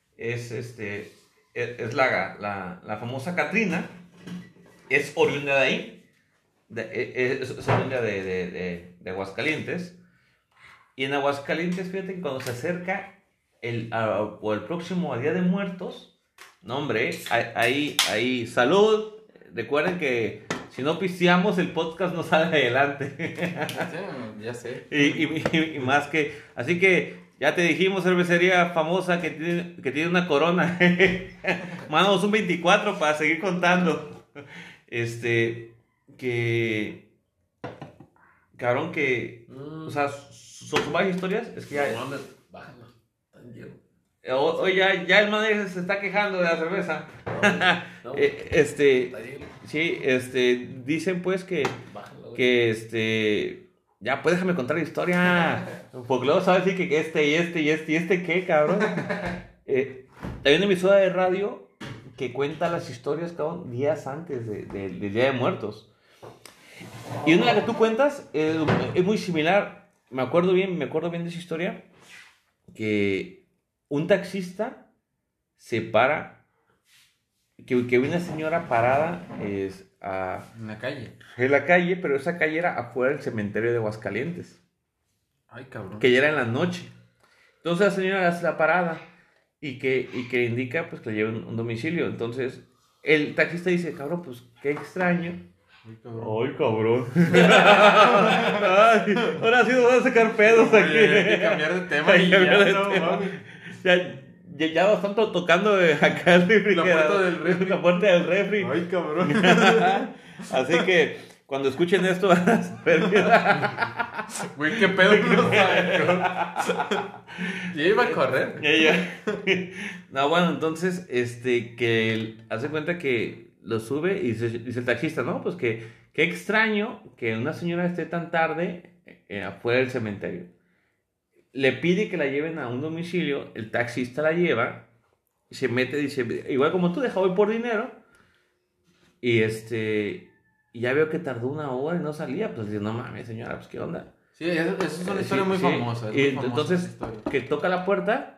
[SPEAKER 1] la famosa Catrina, es oriunda de ahí, es oriunda de Aguascalientes. Y en Aguascalientes, fíjate que cuando se acerca el próximo Día de Muertos, no hombre, ahí salud. Recuerden que si no pisteamos, el podcast no sale adelante.
[SPEAKER 2] Ya sé.
[SPEAKER 1] Y más que... Así que ya te dijimos, cervecería famosa que tiene una corona. Mándanos un 24 para seguir contando. Cabrón, que... O sea, son varias historias. Es que ya...
[SPEAKER 5] Bájalo, tan lleno.
[SPEAKER 1] Hoy ya el manager se está quejando de la cerveza.
[SPEAKER 5] No,
[SPEAKER 1] Sí, dicen pues que ya pues déjame contar la historia, porque luego sabes decir que qué, cabrón. Hay una emisora de radio que cuenta las historias, cabrón, días antes del Día de Muertos. Y una de las que tú cuentas es muy similar. Me acuerdo bien de esa historia, que un taxista se para que vi una señora parada
[SPEAKER 2] En la calle.
[SPEAKER 1] en la calle, pero esa calle era afuera del cementerio de Aguascalientes,
[SPEAKER 2] Ay, cabrón.
[SPEAKER 1] que ya era en la noche. Entonces la señora hace la parada y que indica pues que le lleve un domicilio. Entonces el taxista dice, cabrón, pues qué extraño.
[SPEAKER 2] Ay, cabrón.
[SPEAKER 1] Ay, cabrón. Ay, ahora sí nos van a sacar pedos aquí.
[SPEAKER 2] Hay que cambiar de tema
[SPEAKER 1] Hay
[SPEAKER 2] y
[SPEAKER 1] que cambiar
[SPEAKER 2] ya,
[SPEAKER 1] de
[SPEAKER 2] no,
[SPEAKER 1] tema.
[SPEAKER 2] mames.
[SPEAKER 1] Ya bastante tocando acá el refrigerador.
[SPEAKER 2] puerta del refri.
[SPEAKER 1] La puerta del refri.
[SPEAKER 2] Ay, cabrón.
[SPEAKER 1] Así que cuando escuchen esto van a saber que...
[SPEAKER 2] Güey, qué pedo que no saben. Yo iba a correr.
[SPEAKER 1] Ella. No, bueno, entonces, que él hace cuenta que lo sube y dice el taxista, ¿no? Pues que qué extraño que una señora esté tan tarde afuera del cementerio. Le pide que la lleven a un domicilio, el taxista la lleva y se mete, dice, igual como tú, deja voy por dinero. Y y ya veo que tardó 1 hora y no salía, pues dice, no mames, señora, pues qué onda.
[SPEAKER 2] Sí, eso es una historia
[SPEAKER 1] Sí,
[SPEAKER 2] muy
[SPEAKER 1] sí.
[SPEAKER 2] famosa. es
[SPEAKER 1] Y
[SPEAKER 2] muy famosa
[SPEAKER 1] entonces,
[SPEAKER 2] esa historia.
[SPEAKER 1] que toca la puerta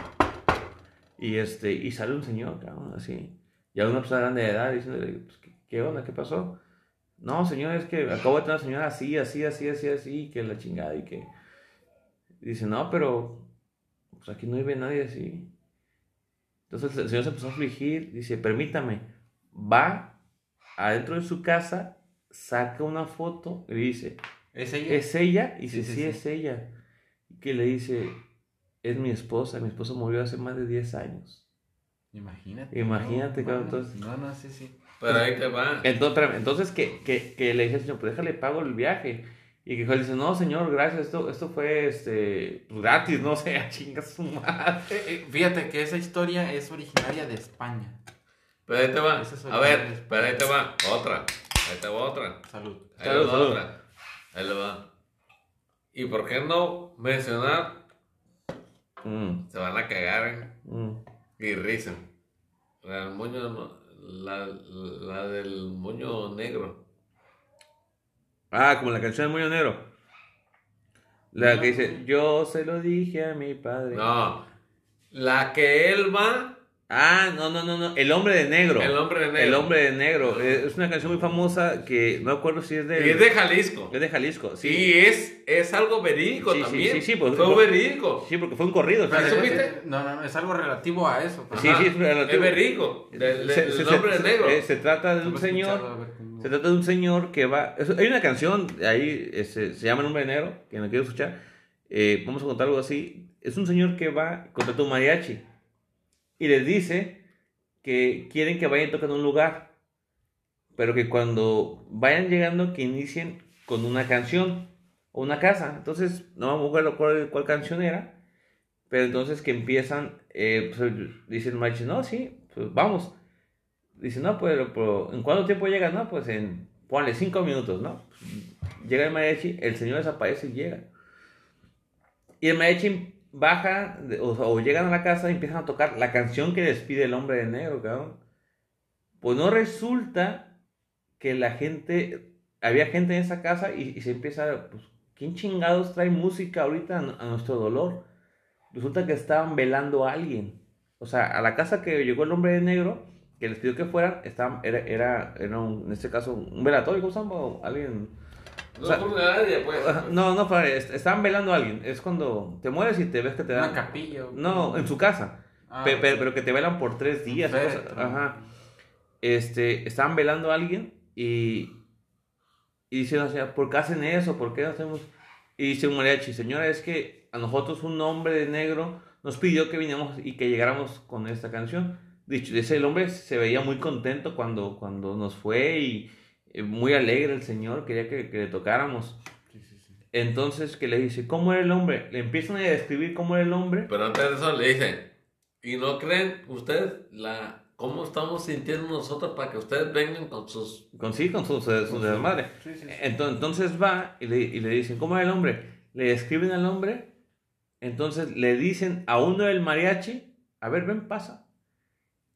[SPEAKER 1] y sale un señor, cabrón, así. Ya una persona grande de edad diciéndole, pues, ¿qué onda? ¿Qué pasó? No, señor, es que acabo de tener una señora así, que la chingada y que... Dice, no, pero pues aquí no vive nadie así. Entonces el señor se empezó a afligir, dice, permítame, va adentro de su casa, saca una foto y dice,
[SPEAKER 2] ¿Es ella?
[SPEAKER 1] ¿es ella? Y dice,
[SPEAKER 2] Sí, sí,
[SPEAKER 1] sí,
[SPEAKER 2] sí.
[SPEAKER 1] es ella. Y que le dice, es mi esposa murió hace más de 10 años.
[SPEAKER 2] Imagínate.
[SPEAKER 1] Imagínate,
[SPEAKER 2] no,
[SPEAKER 1] cabrón,
[SPEAKER 2] mames.
[SPEAKER 1] entonces...
[SPEAKER 2] No, sí, sí.
[SPEAKER 5] Pero ahí te va.
[SPEAKER 1] Entonces que le dije al señor, pues déjale pago el viaje. Y que él dice, no, señor, gracias, esto fue pues, gratis, no sé, a chingas su madre.
[SPEAKER 2] Fíjate que esa historia es originaria de España.
[SPEAKER 5] Pero ahí te va.
[SPEAKER 2] Esa es
[SPEAKER 5] A ver,
[SPEAKER 2] original.
[SPEAKER 5] pero ahí te va. Otra. Ahí te va otra.
[SPEAKER 2] Salud.
[SPEAKER 5] Ahí
[SPEAKER 1] Salud,
[SPEAKER 5] le va
[SPEAKER 1] salud.
[SPEAKER 5] otra. Ahí le va. ¿Y por qué no mencionar?
[SPEAKER 1] Mm,
[SPEAKER 5] Se van a cagar,
[SPEAKER 1] mm.
[SPEAKER 5] y risa. La del moño, la del moño negro.
[SPEAKER 1] Ah, como la canción de Moño Negro. La que dice, yo se lo dije a mi padre.
[SPEAKER 5] No. La que él va.
[SPEAKER 1] Ah, no. El hombre de negro.
[SPEAKER 5] El hombre de negro.
[SPEAKER 1] El hombre de negro. Es una canción muy famosa que no recuerdo si es
[SPEAKER 5] Y es de Jalisco.
[SPEAKER 1] Es de Jalisco, sí.
[SPEAKER 5] Y es algo verídico
[SPEAKER 1] Sí, sí,
[SPEAKER 5] también.
[SPEAKER 1] sí, pues,
[SPEAKER 5] Fue verídico.
[SPEAKER 1] Sí, porque fue un corrido.
[SPEAKER 5] Pero
[SPEAKER 1] sí,
[SPEAKER 5] eso
[SPEAKER 1] sí,
[SPEAKER 5] viste.
[SPEAKER 2] No, es algo relativo a eso. Pues.
[SPEAKER 1] Sí, sí, es relativo.
[SPEAKER 5] Es verídico. Del
[SPEAKER 1] Se-
[SPEAKER 5] hombre
[SPEAKER 1] se-
[SPEAKER 5] negro.
[SPEAKER 1] se trata de
[SPEAKER 2] No
[SPEAKER 1] un
[SPEAKER 2] lo he escuchado,
[SPEAKER 1] señor.
[SPEAKER 2] a ver cómo-
[SPEAKER 1] Se trata de un señor que va. Hay una canción ahí, se llama El hombre de negro, que no quiero escuchar. Vamos a contar algo así. Es un señor que va contra un mariachi y les dice que quieren que vayan tocando un lugar, pero que cuando vayan llegando que inicien con una canción o una casa. Entonces, no me acuerdo cuál canción era, pero entonces que empiezan, pues, dice el mariachi, no, sí, pues vamos. Dice, no, pero ¿en cuánto tiempo llega? No, pues ponle 5 minutos, ¿no? Llega el mariachi, el señor desaparece y llega. Y el mariachi baja, o llegan a la casa y empiezan a tocar la canción que despide el hombre de negro, cabrón. Pues no resulta que había gente en esa casa y se empieza, pues, ¿quién chingados trae música ahorita a nuestro dolor? Resulta que estaban velando a alguien. O sea, a la casa que llegó el hombre de negro, que les pidió que fueran, era en este caso un velatorio, ¿cómo se llama? Alguien...
[SPEAKER 5] No
[SPEAKER 1] o sea,
[SPEAKER 5] por nadie, pues.
[SPEAKER 1] No, estaban velando a alguien. Es cuando te mueres y te ves que te dan...
[SPEAKER 2] Una capilla.
[SPEAKER 1] No, en su casa.
[SPEAKER 2] Ah,
[SPEAKER 1] Pero que te velan por 3 días.
[SPEAKER 2] Un
[SPEAKER 1] cosas.
[SPEAKER 2] féretro.
[SPEAKER 1] Ajá. Estaban velando a alguien y dicen, o sea, ¿por qué hacen eso? ¿Por qué no hacemos? Y dice un mariachi, señora, es que a nosotros un hombre de negro nos pidió que viniéramos y que llegáramos con esta canción. Dicho, ese el hombre se veía muy contento cuando nos fue y muy alegre el señor, quería que le tocáramos.
[SPEAKER 2] Sí.
[SPEAKER 1] Entonces que le dice, ¿cómo era el hombre? Le empiezan a describir cómo era el hombre.
[SPEAKER 5] Pero antes de eso le dicen, ¿y no creen ustedes cómo estamos sintiendo nosotros para que ustedes vengan con sus...
[SPEAKER 1] Con su desmadre.
[SPEAKER 2] Sí.
[SPEAKER 1] Entonces va y le dicen, ¿cómo era el hombre? Le describen al hombre. Entonces le dicen a uno del mariachi, a ver, ven, pasa.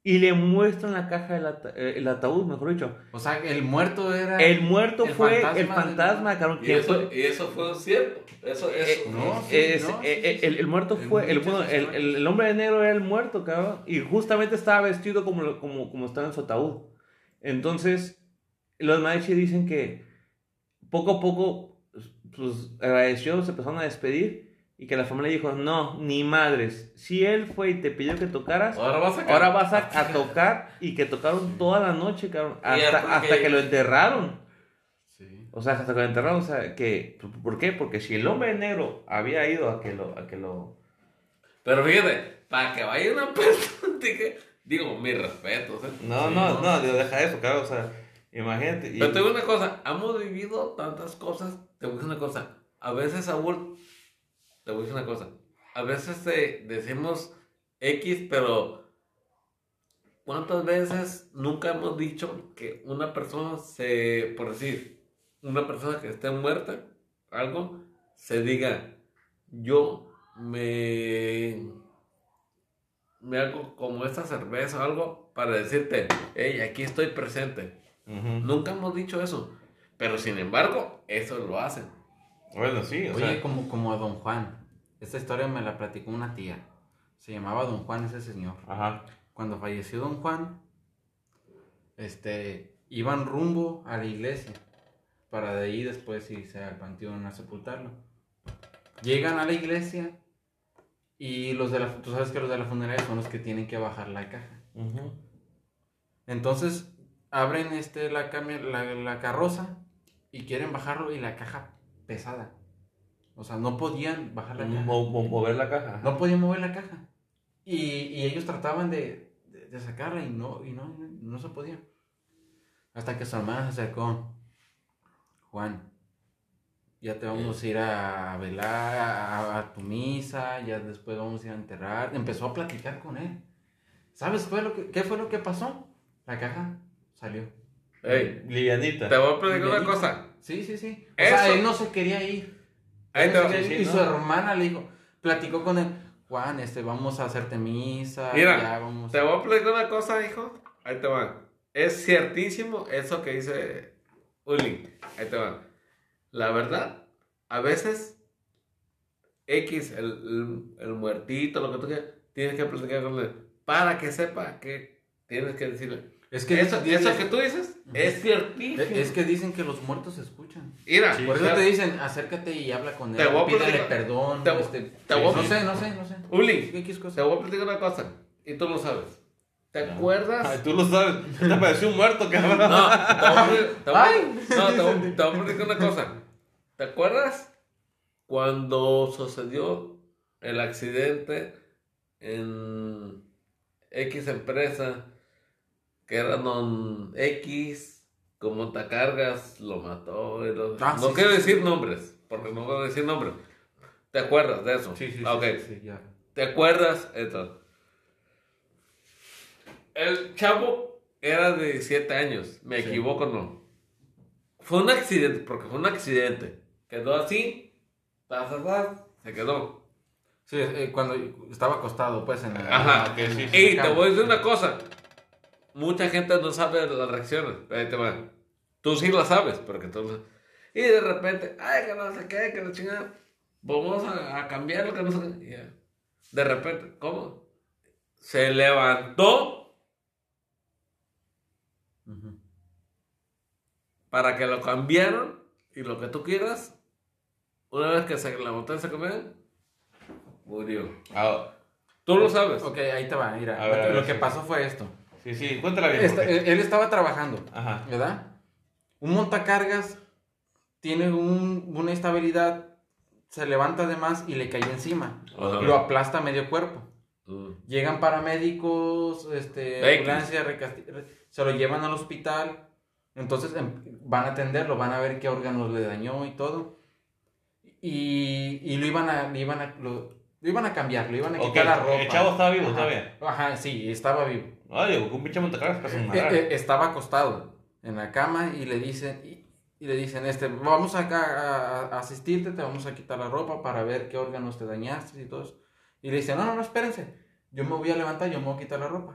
[SPEAKER 1] y le muestran la caja el ataúd, mejor dicho.
[SPEAKER 2] O sea, el muerto era...
[SPEAKER 1] El muerto fue el
[SPEAKER 2] fantasma
[SPEAKER 1] fantasma, cabrón.
[SPEAKER 5] Y eso fue cierto. Eso.
[SPEAKER 2] No,
[SPEAKER 1] El muerto fue, el hombre de negro era el muerto, cabrón. Y justamente estaba vestido como estaba en su ataúd. Entonces, los Medici dicen que poco a poco, pues agradecidos, se empezaron a despedir. Y que la familia dijo, no, ni madres. Si él fue y te pidió que tocaras, ahora vas a tocar. Y que tocaron toda la noche, cabrón. Hasta que lo enterraron.
[SPEAKER 2] Sí.
[SPEAKER 1] O sea, hasta que lo enterraron. O sea, ¿por qué? Porque si el hombre negro había ido a que lo...
[SPEAKER 5] Pero fíjate, para que vaya una persona, digo, mis respetos.
[SPEAKER 1] No, deja eso, cabrón. O sea, imagínate.
[SPEAKER 5] Pero te digo una cosa, hemos vivido tantas cosas. Te voy a decir una cosa. A veces, Saúl, te voy a decir una cosa. A veces decimos X, pero ¿cuántas veces nunca hemos dicho que una persona por decir, una persona que esté muerta, algo, se diga, yo me hago como esta cerveza o algo para decirte, hey, aquí estoy presente?
[SPEAKER 1] Uh-huh.
[SPEAKER 5] Nunca hemos dicho eso, pero sin embargo, eso lo hacen.
[SPEAKER 1] Bueno, sí,
[SPEAKER 2] Oye, como a Don Juan. Esta historia me la platicó una tía. Se llamaba Don Juan ese señor.
[SPEAKER 1] Ajá.
[SPEAKER 2] Cuando falleció Don Juan, iban rumbo a la iglesia para de ahí después irse al panteón a sepultarlo. Llegan a la iglesia y tú sabes que los de la funeraria son los que tienen que bajar la caja.
[SPEAKER 1] Uh-huh.
[SPEAKER 2] Entonces abren la carroza y quieren bajarlo y la caja pesada. O sea, no podían bajar la caja.
[SPEAKER 1] Mover la caja. Ajá.
[SPEAKER 2] No podían mover la caja. Y ellos trataban de sacarla y no se podía. Hasta que su hermana se acercó. Juan, ya te vamos a ir a velar a tu misa, ya después vamos a ir a enterrar. Empezó a platicar con él. ¿Sabes qué fue lo que pasó? La caja salió.
[SPEAKER 5] Hey,
[SPEAKER 1] livianita.
[SPEAKER 5] Te voy a platicar una cosa.
[SPEAKER 2] Sí. O sea, él no se quería ir. Y su hermana le dijo, platicó con él, Juan, vamos a hacerte misa.
[SPEAKER 5] Mira,
[SPEAKER 2] ya vamos.
[SPEAKER 5] Te voy a platicar una cosa, hijo. Ahí te va. Es ciertísimo eso que dice Uli. Ahí te va. La verdad, a veces, X, el muertito, lo que tú quieras, tienes que platicar con él para que sepa que tienes que decirle.
[SPEAKER 2] Es que
[SPEAKER 5] eso que tú dices es ciertísimo.
[SPEAKER 2] Es que dicen que los muertos se escuchan.
[SPEAKER 5] Mira,
[SPEAKER 2] por eso te dicen, acércate y habla con él, pídele perdón. No sé.
[SPEAKER 5] Uli,
[SPEAKER 2] ¿Qué cosa?
[SPEAKER 5] te voy a platicar una cosa y tú lo sabes. ¿Te acuerdas?
[SPEAKER 1] Ay, tú lo sabes. Te pareció un muerto, cabrón.
[SPEAKER 5] No, te voy a platicar una cosa. ¿Te acuerdas cuando sucedió el accidente en X empresa? Que era Don X, con montacargas, lo mató. No quiero decir nombres, porque no voy a decir nombres. ¿Te acuerdas de eso?
[SPEAKER 2] Sí,
[SPEAKER 5] okay.
[SPEAKER 2] Sí, ya.
[SPEAKER 5] ¿Te acuerdas? Esto. El chavo era de 17 años, me equivoco, no. Fue un accidente, porque fue un accidente. Quedó así, se quedó.
[SPEAKER 2] Sí, cuando estaba acostado, pues, en la...
[SPEAKER 5] Ajá, y te voy a decir una cosa. Mucha gente no sabe las reacciones. Ahí te va. Tú sí las sabes, porque tú... Y de repente, ay, que no sé qué, que la chingada. Vamos a cambiar lo que no sé qué. Yeah. De repente, ¿cómo? Se levantó para que lo cambiaran y lo que tú quieras. Una vez que se levantó y se cambió, murió. Tú lo sabes.
[SPEAKER 2] Ok, ahí te va, mira.
[SPEAKER 1] A ver,
[SPEAKER 2] lo que pasó fue esto.
[SPEAKER 1] Sí, cuéntala bien.
[SPEAKER 2] Él estaba trabajando,
[SPEAKER 1] Ajá.
[SPEAKER 2] ¿verdad? Un montacargas tiene una estabilidad, se levanta de más y le cae encima.
[SPEAKER 5] Ajá.
[SPEAKER 2] Lo aplasta medio cuerpo. Llegan paramédicos, ambulancia, se lo llevan al hospital. Entonces van a atenderlo, van a ver qué órganos le dañó y todo. Y lo iban a cambiar, lo iban a quitar la ropa.
[SPEAKER 1] El chavo estaba vivo todavía.
[SPEAKER 2] Ajá, sí, estaba vivo.
[SPEAKER 1] Ay, un pinche montacargas casi
[SPEAKER 2] Estaba acostado en la cama y le dicen, vamos a asistirte, te vamos a quitar la ropa para ver qué órganos te dañaste y todo eso. Y le dicen, no, espérense, yo me voy a levantar, yo me voy a quitar la ropa.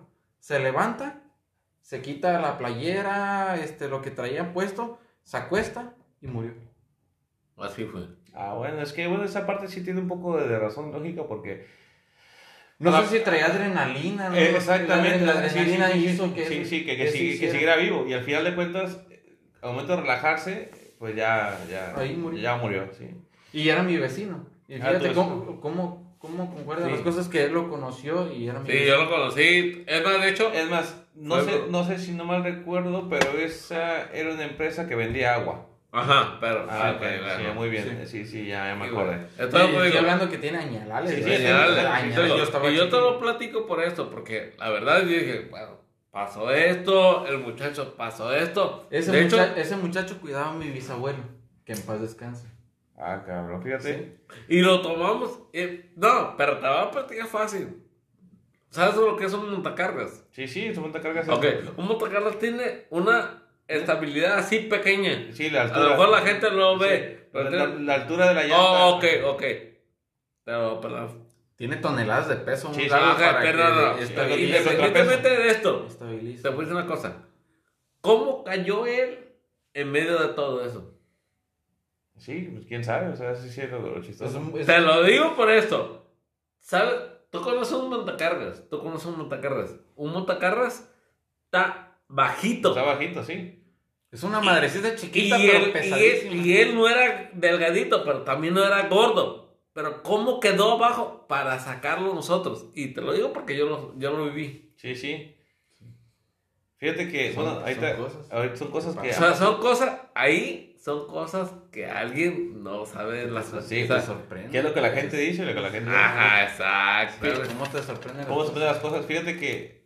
[SPEAKER 2] se levanta, se quita la playera, lo que traía puesto, se acuesta y murió.
[SPEAKER 5] Así fue.
[SPEAKER 1] Ah, bueno, es que bueno, esa parte sí tiene un poco de razón lógica porque...
[SPEAKER 2] No sé si traía adrenalina, ¿no?
[SPEAKER 1] Exactamente,
[SPEAKER 2] La adrenalina hizo que...
[SPEAKER 1] que siguiera vivo. Y al final de cuentas, al momento de relajarse, pues ya
[SPEAKER 2] Ahí murió.
[SPEAKER 1] Ya murió, sí.
[SPEAKER 2] Y era mi vecino. Y fíjate
[SPEAKER 1] tu
[SPEAKER 2] cómo concuerdan
[SPEAKER 1] Sí.
[SPEAKER 2] las cosas que él lo conoció y era mi
[SPEAKER 5] Sí,
[SPEAKER 2] vecino.
[SPEAKER 5] yo lo conocí. Es más, de hecho,
[SPEAKER 1] Es más, no sé si no mal recuerdo, pero esa era una empresa que vendía agua.
[SPEAKER 5] ajá, pero.
[SPEAKER 1] Ah,
[SPEAKER 5] sí,
[SPEAKER 1] ok,
[SPEAKER 5] bueno.
[SPEAKER 1] sí, muy bien. Sí, ya me
[SPEAKER 5] Sí,
[SPEAKER 1] acordé.
[SPEAKER 5] güey.
[SPEAKER 2] Sí,
[SPEAKER 5] Entonces, pues,
[SPEAKER 2] estoy
[SPEAKER 5] digo,
[SPEAKER 2] hablando que tiene añalales.
[SPEAKER 1] Sí,
[SPEAKER 2] güey.
[SPEAKER 1] sí,
[SPEAKER 2] Añalales, yo estaba
[SPEAKER 5] y yo te
[SPEAKER 2] chiquito.
[SPEAKER 5] lo platico por esto, porque la verdad yo dije, bueno, pasó esto, el muchacho pasó esto. De hecho,
[SPEAKER 2] Ese muchacho cuidaba a mi bisabuelo, que en paz descanse.
[SPEAKER 1] Ah, cabrón, fíjate.
[SPEAKER 5] y lo tomamos. No, pero te va a platicar fácil. ¿Sabes lo que es un montacargas?
[SPEAKER 1] Sí, su montacargas.
[SPEAKER 5] Ok, un montacargas tiene una estabilidad así pequeña.
[SPEAKER 1] Sí, la
[SPEAKER 5] A
[SPEAKER 1] altura.
[SPEAKER 5] lo mejor la gente no lo ve.
[SPEAKER 1] Sí,
[SPEAKER 5] pero
[SPEAKER 1] la,
[SPEAKER 5] tiene-
[SPEAKER 1] la altura de la llanta.
[SPEAKER 5] Oh, ok. Pero
[SPEAKER 2] Tiene toneladas de peso muy
[SPEAKER 1] Sí,
[SPEAKER 2] largo
[SPEAKER 5] ok,
[SPEAKER 2] para
[SPEAKER 5] pero
[SPEAKER 2] que
[SPEAKER 5] no.
[SPEAKER 2] estabilice.
[SPEAKER 5] Independientemente de esto,
[SPEAKER 2] Estabilice.
[SPEAKER 5] te voy a decir una cosa. ¿Cómo cayó él en medio de todo eso?
[SPEAKER 1] Sí, pues quién sabe, o sea, sí es lo chistoso.
[SPEAKER 5] Te lo digo por esto. ¿Sabes? Tú conoces un montacargas. Un montacargas está bajito.
[SPEAKER 1] Está bajito, sí.
[SPEAKER 2] Es una madrecita chiquita,
[SPEAKER 5] Y
[SPEAKER 2] pero
[SPEAKER 5] él,
[SPEAKER 2] pesadísima.
[SPEAKER 5] y él no era delgadito, pero también no era gordo. Pero ¿cómo quedó abajo para sacarlo nosotros? Y te lo digo porque yo lo viví.
[SPEAKER 1] Sí. Fíjate que,
[SPEAKER 2] Son-
[SPEAKER 1] bueno, ahorita
[SPEAKER 2] son cosas.
[SPEAKER 1] ahorita son cosas que...
[SPEAKER 5] O sea, son cosas que alguien no sabe las
[SPEAKER 1] Sí,
[SPEAKER 5] o
[SPEAKER 2] Te
[SPEAKER 5] sea,
[SPEAKER 2] sorprende.
[SPEAKER 1] ¿Qué es lo que la gente dice? Lo que la gente
[SPEAKER 5] Ajá, exacto.
[SPEAKER 2] ¿Cómo te sorprende?
[SPEAKER 1] ¿Cómo se ponen las cosas? Fíjate que,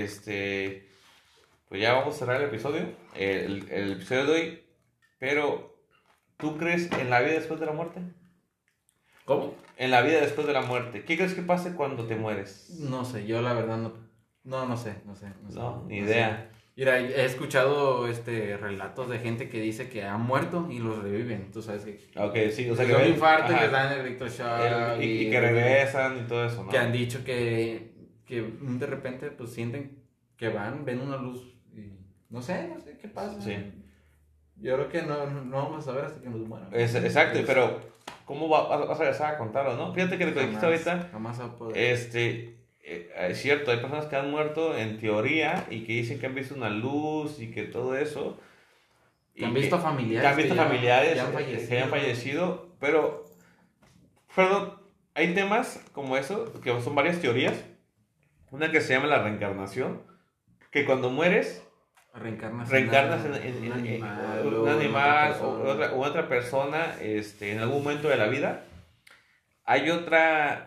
[SPEAKER 1] pues ya vamos a cerrar el episodio, el episodio de hoy, pero ¿tú crees en la vida después de la muerte?
[SPEAKER 5] ¿Cómo?
[SPEAKER 1] En la vida después de la muerte. ¿Qué crees que pase cuando te mueres?
[SPEAKER 2] No sé, yo la verdad no sé.
[SPEAKER 1] No, ni
[SPEAKER 2] No
[SPEAKER 1] idea.
[SPEAKER 2] sé. Mira, he escuchado relatos de gente que dice que han muerto y los reviven. Tú sabes que
[SPEAKER 1] Ok, sí, o sea
[SPEAKER 2] les
[SPEAKER 1] que
[SPEAKER 2] da un
[SPEAKER 1] ven-
[SPEAKER 2] infarto y
[SPEAKER 1] ajá,
[SPEAKER 2] les dan electroshock
[SPEAKER 1] y que regresan y todo eso, ¿no?
[SPEAKER 2] que han dicho que de repente pues sienten que ven una luz y no sé qué pasa.
[SPEAKER 1] Sí.
[SPEAKER 2] Yo creo que no vamos a saber hasta que nos mueran.
[SPEAKER 1] Exacto, pero ¿cómo vas a regresar a contarlo, no? Fíjate que lo que dijiste ahorita,
[SPEAKER 2] Jamás va a poder.
[SPEAKER 1] es cierto, hay personas que han muerto en teoría y que dicen que han visto una luz y que todo eso.
[SPEAKER 2] Que han visto familiares
[SPEAKER 1] Que han visto
[SPEAKER 2] que ya-
[SPEAKER 1] familiares
[SPEAKER 2] ya han fallecido.
[SPEAKER 1] que hayan fallecido, pero hay temas como eso, que son varias teorías. Una que se llama la reencarnación, que cuando mueres, reencarnas en
[SPEAKER 2] un animal,
[SPEAKER 1] un
[SPEAKER 2] o en
[SPEAKER 1] animal
[SPEAKER 2] otra persona.
[SPEAKER 1] o otra persona en algún momento de la vida. Hay otra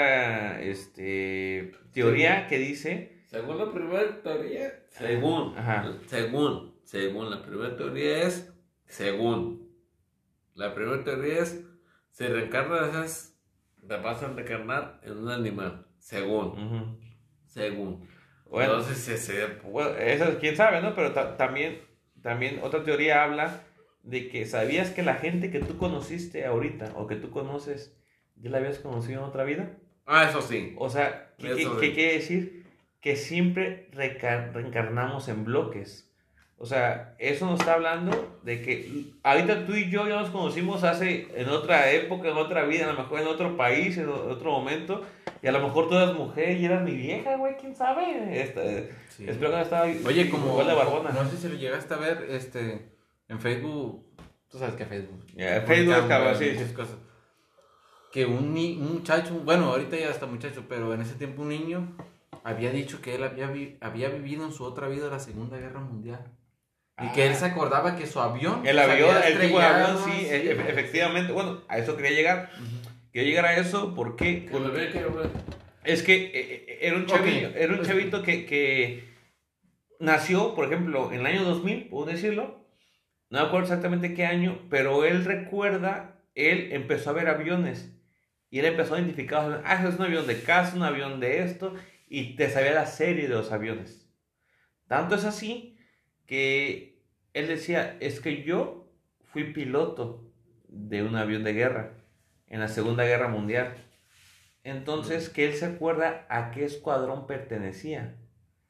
[SPEAKER 1] teoría que dice...
[SPEAKER 5] Según la primera teoría, según la primera teoría es, la primera teoría es, si reencarnas, te vas a reencarnar en un animal, según.
[SPEAKER 1] Bueno,
[SPEAKER 5] Entonces,
[SPEAKER 1] bueno, eso quién sabe, ¿no? Pero también otra teoría habla de que sabías que la gente que tú conociste ahorita o que tú conoces, ¿ya la habías conocido en otra vida?
[SPEAKER 5] eso sí.
[SPEAKER 1] O sea,
[SPEAKER 5] Eso
[SPEAKER 1] ¿qué
[SPEAKER 5] sí.
[SPEAKER 1] quiere decir? Que siempre reencarnamos en bloques. O sea, eso nos está hablando de que ahorita tú y yo ya nos conocimos en otra época, en otra vida, a lo mejor en otro país, en otro momento, y a lo mejor tú eras mujer y eras mi vieja, güey, quién sabe.
[SPEAKER 2] Sí.
[SPEAKER 1] Espero que no estaba
[SPEAKER 2] Oye, como
[SPEAKER 1] igual de barbona.
[SPEAKER 2] no sé si lo llegaste a ver en Facebook. Tú sabes que Facebook.
[SPEAKER 1] Ya, Facebook,
[SPEAKER 2] publican,
[SPEAKER 1] cabrón, sí,
[SPEAKER 2] muchas
[SPEAKER 1] sí.
[SPEAKER 2] cosas. Que un muchacho, bueno, ahorita ya está muchacho, pero en ese tiempo un niño había dicho que él había vivido en su otra vida la Segunda Guerra Mundial. Y que él se acordaba que su avión...
[SPEAKER 1] El
[SPEAKER 2] se
[SPEAKER 1] avión,
[SPEAKER 2] había
[SPEAKER 1] el tipo de avión,
[SPEAKER 2] estrellado,
[SPEAKER 1] sí, efectivamente. Bueno, a eso quería llegar. Quería llegar a eso porque es que era un chavito,
[SPEAKER 2] Ok.
[SPEAKER 1] era un chavito que nació, por ejemplo, en el año 2000, puedo decirlo. No me acuerdo exactamente qué año, pero él empezó a ver aviones. Y él empezó a identificar, es un avión de caza, un avión de esto, y te sabía la serie de los aviones. Tanto es así que él decía, es que yo fui piloto de un avión de guerra en la Segunda Guerra Mundial. Entonces, que él se acuerda a qué escuadrón pertenecía.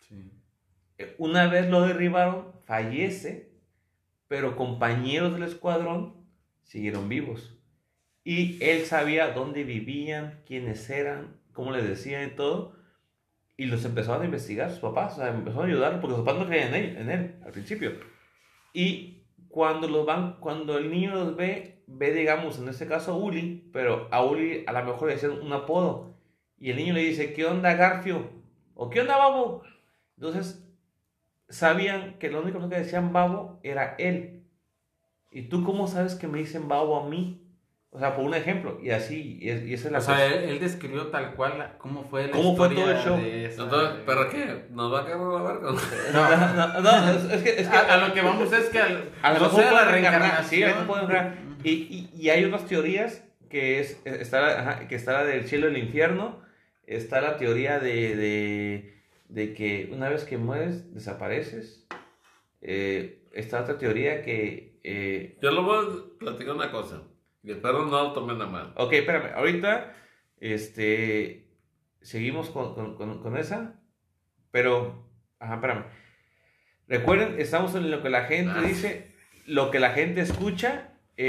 [SPEAKER 2] Sí.
[SPEAKER 1] Una vez lo derribaron, fallece, pero compañeros del escuadrón siguieron vivos. Y él sabía dónde vivían, quiénes eran, cómo les decían y todo. Y los empezaron a investigar sus papás, o sea, empezaron a ayudarlo, porque sus papás no creían en él al principio. Y cuando el niño los ve, digamos, en este caso a Uli, pero a Uli a lo mejor le decían un apodo. Y el niño le dice, ¿qué onda, Garfio? O ¿qué onda, Babo? Entonces, sabían que lo único que decían Babo era él. ¿Y tú cómo sabes que me dicen Babo a mí? O sea, por un ejemplo, y así, y esa es la
[SPEAKER 2] O sea, él describió tal cual cómo fue la
[SPEAKER 1] ¿Cómo fue
[SPEAKER 2] historia
[SPEAKER 1] todo el show?
[SPEAKER 2] de esa-
[SPEAKER 5] Entonces, ¿pero qué? ¿Nos va a caer la barca?
[SPEAKER 1] No, es que
[SPEAKER 2] a lo que vamos es que
[SPEAKER 1] a lo
[SPEAKER 2] no
[SPEAKER 1] mejor
[SPEAKER 2] sea
[SPEAKER 1] puede
[SPEAKER 2] la
[SPEAKER 1] reencarnar, sí, a lo
[SPEAKER 2] reencarnación.
[SPEAKER 1] mejor puede reencarnar. Y hay otras teorías que está la del cielo y el infierno, está la teoría de que una vez que mueres, desapareces. Está otra teoría que...
[SPEAKER 5] Yo le voy a platicar una cosa. Y espero no lo tomen a mal.
[SPEAKER 1] Ok, espérame, ahorita seguimos con esa, pero... Ajá, espérame. Recuerden, estamos en lo que la gente dice, lo que la gente escucha.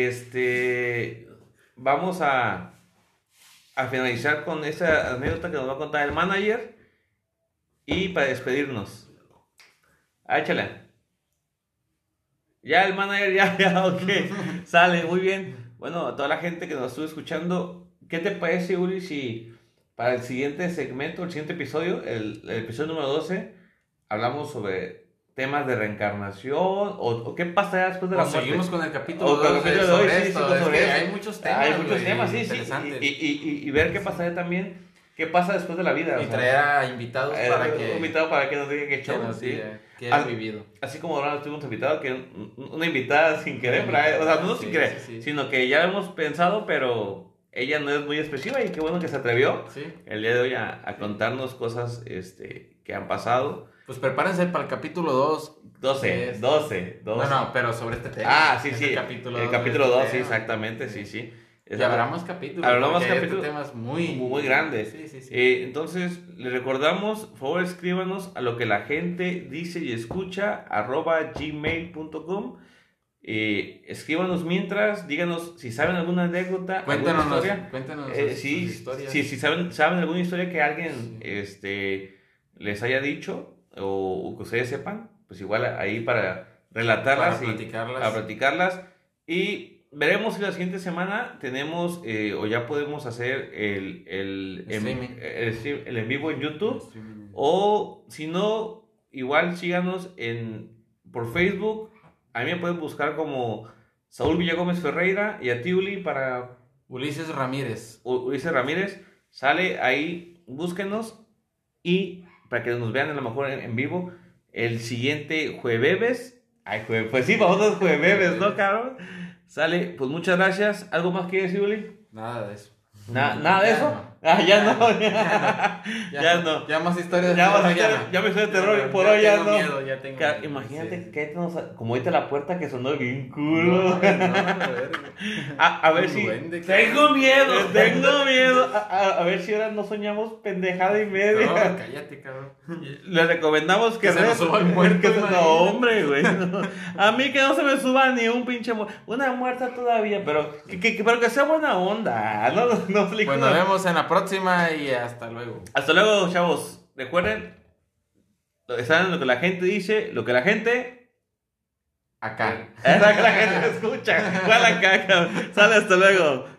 [SPEAKER 1] Vamos a finalizar con esa anécdota que nos va a contar el manager. Y para despedirnos. Échale. Ya el manager, ya, ok. Sale, muy bien. Bueno, a toda la gente que nos estuvo escuchando, ¿qué te parece, Uri, si para el siguiente segmento, el siguiente episodio, el episodio número 12, hablamos sobre temas de reencarnación o qué pasará después de la muerte?
[SPEAKER 2] Seguimos con el capítulo
[SPEAKER 1] O con el
[SPEAKER 2] 2
[SPEAKER 1] capítulo de hoy,
[SPEAKER 2] sobre
[SPEAKER 1] sí,
[SPEAKER 2] esto.
[SPEAKER 1] sí,
[SPEAKER 2] Es
[SPEAKER 1] sobre
[SPEAKER 2] que
[SPEAKER 1] eso.
[SPEAKER 2] hay muchos temas.
[SPEAKER 1] Hay muchos
[SPEAKER 2] güey,
[SPEAKER 1] temas, sí, sí.
[SPEAKER 2] interesantes.
[SPEAKER 1] Y ver qué pasará también, qué pasa después de la vida.
[SPEAKER 2] Y
[SPEAKER 1] o sea,
[SPEAKER 2] traer a invitados para
[SPEAKER 1] un
[SPEAKER 2] que...
[SPEAKER 1] invitado para que nos diga qué
[SPEAKER 2] que
[SPEAKER 1] show,
[SPEAKER 2] nos
[SPEAKER 1] sí.
[SPEAKER 2] diga qué ha
[SPEAKER 1] Así-
[SPEAKER 2] vivido.
[SPEAKER 1] Así como ahora tuvimos invitado, que una invitada sin querer, o sea, no
[SPEAKER 2] Sí,
[SPEAKER 1] sin querer,
[SPEAKER 2] sí, sí.
[SPEAKER 1] sino que ya lo hemos pensado, pero ella no es muy expresiva y qué bueno que se atrevió
[SPEAKER 2] Sí.
[SPEAKER 1] el día de hoy a contarnos cosas que han pasado.
[SPEAKER 2] Pues prepárense para el capítulo 2.
[SPEAKER 1] 12.
[SPEAKER 2] No, pero sobre este tema.
[SPEAKER 1] Ah, sí,
[SPEAKER 2] Es
[SPEAKER 1] sí.
[SPEAKER 2] El capítulo
[SPEAKER 1] El
[SPEAKER 2] 2.
[SPEAKER 1] capítulo 2, sí, exactamente, sí.
[SPEAKER 2] Y habrá más capítulos.
[SPEAKER 1] Habrá más
[SPEAKER 2] porque
[SPEAKER 1] capítulos.
[SPEAKER 2] Este tema es muy
[SPEAKER 1] grande.
[SPEAKER 2] Sí.
[SPEAKER 1] Entonces, les recordamos, por favor, escríbanos a lo que la gente dice y escucha, @gmail.com. Escríbanos mientras, díganos si saben alguna anécdota, alguna historia.
[SPEAKER 2] Cuéntanos
[SPEAKER 1] Sí,
[SPEAKER 2] sus historias.
[SPEAKER 1] si saben alguna historia que alguien les haya dicho o que ustedes sepan, pues igual ahí para relatarlas
[SPEAKER 2] Para
[SPEAKER 1] a platicarlas. Y veremos si la siguiente semana tenemos o ya podemos hacer el en vivo en YouTube. O si no, igual síganos por Facebook. A mí me pueden buscar como Saúl Villagómez Ferreira y a ti, Uli, para
[SPEAKER 2] Ulises Ramírez.
[SPEAKER 1] Ulises Ramírez. Sale ahí, búsquenos y para que nos vean a lo mejor en vivo el siguiente jueves. Pues sí, vamos a los jueves, ¿no, cabrón? Sale, pues muchas gracias. ¿Algo más que decir, Uli?
[SPEAKER 2] Nada de eso.
[SPEAKER 1] ¿Nada de
[SPEAKER 2] Ya
[SPEAKER 1] eso?
[SPEAKER 2] no.
[SPEAKER 1] Ya no.
[SPEAKER 2] Ya
[SPEAKER 1] no.
[SPEAKER 2] Ya más historias.
[SPEAKER 1] Ya
[SPEAKER 2] de
[SPEAKER 1] más
[SPEAKER 2] terror,
[SPEAKER 1] historias, ya me estoy de terror,
[SPEAKER 2] Ya
[SPEAKER 1] por hoy ya
[SPEAKER 2] tengo
[SPEAKER 1] no.
[SPEAKER 2] miedo, ya tengo miedo.
[SPEAKER 1] Imagínate
[SPEAKER 2] Sí.
[SPEAKER 1] que como ahorita la puerta que sonó bien
[SPEAKER 2] No,
[SPEAKER 1] culo.
[SPEAKER 2] no, verga.
[SPEAKER 1] A ver
[SPEAKER 2] Un
[SPEAKER 1] si.
[SPEAKER 2] duende,
[SPEAKER 1] Tengo miedo. A ver si ahora no soñamos pendejada y media.
[SPEAKER 2] No, cállate, cabrón.
[SPEAKER 1] Le recomendamos que
[SPEAKER 2] Que se nos suba el muerto,
[SPEAKER 1] que
[SPEAKER 2] imagínate.
[SPEAKER 1] no, hombre, güey. No. A mí que no se me suba ni un pinche una muerta todavía, pero pero que sea buena onda. No,
[SPEAKER 2] Pues nos vemos en la próxima y hasta luego.
[SPEAKER 1] Hasta luego, chavos. Recuerden, saben lo que la gente dice, lo que la gente.
[SPEAKER 2] Acá.
[SPEAKER 1] Es lo que la gente escucha. ¿Cuál acá? Sale, hasta luego.